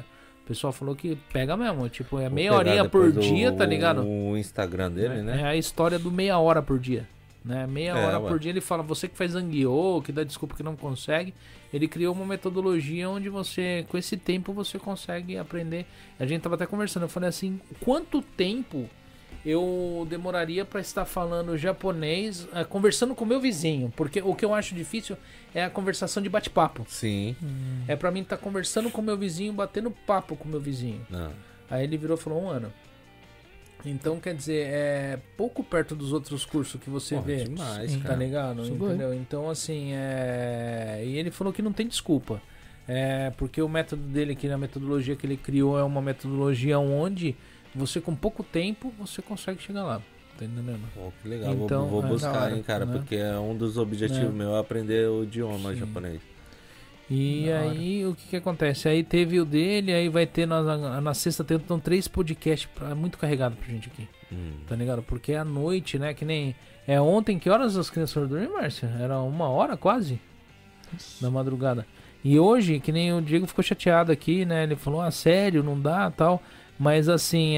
O pessoal falou que pega mesmo, tipo, é Vou meia pegar horinha por depois dia, tá ligado? O Instagram dele, né? É a história do meia hora por dia. Né? Meia hora ué. por dia ele fala, você que faz zangueô, que dá desculpa que não consegue, ele criou uma metodologia onde você, com esse tempo, você consegue aprender. A gente tava até conversando, eu falei assim, quanto tempo eu demoraria para estar falando japonês, conversando com meu vizinho, porque o que eu acho difícil é a conversação de bate-papo. Sim. É para mim estar conversando com meu vizinho, batendo papo com meu vizinho. Não. Aí ele virou e falou 1 ano. Então, quer dizer, é pouco perto dos outros cursos que você Pô, vê. demais, Tá cara. ligado? Isso Entendeu? Então, assim, e ele falou que não tem desculpa. Porque o método dele, que a metodologia que ele criou é uma metodologia onde você, com pouco tempo, você consegue chegar lá. Tá entendendo? Pô, que legal. Então, vou é da buscar, hora, hein, cara, né? porque é um dos objetivos É. meus é aprender o idioma Sim. japonês. E Da aí, o que acontece? Aí teve o dele, aí vai ter na sexta, então 3 podcasts muito carregados pra gente aqui. Tá ligado? Porque é à noite, né? Que nem. Ontem, que horas as crianças foram dormir, Márcia? Era 1 hora quase? Da madrugada. E hoje, que nem o Diego ficou chateado aqui, né? Ele falou, sério, não dá tal. Mas assim,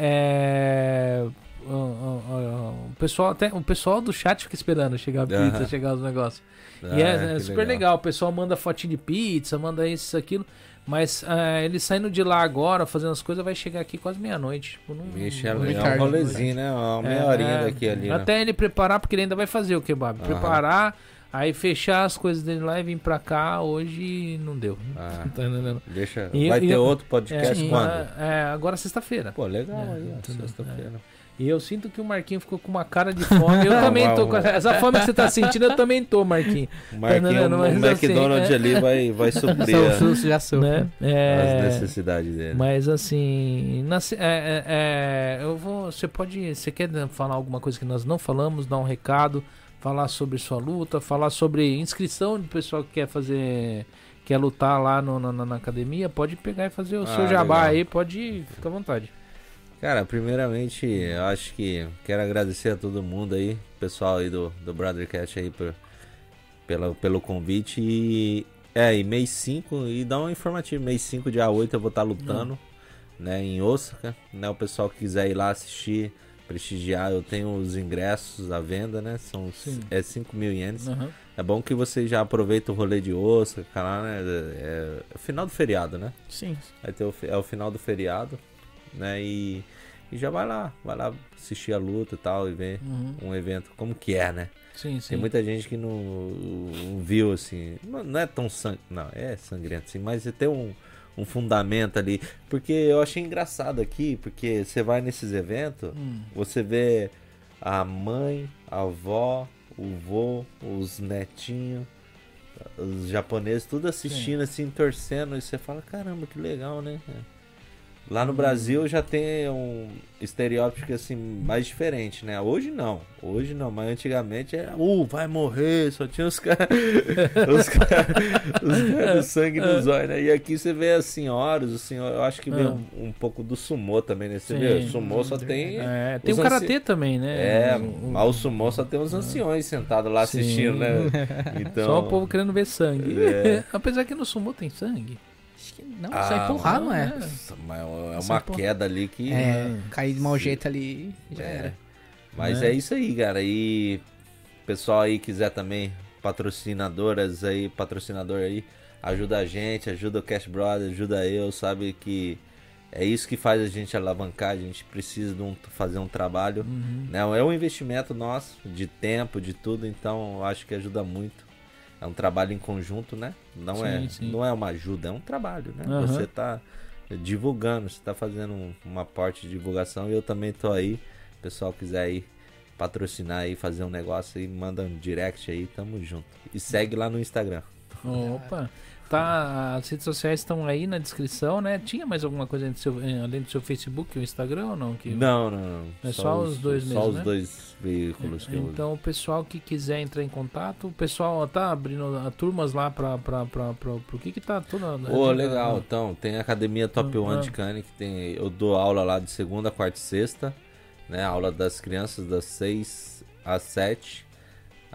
o pessoal do chat fica esperando chegar a pizza, Aham. chegar os negócios. Ah, E é que super legal. O pessoal manda fotinho de pizza, manda isso, aquilo. Mas ele saindo de lá agora, fazendo as coisas, vai chegar aqui quase meia-noite. Tipo, não, Vixe, não- é tarde, um rolezinho, né? Uma meia horinha daqui ali, né? Até ele preparar, porque ele ainda vai fazer o kebab. Aham. Preparar, aí fechar as coisas dele lá e vir pra cá. Hoje não deu. Ah, Tá entendendo? deixa. E- Vai e- ter outro podcast sim. quando? Agora sexta-feira. Pô, legal É, aí, ó, entendeu? sexta-feira. E eu sinto que o Marquinho ficou com uma cara de fome. Eu também tô com essa fome que você tá sentindo, eu também tô, Marquinho. O Marquinhos, Não, mas o McDonald's assim, ali vai suprir Já sou. Né? as necessidades dele. Mas assim, você quer falar alguma coisa que nós não falamos, dar um recado, falar sobre sua luta, falar sobre inscrição de pessoal que quer lutar lá na academia, pode pegar e fazer o seu jabá legal. aí, pode ir, fica à vontade. Cara, primeiramente, eu acho que quero agradecer a todo mundo aí, pessoal aí do Brothercast aí pelo convite e mês 5, e dá um informativo, mês 5, dia 8 eu vou estar lutando, né, em Osaka, né, o pessoal que quiser ir lá assistir, prestigiar, eu tenho os ingressos à venda, né, são Sim. 5.000 ienes. Uhum. É bom que você já aproveita o rolê de Osaka, lá, né, é o final do feriado, né, Sim. vai ter o final do feriado, né, e já vai lá assistir a luta e tal, e ver Uhum. um evento como que é, né. Sim, sim. Tem muita gente que não viu, assim, não é tão não, é sangrento, assim, mas tem um fundamento ali, porque eu achei engraçado aqui, porque você vai nesses eventos, você vê a mãe, a avó, o vô, os netinhos, os japoneses, tudo assistindo, assim, torcendo, e você fala, caramba, que legal, né? Lá no Brasil já tem um estereótipo assim mais diferente, né? Hoje não, mas antigamente era, vai morrer, só tinha os caras do sangue nos olhos, né? E aqui você vê as senhoras, o senhor, eu acho que vê um pouco do sumô também, né? Você Sim. vê, o sumô só tem Tem os o karatê também, né? mas o sumô só tem os anciões sentados lá Sim. assistindo, né? Então, Só o povo querendo ver sangue. É. Apesar que no sumô tem sangue. Acho que não, sai porrar, não é? Nossa, mas é Sai uma porra. queda ali que Cair de mau jeito ali, já era. Mas Né? é isso aí, cara. E pessoal aí quiser também, patrocinador aí, ajuda a gente, ajuda o Cash Brothers, ajuda eu, sabe que é isso que faz a gente alavancar, a gente precisa fazer um trabalho, né? É um investimento nosso, de tempo, de tudo, então eu acho que ajuda muito. É um trabalho em conjunto, né? Sim. Não é uma ajuda, é um trabalho, né? Aham. Você tá divulgando, você tá fazendo uma parte de divulgação e eu também tô aí. O pessoal quiser aí patrocinar aí, fazer um negócio aí, manda um direct aí, tamo junto. E segue lá no Instagram. Opa. Tá, as redes sociais estão aí na descrição, né? Tinha mais alguma coisa além do seu Facebook e o Instagram ou não? Não. É só os dois Só mesmo, os né? dois veículos que eu uso. Então o pessoal que quiser entrar em contato, o pessoal tá abrindo turmas lá pro que tá tudo. Ô, legal. Então, tem a Academia Top One Ah. de Cane, que eu dou aula lá de segunda, quarta e sexta, né? Aula das crianças das 6 às 7.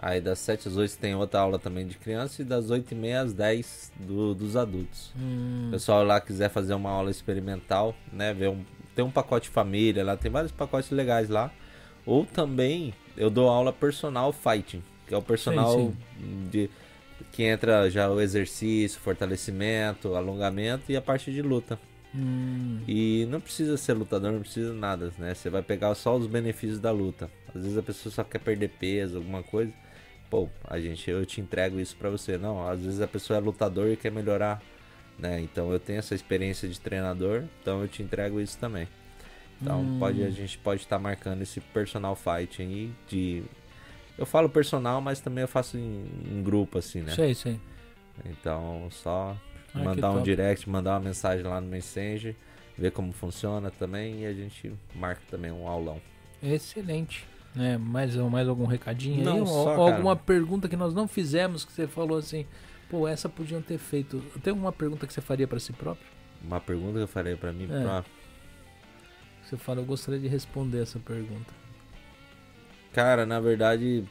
Aí das 7 às 8 tem outra aula também de criança e das 8h30 às 10 dos adultos. O pessoal lá quiser fazer uma aula experimental, né? Tem um pacote família lá, tem vários pacotes legais lá. Ou também eu dou aula personal fighting, que é o personal que entra já o exercício, fortalecimento, alongamento e a parte de luta. E não precisa ser lutador, não precisa nada, né? Você vai pegar só os benefícios da luta. Às vezes a pessoa só quer perder peso, alguma coisa. Pô, eu te entrego isso pra você. Não, às vezes a pessoa é lutador e quer melhorar, né? Então eu tenho essa experiência de treinador, então eu te entrego isso também. Então a gente pode estar marcando esse personal fight aí eu falo personal, mas também eu faço em grupo, assim, né? Sei. Então, só que mandar um top. direct, mandar uma mensagem lá no Messenger, ver como funciona também e a gente marca também um aulão. Excelente. Mais algum recadinho Não, aí? só, Ou cara. alguma pergunta que nós não fizemos que você falou assim, pô, essa podiam ter feito. Tem alguma pergunta que você faria pra si próprio? Uma pergunta que eu farei pra mim, Você fala, eu gostaria de responder essa pergunta. cara, na verdade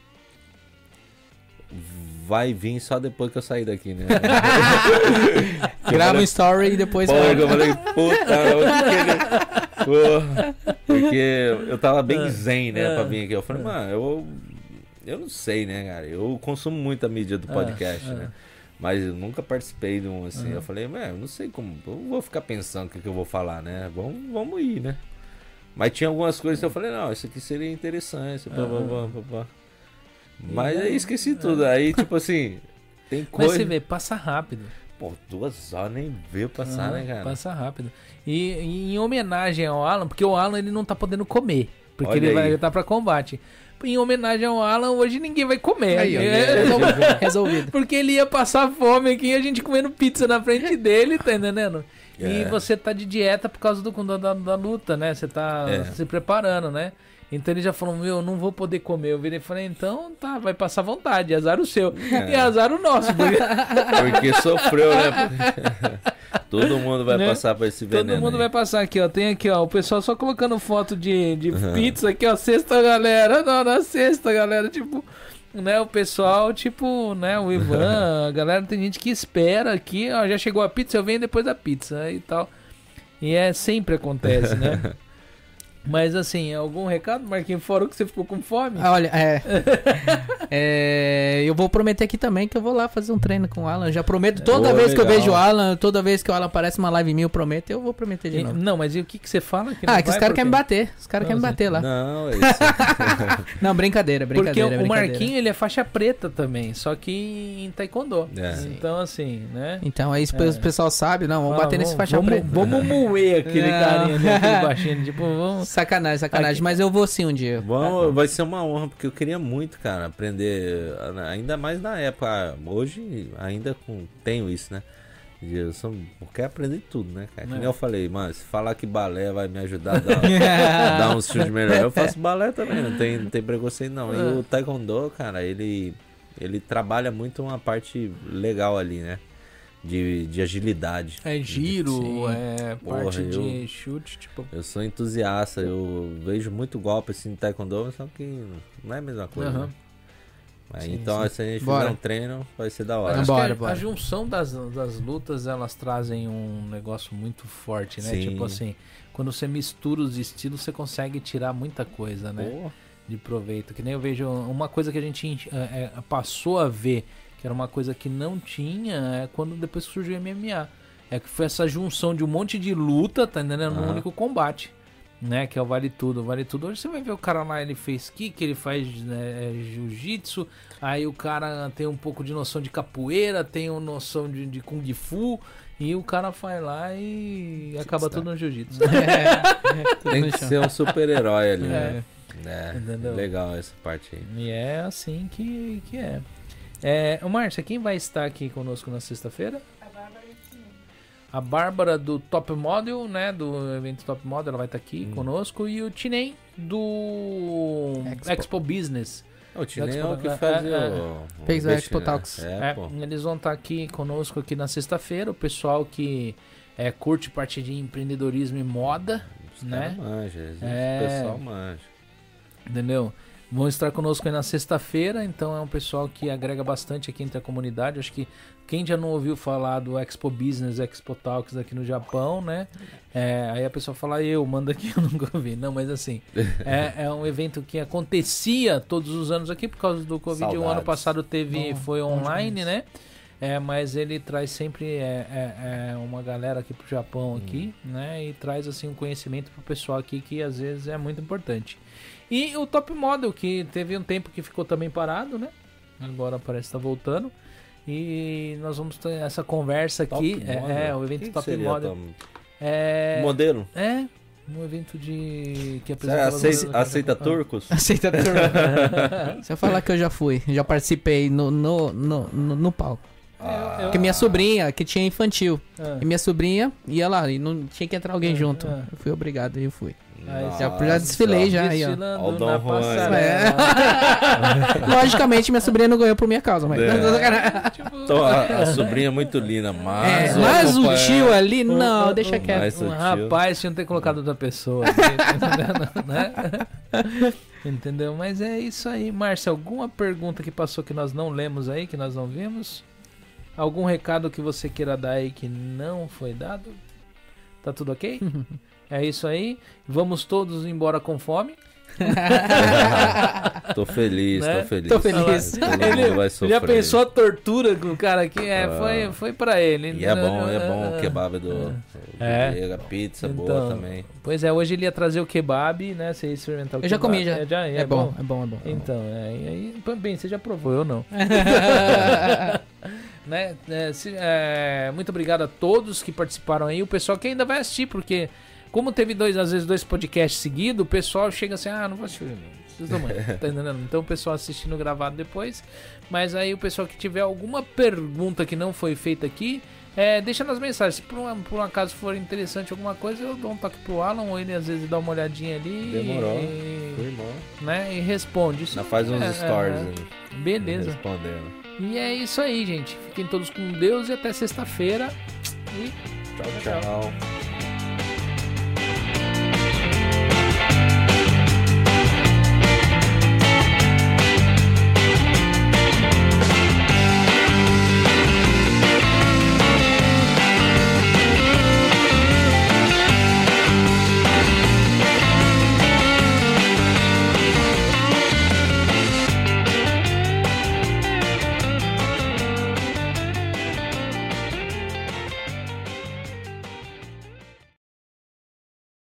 vai vir só depois que eu sair daqui, né? Grava um story e depois Pô, vai. eu falei, puta, porque eu tava bem zen, né, pra vir aqui. Eu falei, mano, eu não sei, né, cara? Eu consumo muito a mídia do podcast, né? Mas eu nunca participei de um assim. Eu falei, eu não sei como. Eu vou ficar pensando o que eu vou falar, né? Vamos ir, né? Mas tinha algumas coisas que eu falei, não, isso aqui seria interessante. Mas aí esqueci tudo. Aí, tipo assim, tem Mas coisa. você vê, passa rápido. Pô, 2 horas nem veio passar, né, cara? Passa rápido. E em homenagem ao Alan, porque o Alan ele não tá podendo comer. Porque Olha ele aí. vai estar pra combate. Em homenagem ao Alan, hoje ninguém vai comer. Aí, ó, resolvido. Porque ele ia passar fome aqui e a gente comendo pizza na frente dele, tá entendendo? E você tá de dieta por causa da luta, né? Você tá se preparando, né? Então ele já falou, não vou poder comer. Eu virei e falei, então tá, vai passar vontade, azar o seu. E azar o nosso. Porque sofreu, né? Todo mundo vai Né? passar por esse veneno. Todo mundo aí. vai passar aqui, ó. Tem aqui, ó, o pessoal só colocando foto de pizza aqui, ó. Sexta, galera. Não, na sexta, galera. Tipo, né, o pessoal, tipo, né, o Ivan, a galera, tem gente que espera aqui, ó. Já chegou a pizza, eu venho depois da pizza e tal. E sempre acontece, né? Mas assim, algum recado, Marquinhos, fora o que você ficou com fome? Olha, eu vou prometer aqui também que eu vou lá fazer um treino com o Alan. Já prometo toda Pô, vez que eu legal. vejo o Alan, toda vez que o Alan aparece uma live minha, eu prometo, eu vou prometer de novo. Não, mas e o que você fala? Que Que os vai, caras por querem me quê? bater. Os caras querem me bater lá. Não, é isso. Não, brincadeira. Porque o Marquinhos, ele é faixa preta também, só que em taekwondo. É. Então, assim, né? Então aí o pessoal sabe, não, vamos bater nesse faixa preta. Vamos moer aquele Não. carinha ali, aquele baixinho. Tipo, vamos... Sacanagem, Aqui. mas eu vou sim um dia. Vai ser uma honra, porque eu queria muito, cara, aprender, ainda mais na época. Hoje ainda tenho isso, né? Eu quero aprender tudo, né, cara? Que nem eu falei, mano, se falar que balé vai me ajudar a dar uns chutes melhor, eu faço balé também, não tem preconceito não. E o taekwondo, cara, ele trabalha muito uma parte legal ali, né? De agilidade. É giro, Sim. Porra, parte de chute, tipo... Eu sou entusiasta, eu vejo muito golpe assim no taekwondo, só que não é a mesma coisa. Aham. Né? Mas Sim, então, sim. se a gente Bora. fizer um treino, vai ser da hora. Acho Bora, que bora. a junção das lutas, elas trazem um negócio muito forte, né? Sim. Tipo assim, quando você mistura os estilos, você consegue tirar muita coisa, né? Pô, De proveito. Que nem eu vejo uma coisa que a gente passou a ver, que era uma coisa que não tinha, quando depois que surgiu o MMA. É que foi essa junção de um monte de luta, tá entendendo? Num Aham. único combate. Né, que é o Vale Tudo. O Vale Tudo, hoje você vai ver o cara lá, ele fez kick, ele faz jiu-jitsu, aí o cara tem um pouco de noção de capoeira, tem uma noção de kung fu, e o cara vai lá e acaba tudo no jiu-jitsu. tem que ser um super-herói ali, É. né? Entendeu? Legal essa parte aí. E é assim que é. Ô Márcia, quem vai estar aqui conosco na sexta-feira? A Bárbara e o Tinei. A Bárbara do Top Model, né? Do evento Top Model, ela vai estar aqui conosco. E o Tinei do Expo Business. O Tinei é o que Expo- faz é. o Fez o investi- Expo Talks. Pô. Eles vão estar aqui conosco aqui na sexta-feira. O pessoal que curte parte de empreendedorismo e moda, Os né? caras manjam, o É. pessoal manja. Entendeu? vão estar conosco aí na sexta-feira, então é um pessoal que agrega bastante aqui entre a comunidade. Acho que quem já não ouviu falar do Expo Business, Expo Talks aqui no Japão, né? Aí a pessoa fala, manda aqui, eu nunca ouvi. Não, mas assim, é um evento que acontecia todos os anos aqui por causa do Covid. Saudades. O ano passado foi online, demais. né? Mas ele traz sempre uma galera aqui pro Japão aqui, né? E traz assim um conhecimento pro pessoal aqui que às vezes é muito importante. E o Top Model, que teve um tempo que ficou também parado, né? Agora parece que tá voltando. E nós vamos ter essa conversa aqui. O evento Top Model. Modelo? Um evento de... que Aceita turcos? Aceita turma. Se eu falar que eu já fui, já participei no palco. Porque minha sobrinha, que tinha infantil, e minha sobrinha ia lá e não tinha que entrar alguém junto. Eu fui obrigado e eu fui. Já desfilei já aí, ó. Desfilando Ó o Dom na Juan. passarela. Logicamente, minha sobrinha não ganhou por minha causa, mas. Tipo, Então, a sobrinha é muito linda, mas... Mas o tio ali, não, deixa quieto. Mas o tio- rapaz, tinha que ter colocado outra pessoa. Né? Entendeu? Mas é isso aí. Márcia, alguma pergunta que passou que nós não lemos aí, que nós não vimos? Algum recado que você queira dar aí que não foi dado? Tá tudo ok? É isso aí. Vamos todos embora com fome. Tô feliz, Né? tô feliz. Tô feliz. Todo mundo vai sofrer. Já pensou a tortura que o cara aqui foi pra ele. E é bom o kebab do Diego, a pizza boa Então, também. Pois é, hoje ele ia trazer o kebab, né? Você ia experimentar o Eu já kebab. comi, já. É bom. Então, bem, você já provou, eu não. Né? Muito obrigado a todos que participaram aí, o pessoal que ainda vai assistir, porque como teve às vezes dois podcasts seguidos, o pessoal chega assim, não vou assistir, não preciso da mãe, tá entendendo? Então o pessoal assistindo gravado depois, mas aí o pessoal que tiver alguma pergunta que não foi feita aqui, deixa nas mensagens, se por um acaso for interessante alguma coisa, eu dou um toque pro Alan, ou ele às vezes dá uma olhadinha ali. Demorou. Né? E responde. Isso Ainda faz uns stories aí, beleza. respondendo. E é isso aí, gente. Fiquem todos com Deus e até sexta-feira. E Tchau, tchau.